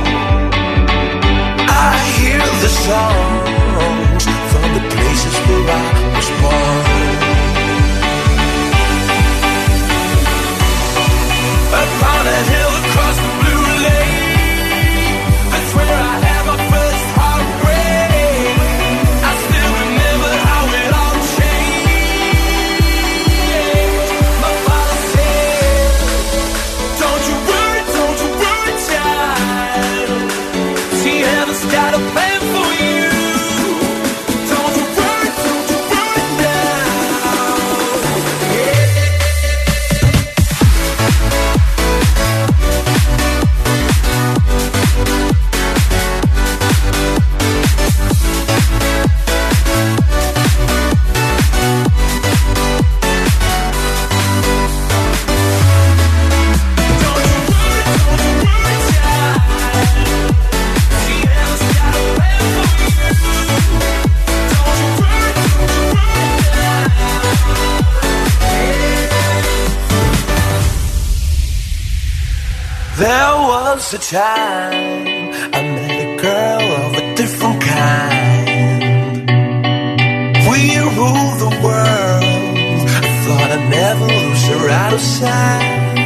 I hear the songs from the places where I was born. Upon a hill across the blue lake, that's where I had my first heartbreak. I still remember how it all changed. My father said, don't you worry, child. See, heaven's got a plan for you. Don't you worry now. Yeah. There was a time I met a girl of a different kind. We ruled the world. I thought I'd never lose her out of sight.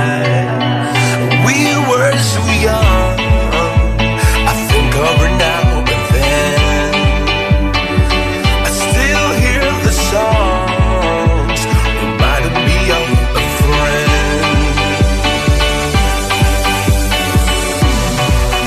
We were so young. I think of her now and then. I still hear the songs reminding me of a friend.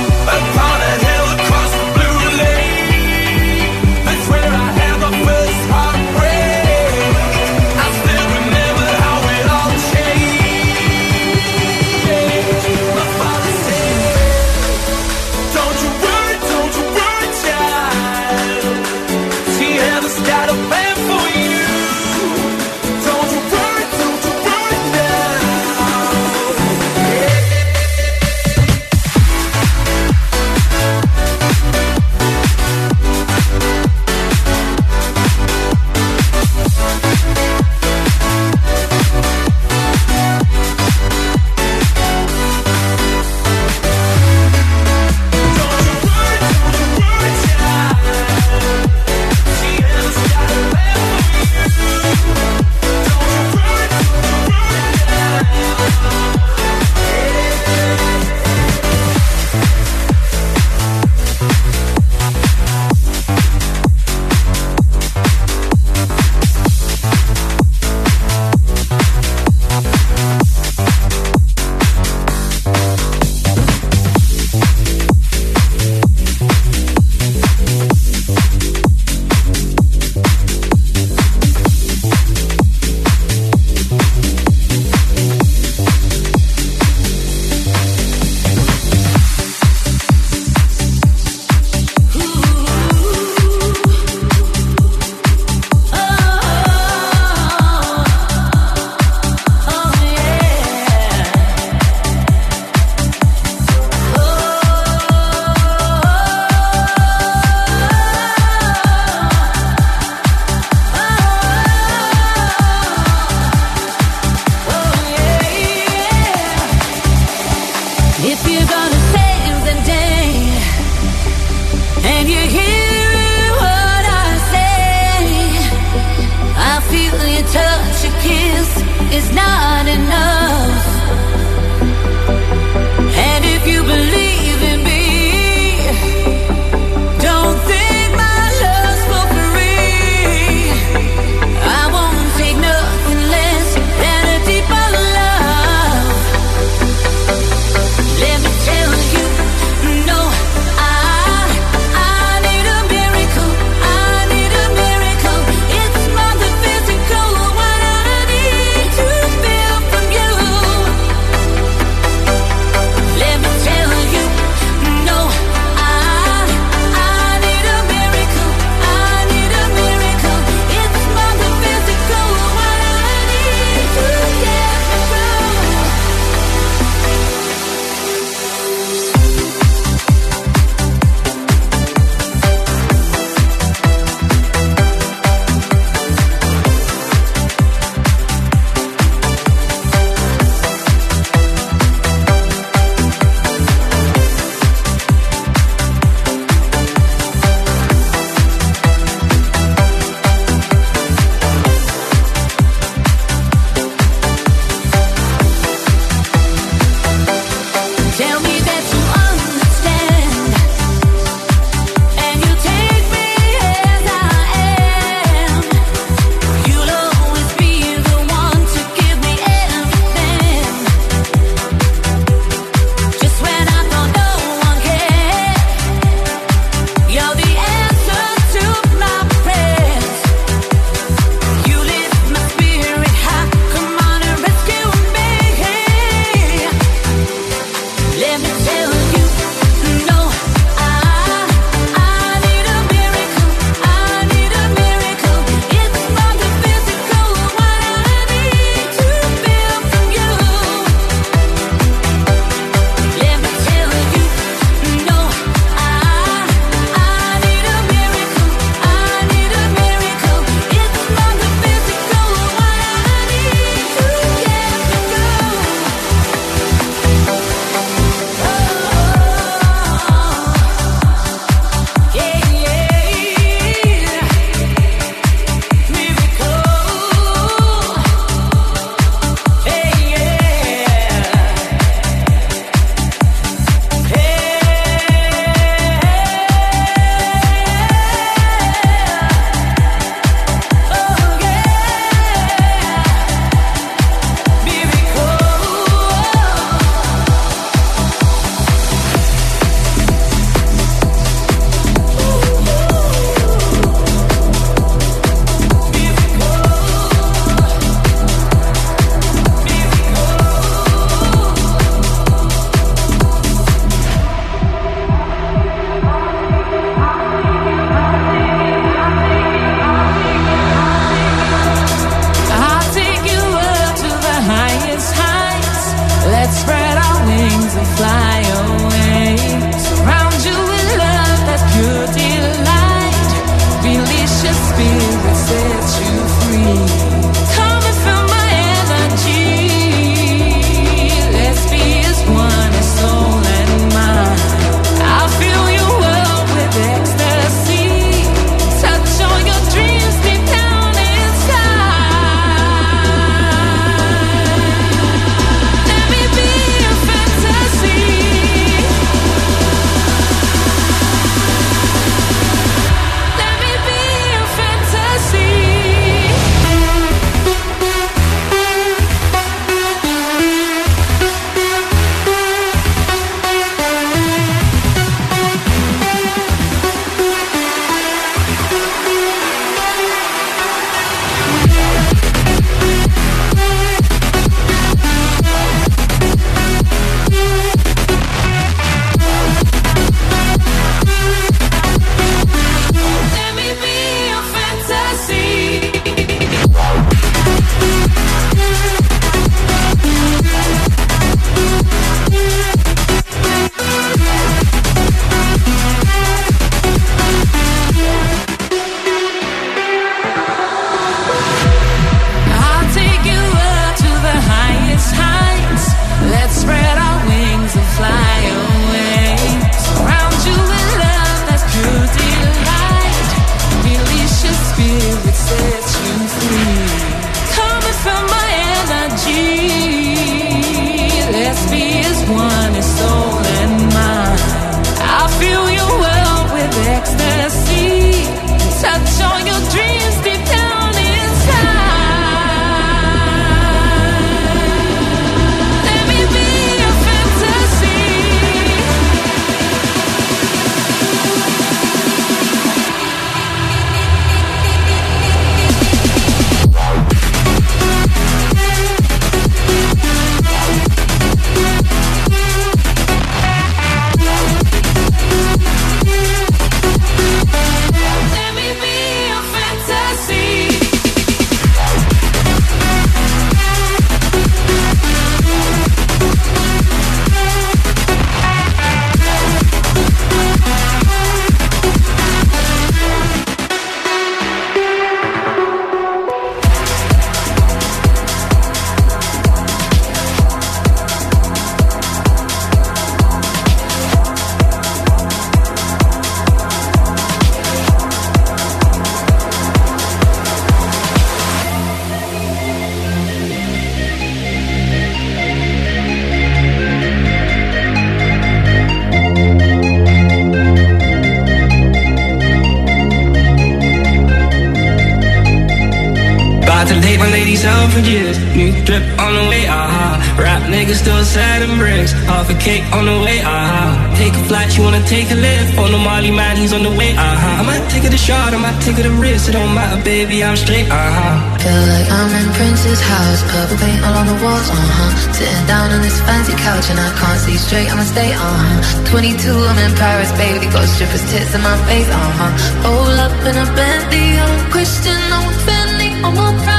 Selfridges, new drip on the way, Rap niggas still selling bricks, half a cake on the way, Take a flight, you wanna take a lift, on the Molly man, he's on the way, I might take it a shot, I might take it a risk, it don't matter, baby, I'm straight, Feel like I'm in Prince's house, purple paint all on the walls, Sitting down on this fancy couch and I can't see straight, I'ma stay, 22, I'm in Paris, baby, got strippers' tits in my face, Roll up in a Bentley, I'm Christian, I'm Fendi, I'm on pride.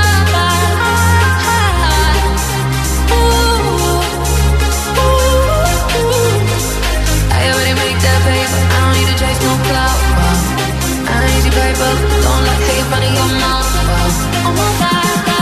I already make that paper, I don't need to chase no clout, I ain't easy paper, don't like take in front of your mouth, I'm on fire.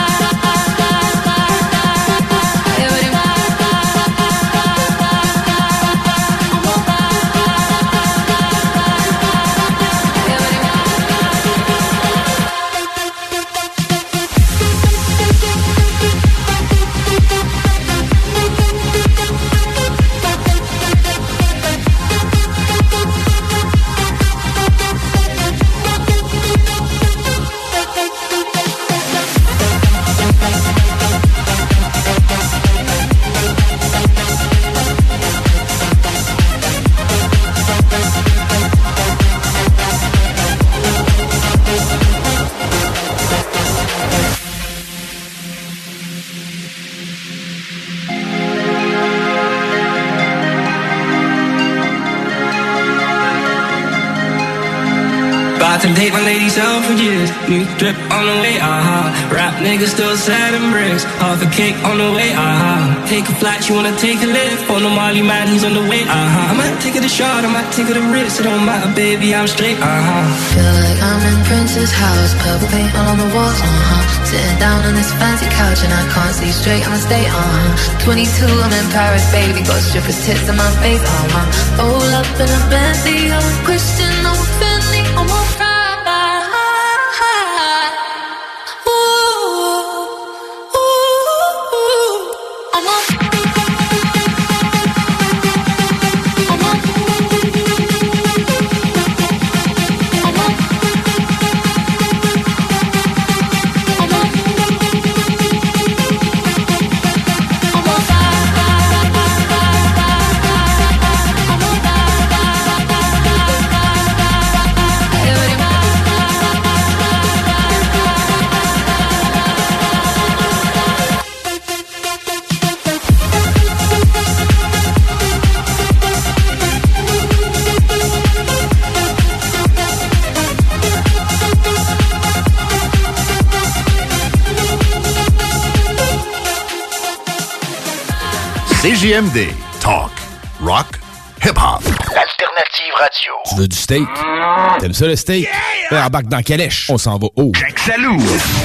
To take my lady Selfridges, new drip on the way, Rap niggas still selling bricks, half a cake on the way, Take a flight, you wanna take a lift, on the Molly man, he's on the way, I might take it a shot, I might take it a risk, it don't matter, baby, I'm straight, Feel like I'm in Prince's house, purple paint all on the walls, Sitting down on this fancy couch and I can't see straight, I'ma stay, 22, I'm in Paris, baby, got strippers' tits in my face, Roll up in a Bentley, I'm Christian, I'm Fendi, I'm on pride. CJMD. Talk. Rock. Hip-hop. Alternative radio. Tu veux du steak? T'aimes ça le steak? Yeah! Embarque dans Calèche. On s'en va haut. Jack Salou.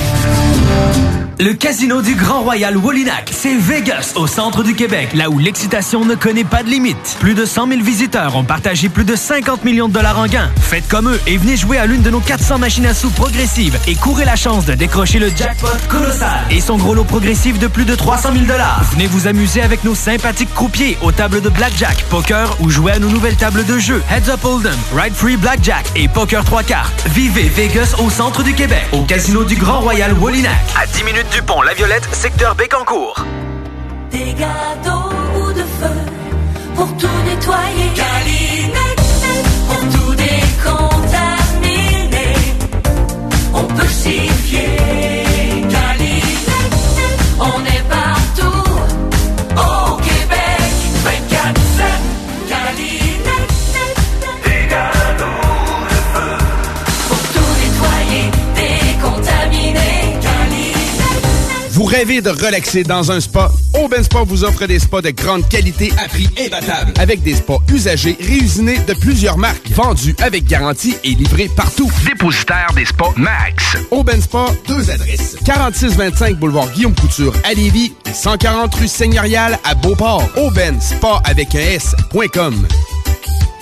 Le Casino du Grand Royal Wallinac, c'est Vegas, au centre du Québec, là où l'excitation ne connaît pas de limite. Plus de 100 000 visiteurs ont partagé plus de 50 millions de dollars en gains. Faites comme eux et venez jouer à l'une de nos 400 machines à sous progressives et courez la chance de décrocher le jackpot colossal et son gros lot progressif de plus de 300 000 dollars. Venez vous amuser avec nos sympathiques croupiers aux tables de blackjack, poker ou jouer à nos nouvelles tables de jeu Heads Up Hold'em, Ride Free Blackjack et Poker 3 cartes. Vivez Vegas au centre du Québec, au Casino du Grand Royal Wallinac. À 10 minutes du pont La Violette, secteur Bécancour. Des gâteaux ou de feu pour tout nettoyer. Galinette, pour tout décontaminer. On peut s'y fier. Galinette, on est partout au Québec. 24/7. Galinette, des gâteaux de feu pour tout nettoyer, décontaminer. Vous rêvez de relaxer dans un spa? Aubin Spa vous offre des spas de grande qualité à prix imbattable. Avec des spas usagés, réusinés de plusieurs marques, vendus avec garantie et livrés partout. Dépositaire des spas Max. Aubin Spa, 2 adresses. 4625 boulevard Guillaume Couture à Lévis et 140 rue Seigneurial à Beauport. Aubin Spa avec un S.com.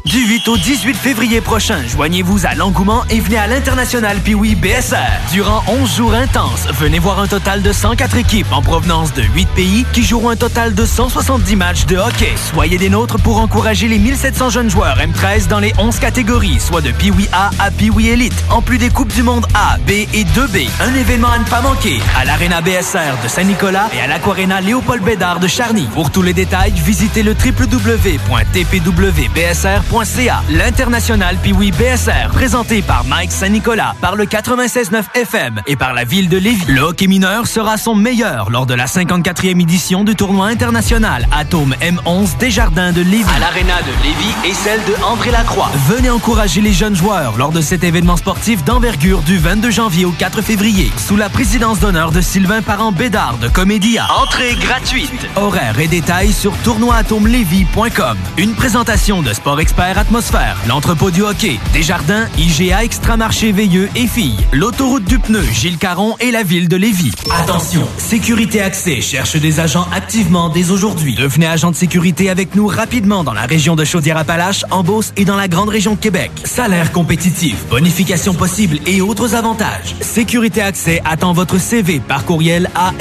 Du 8 au 18 février prochain, joignez-vous à l'engouement et venez à l'International Pee-Wee BSR. Durant 11 jours intenses, venez voir un total de 104 équipes en provenance de 8 pays qui joueront un total de 170 matchs de hockey. Soyez des nôtres pour encourager les 1700 jeunes joueurs M13 dans les 11 catégories, soit de Pee-Wee A à Pee-Wee Elite, en plus des Coupes du Monde A, B et 2B. Un événement à ne pas manquer à l'Arena BSR de Saint-Nicolas et à l'Aquarena Léopold Bédard de Charny. Pour tous les détails, visitez le www.tpwbsr.ca. L'International Pee-Wee BSR, présenté par Mike Saint-Nicolas, par le 96.9 FM et par la ville de Lévis. Le hockey mineur sera son meilleur lors de la 54e édition du tournoi international Atome M11 Desjardins de Lévis. À l'Arena de Lévis et celle de André-Lacroix. Venez encourager les jeunes joueurs lors de cet événement sportif d'envergure du 22 janvier au 4 février, sous la présidence d'honneur de Sylvain Parent-Bédard de Comédia. Entrée gratuite. Horaires et détails sur tournoiatomelévis.com. Une présentation de Sport Expert Atmosphère, l'entrepôt du hockey, Desjardins, IGA Extramarché Veilleux et Filles, l'autoroute du pneu, Gilles Caron et la ville de Lévis. Attention, Sécurité Accès cherche des agents activement dès aujourd'hui. Devenez agent de sécurité avec nous rapidement dans la région de Chaudière-Appalaches, en Beauce et dans la grande région de Québec. Salaire compétitif, bonification possible et autres avantages. Sécurité Accès attend votre CV par courriel à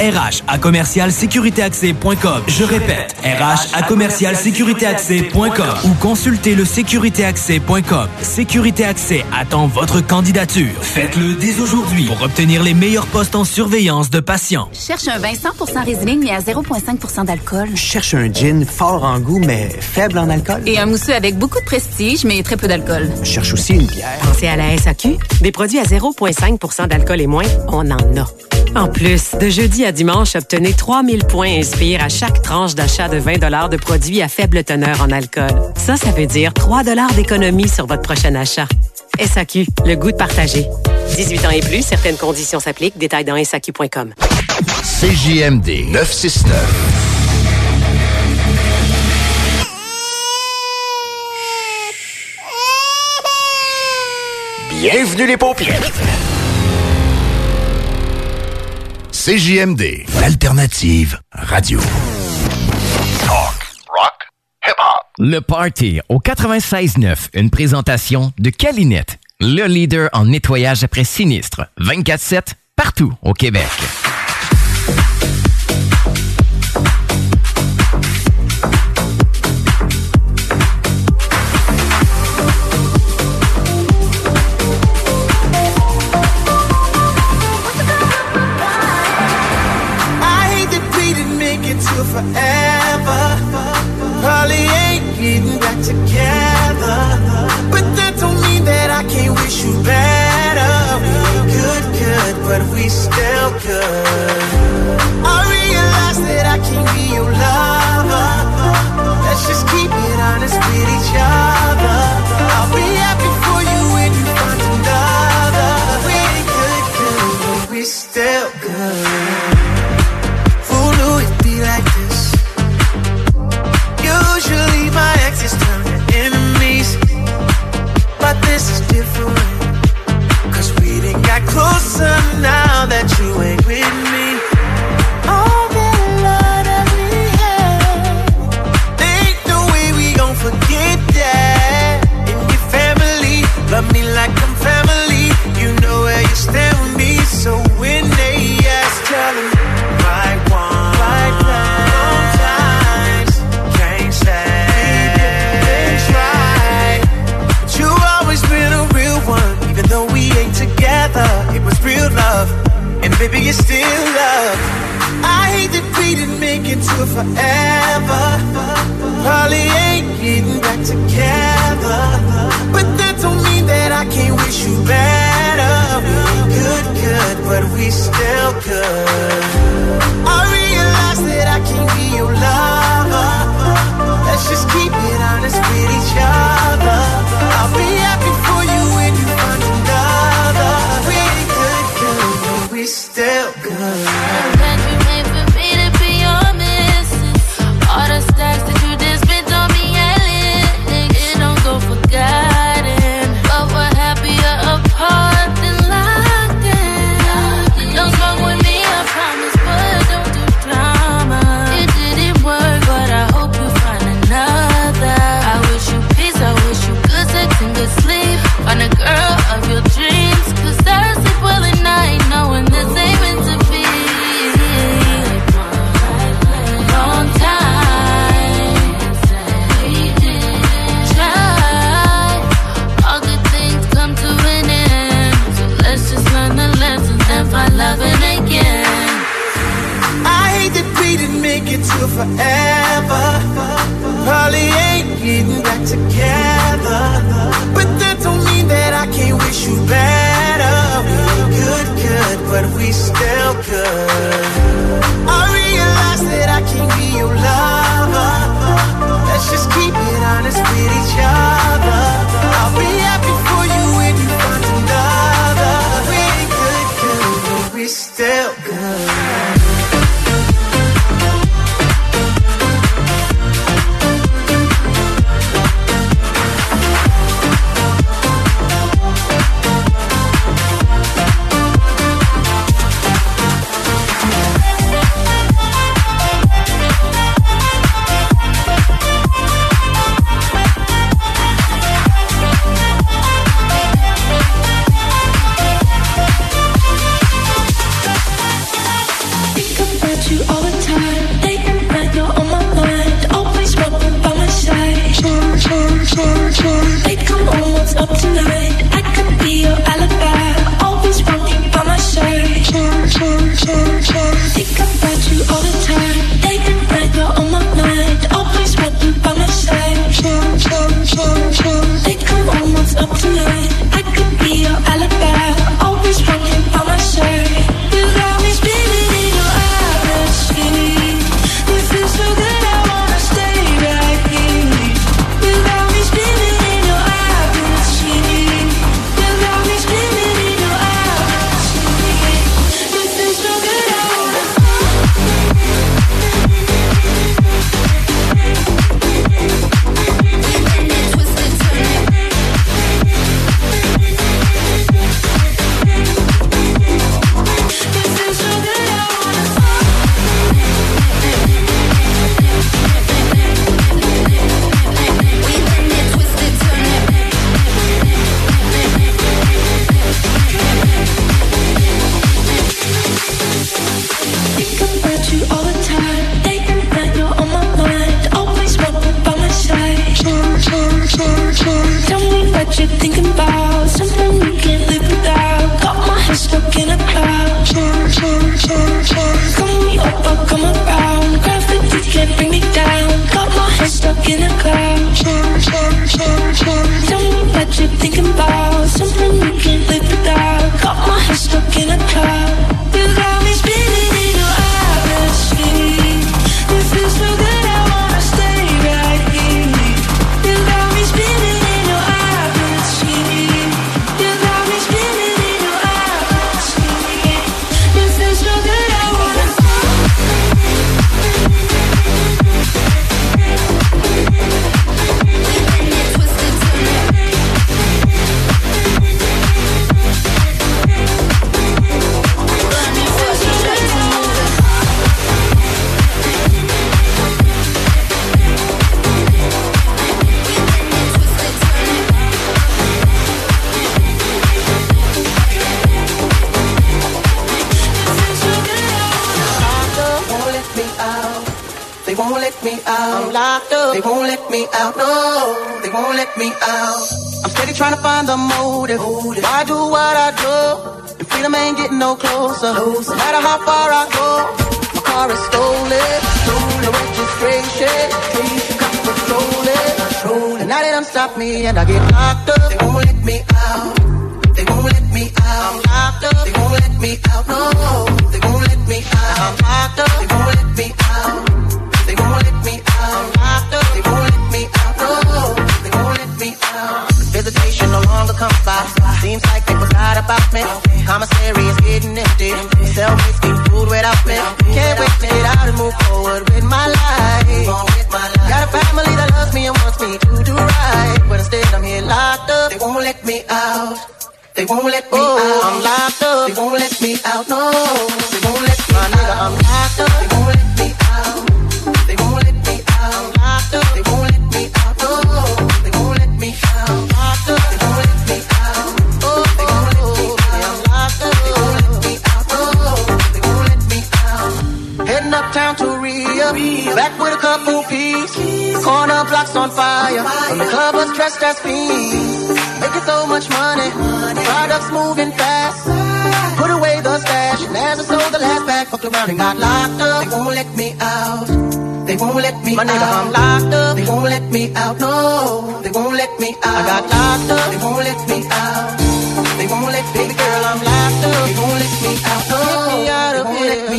rh@commercialsécuritéaccès.com. Je répète, rh@commercialsécuritéaccès.com ou consultez le sécuritéaccès.com. Sécurité Accès attend votre candidature. Faites-le dès aujourd'hui pour obtenir les meilleurs postes en surveillance de patients. Cherche un vin 100% Riesling mais à 0,5% d'alcool. Cherche un gin fort en goût mais faible en alcool. Et un mousseux avec beaucoup de prestige mais très peu d'alcool. Cherche aussi une bière. Pensez à la SAQ. Des produits à 0,5% d'alcool et moins, on en a. En plus, de jeudi à dimanche, obtenez 3000 points Inspire à chaque tranche d'achat de 20 $ de produits à faible teneur en alcool. Ça veut dire 3 $ d'économie sur votre prochain achat. SAQ, le goût de partager. 18 ans et plus, certaines conditions s'appliquent. Détails dans SAQ.com. CJMD 969. Bienvenue les paupières. CJMD, l'alternative radio. Talk, rock, hip-hop. Le Party au 96.9, une présentation de Calinette, le leader en nettoyage après sinistre. 24/7, partout au Québec. Forever, probably ain't getting back together, but that don't mean that I can't wish you better. We good, but we still good. I realize that I can't be your lover. Let's just keep it honest with each other. I'll be happy for you when you find another. We good, but we still good. Who knew it'd be like this? Usually my exes turn to enemies, but this is different, 'cause we done got closer now that you ain't with me. All the love that we had, ain't no way we gon' forget that. And your family love me like I'm family. You know where you stand with me, so when they ask, tell them right one, right now. Even though we ain't together, it was real love, and baby, it's still love. I hate that we didn't make it to forever. Probably ain't getting back together, but that don't mean that I can't wish you better. We good, but we still good. I realize that I can't be your lover. Let's just keep it honest with each other. I'll be happy for you when you find another. We good, but we still good. That you made for me to be your missus. All the stacks that you just spent on me, it don't go forgotten. But we're happier apart than locked in. Don't smoke with me, I promise, but don't do drama. It didn't work, but I hope you find another. I wish you peace, I wish you I realize that I can't be your lover. Let's just keep it honest with each other. I'll be happy for you when you find another. We ain't good, but we're still good. They come on, what's up tonight? I could be your alibi. Always walking by my side. Think about you all the time. Day and night, you're on my mind. Always walking by my side. They come on, what's up tonight? I could be your alibi. Always walking by my side. You got me spinning in your atmosphere. It feels so good, I wanna stay right here. You got me spinning in your atmosphere. You got me spinning in your atmosphere. It feels so good, I wanna. Think about you all the time. Day and night, you're on my mind. Always walking by my side. Tell me what you're thinking about. Something we can't live without. Got my head stuck in a cloud. Call me up, I'll come around. Gravity can't bring me down. Got my head stuck in a cloud. Tell me what you're thinking about. Something we can't live without. Got my head stuck in a cloud. You got me spinning in your atmosphere. It feels so good, I wanna stay right here. You got me spinning in your atmosphere. You got me spinning in your atmosphere. It feels so good, I wanna. They won't let me out. I'm locked up. They won't let me out. No, they won't let me out. I'm steady trying to find the motive. Why do what I do? And freedom ain't getting no closer. No matter how far I go, my car is stolen. No registration. Got to control it. And now they done stop me and I get locked up. They won't let me out. They won't let me out. I'm locked up. They won't let me out. No, they won't let me out. I'm locked up. They won't let me out. They won't let me out. I'm locked up. They won't let me out. No, they won't let me out. Visitation no longer comes by. Seems like they forgot about me. Commissary is getting empty. Selfies getting food without me. Can't wait to get out and move forward with my life. Got a family that loves me and wants me to do right. But instead I'm here locked up. They won't let me out. They won't let me out. I'm locked up. They won't let me out. No, they won't let me out. I'm locked up. They won't let me out. They won't let me out. I'm locked up. They won't let me out. No, they won't let me out. I'm locked up. They won't let me out. Oh, they won't let me out. I'm locked up. They won't let me out. No, they won't let me out. Heading uptown to Rio, back with a couple peas. Corner blocks on fire. The clubbers dressed as fiends. Making so much money. Products moving fast. Put away the stash. And as I sold the last bag, fucked around and got locked up. They won't let me out. They won't let me out. My nigga, I'm locked up. They won't let me out. No, they won't let me out. I got locked up. They won't let me out. They won't let me, baby girl, I'm locked up. They won't let me out. No, get me out of here.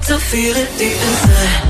to feel it deep inside.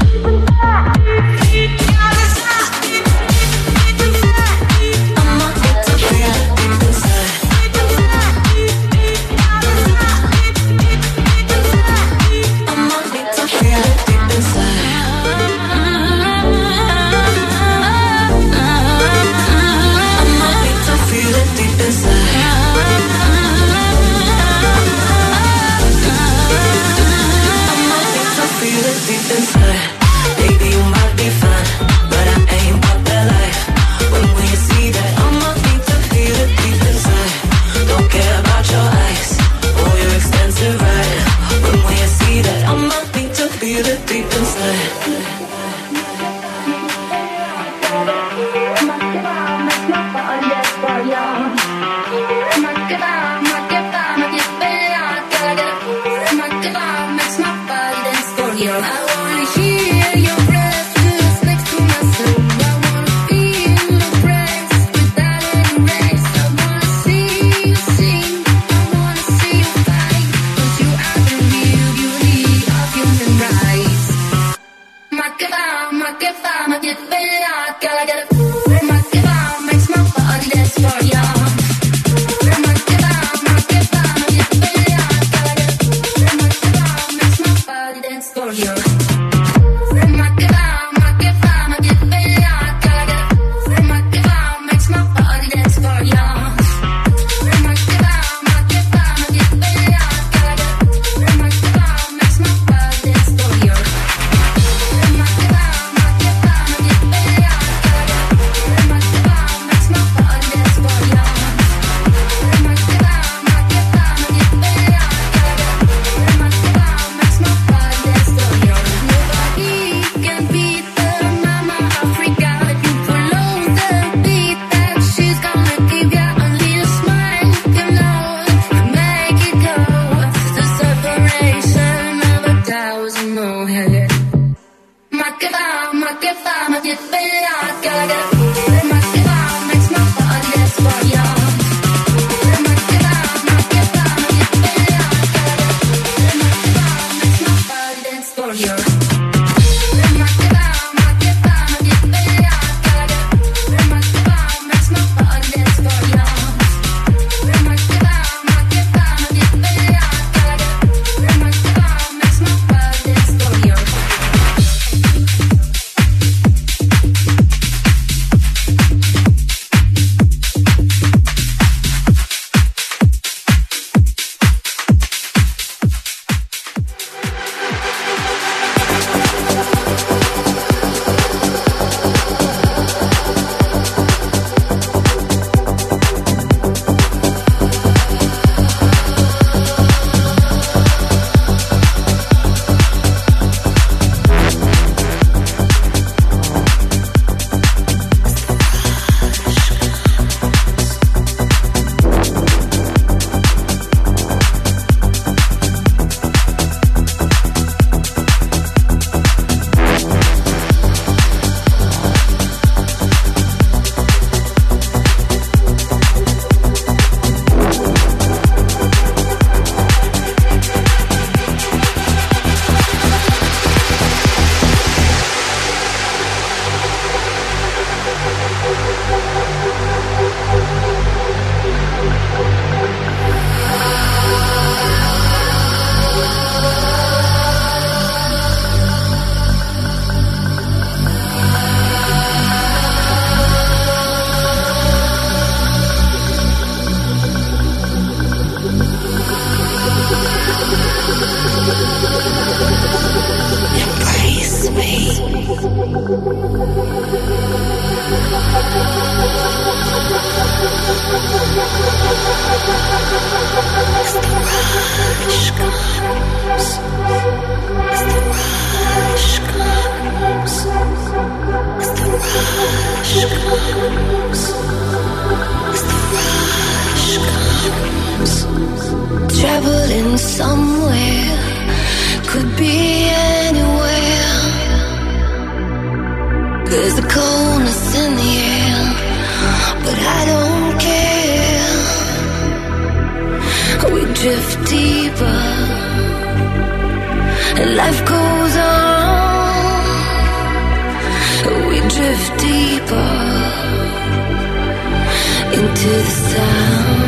Traveling somewhere, could be anywhere. There's a coldness in the air, but I don't care. We drift deeper, and life goes into the sound.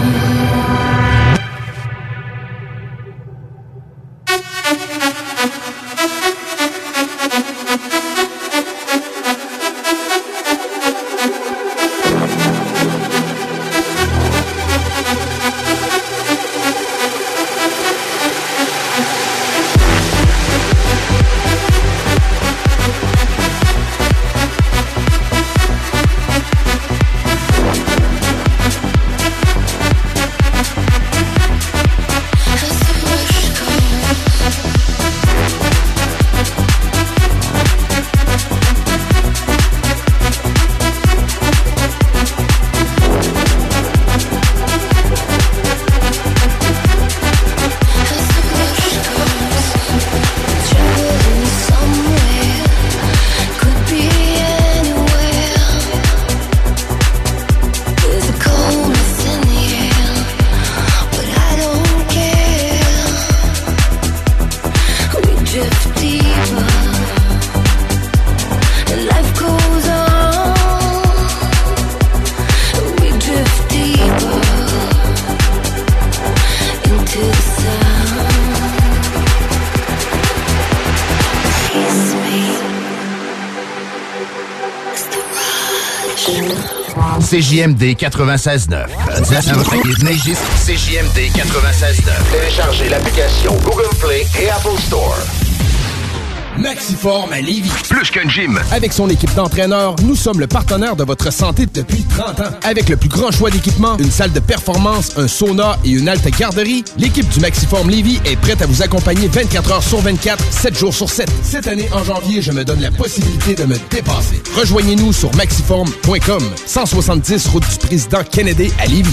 CJMD 96.9. CJMD 96.9. Téléchargez l'application Google Play et Apple Store. Maxiform à Lévis. Plus qu'un gym. Avec son équipe d'entraîneurs, nous sommes le partenaire de votre santé depuis 30 ans. Avec le plus grand choix d'équipements, une salle de performance, un sauna et une halte garderie, l'équipe du Maxiform Lévis est prête à vous accompagner 24 heures sur 24, 7 jours sur 7. Cette année, en janvier, je me donne la possibilité de me dépasser. Rejoignez-nous sur maxiform.com, 170 route du président Kennedy à Lévis.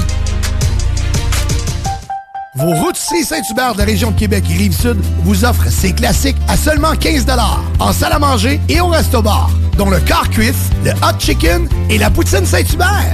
Vos routiers Saint-Hubert de la région de Québec et Rive-Sud vous offrent ces classiques à seulement 15 $ en salle à manger et au resto-bar, dont le car cuisse, le hot chicken et la poutine Saint-Hubert.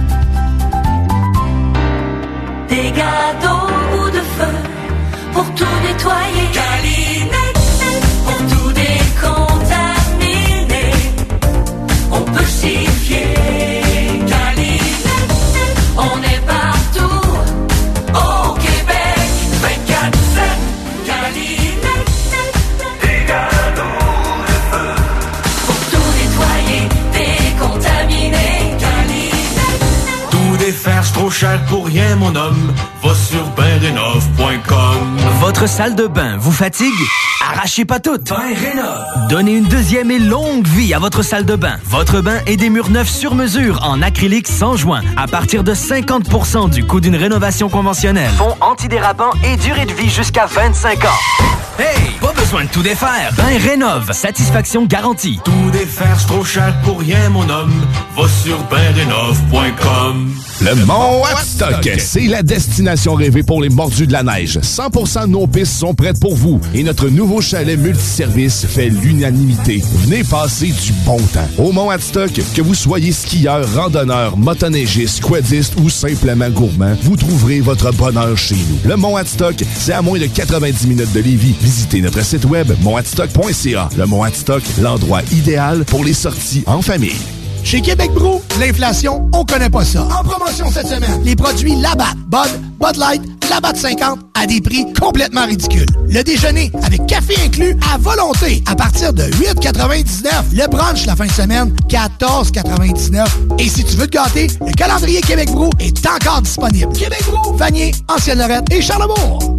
Des gâteaux au bout de feu pour tout nettoyer. Calinette, pour tout décontaminer. On peut s'y fier. Calinette, on est partout. Au Québec, 24/7. Calinette, des gâteaux de feu pour tout nettoyer, décontaminer. Calinette. Tout défaire, c'est trop cher pour rien, mon homme. Va sur bainrénov.com. Votre salle de bain vous fatigue? Arrachez pas tout. Bain Rénov. Donnez une deuxième et longue vie à votre salle de bain. Votre bain et des murs neufs sur mesure en acrylique sans joint à partir de 50% du coût d'une rénovation conventionnelle. Fond antidérapant et durée de vie jusqu'à 25 ans. Hey, pas besoin de tout défaire. Bain Rénov. Satisfaction garantie. Tout défaire, c'est trop cher pour rien, mon homme. Va sur bainrénov.com. Le Mont Adstock, c'est la destination rêvée pour les mordus de la neige. 100% de nos pistes sont prêtes pour vous et notre nouveau chalet multiservice fait l'unanimité. Venez passer du bon temps. Au Mont Adstock, que vous soyez skieur, randonneur, motoneigiste, quadiste ou simplement gourmand, vous trouverez votre bonheur chez nous. Le Mont Adstock, c'est à moins de 90 minutes de Lévis. Visitez notre site web montadstock.ca. Le Mont Adstock, l'endroit idéal pour les sorties en famille. Chez Québec Brou, l'inflation, on connaît pas ça. En promotion cette semaine, les produits Labatt, Bud Light, Labatt 50 à des prix complètement ridicules. Le déjeuner avec café inclus à volonté à partir de 8,99. Le brunch la fin de semaine, 14,99. Et si tu veux te gâter, le calendrier Québec Brou est encore disponible. Québec Brou, Vanier, Ancienne-Lorette et Charlebourg.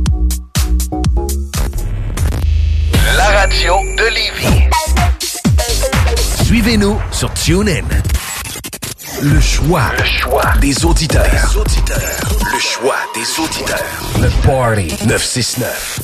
La radio de Lévis. Suivez-nous sur TuneIn. Le choix des auditeurs. Le choix des auditeurs. Le Party 969.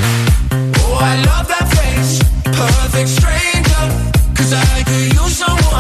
Perfect stranger, 'cause I could use someone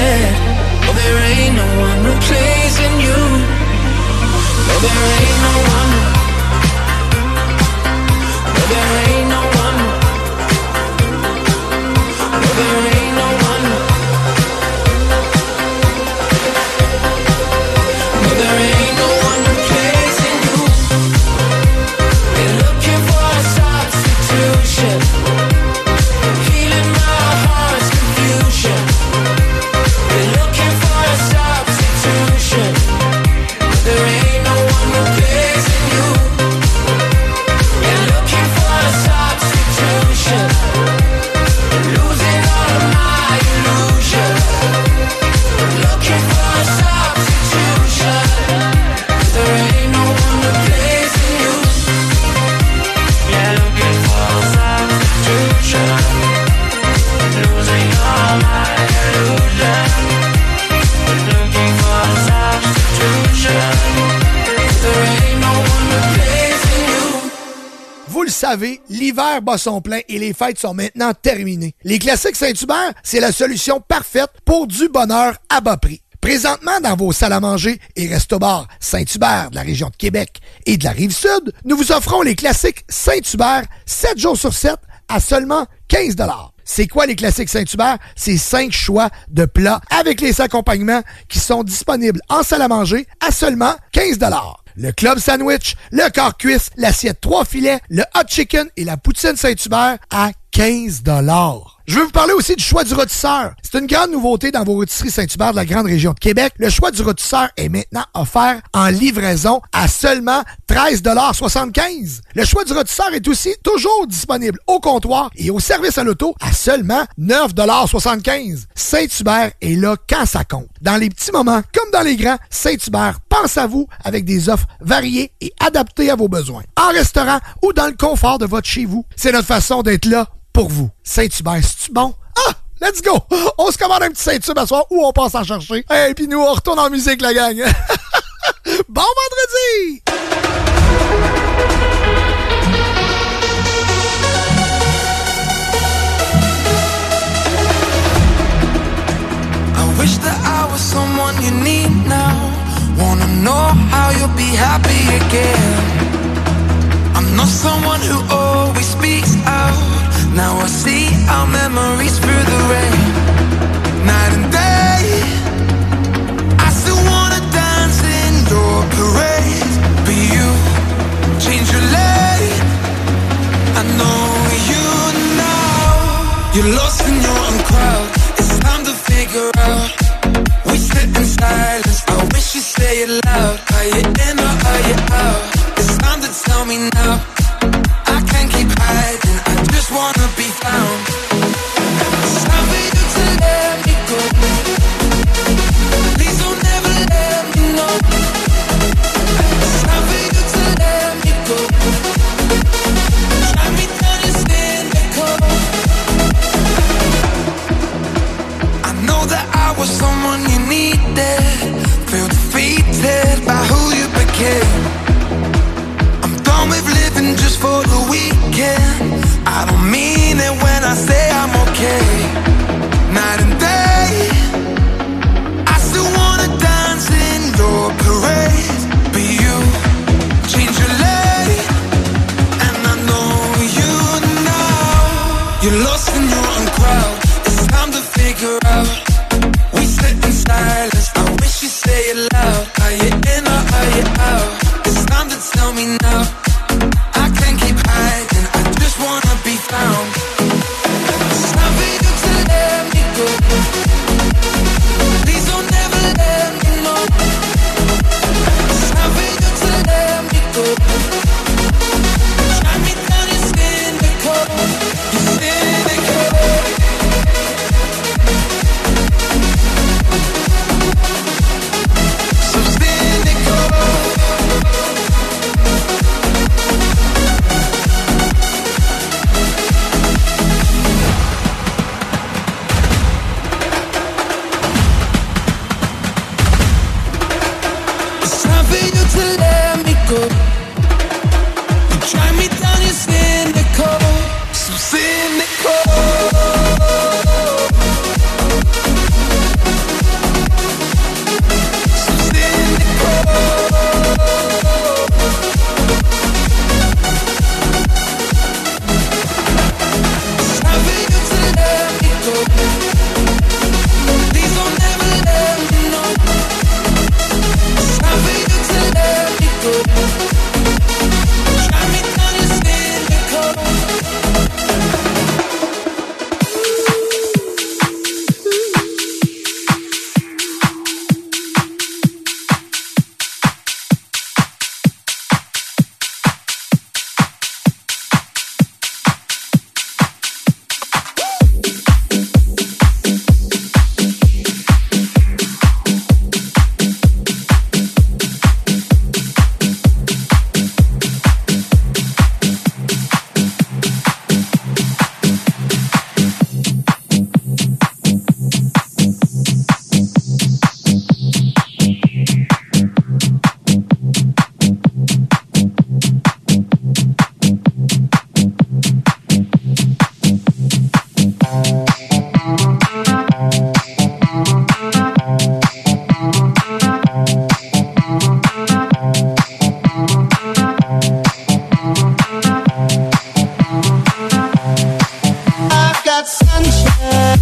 said, oh, there ain't no one replacing you. No, there ain't no one. No, there ain't no one. No, there ain't no one. No, there ain't no one replacing you. They're looking for a substitution, healing my heart's confusion. They're looking for a substitution. There ain't no one replacing you. They're looking for a substitution, losing all of my illusions. Looking for a substitution. There ain't no one replacing you. Yeah, looking for a substitution, losing all my illusions. Looking for a substitution. There ain't no one replacing you. Vous le savez, l'hiver bat son plein et les fêtes sont maintenant terminées. Les classiques Saint-Hubert, c'est la solution parfaite pour du bonheur à bas prix. Présentement, dans vos salles à manger et resto-bars Saint-Hubert de la région de Québec et de la Rive-Sud, nous vous offrons les classiques Saint-Hubert 7 jours sur 7 à seulement 15 $. C'est quoi les classiques Saint-Hubert? C'est 5 choix de plats avec les accompagnements qui sont disponibles en salle à manger à seulement 15 $. Le club sandwich, le quart cuisse, l'assiette 3 filets, le hot chicken et la poutine Saint-Hubert à 15 $. Je veux vous parler aussi du choix du rôtisseur. C'est une grande nouveauté dans vos rôtisseries Saint-Hubert de la grande région de Québec. Le choix du rôtisseur est maintenant offert en livraison à seulement 13,75 $. Le choix du rôtisseur est aussi toujours disponible au comptoir et au service à l'auto à seulement 9,75 $. Saint-Hubert est là quand ça compte. Dans les petits moments comme dans les grands, Saint-Hubert pense à vous avec des offres variées et adaptées à vos besoins. En restaurant ou dans le confort de votre chez vous, c'est notre façon d'être là pour vous. Saint-Hubert, c'est-tu bon? Ah! Let's go! On se commande un petit Saint-Hubert à soir ou on passe en chercher. Et puis nous, on retourne en musique, la gang. Bon vendredi! I wish that I was someone you need now. Wanna know how you'll be happy again. I'm not someone who always speaks out. Now I see our memories through the rain. Night and day, I still wanna dance in your parade. But you change your lane. I know you now. You're lost in your own crowd. It's time to figure out. We sit in silence. I wish you'd say it loud. Are you in or are you out? It's time to tell me now. I can't keep hiding. I just wanna be found. It's time for you to let me go. Please don't ever let me know. It's time for you to let me go. Try me down and stand the cold. I know that I was someone you needed. Feel defeated by who you became. I'm with living just for the weekend. I don't mean it when I say I'm okay. Night and day, I still wanna dance in your parade. But you change your lane, and I know you now. You're lost in your own crowd. It's time to figure out. We sit in silence. I wish you'd say it loud. Are you in or are you out? It's time to tell me now. I can't keep hiding, I just wanna be found. It's time for you to let me go. Please don't ever let me know. It's time for you to let me go. Try me down, you're cynical. You're cynical. sunshine.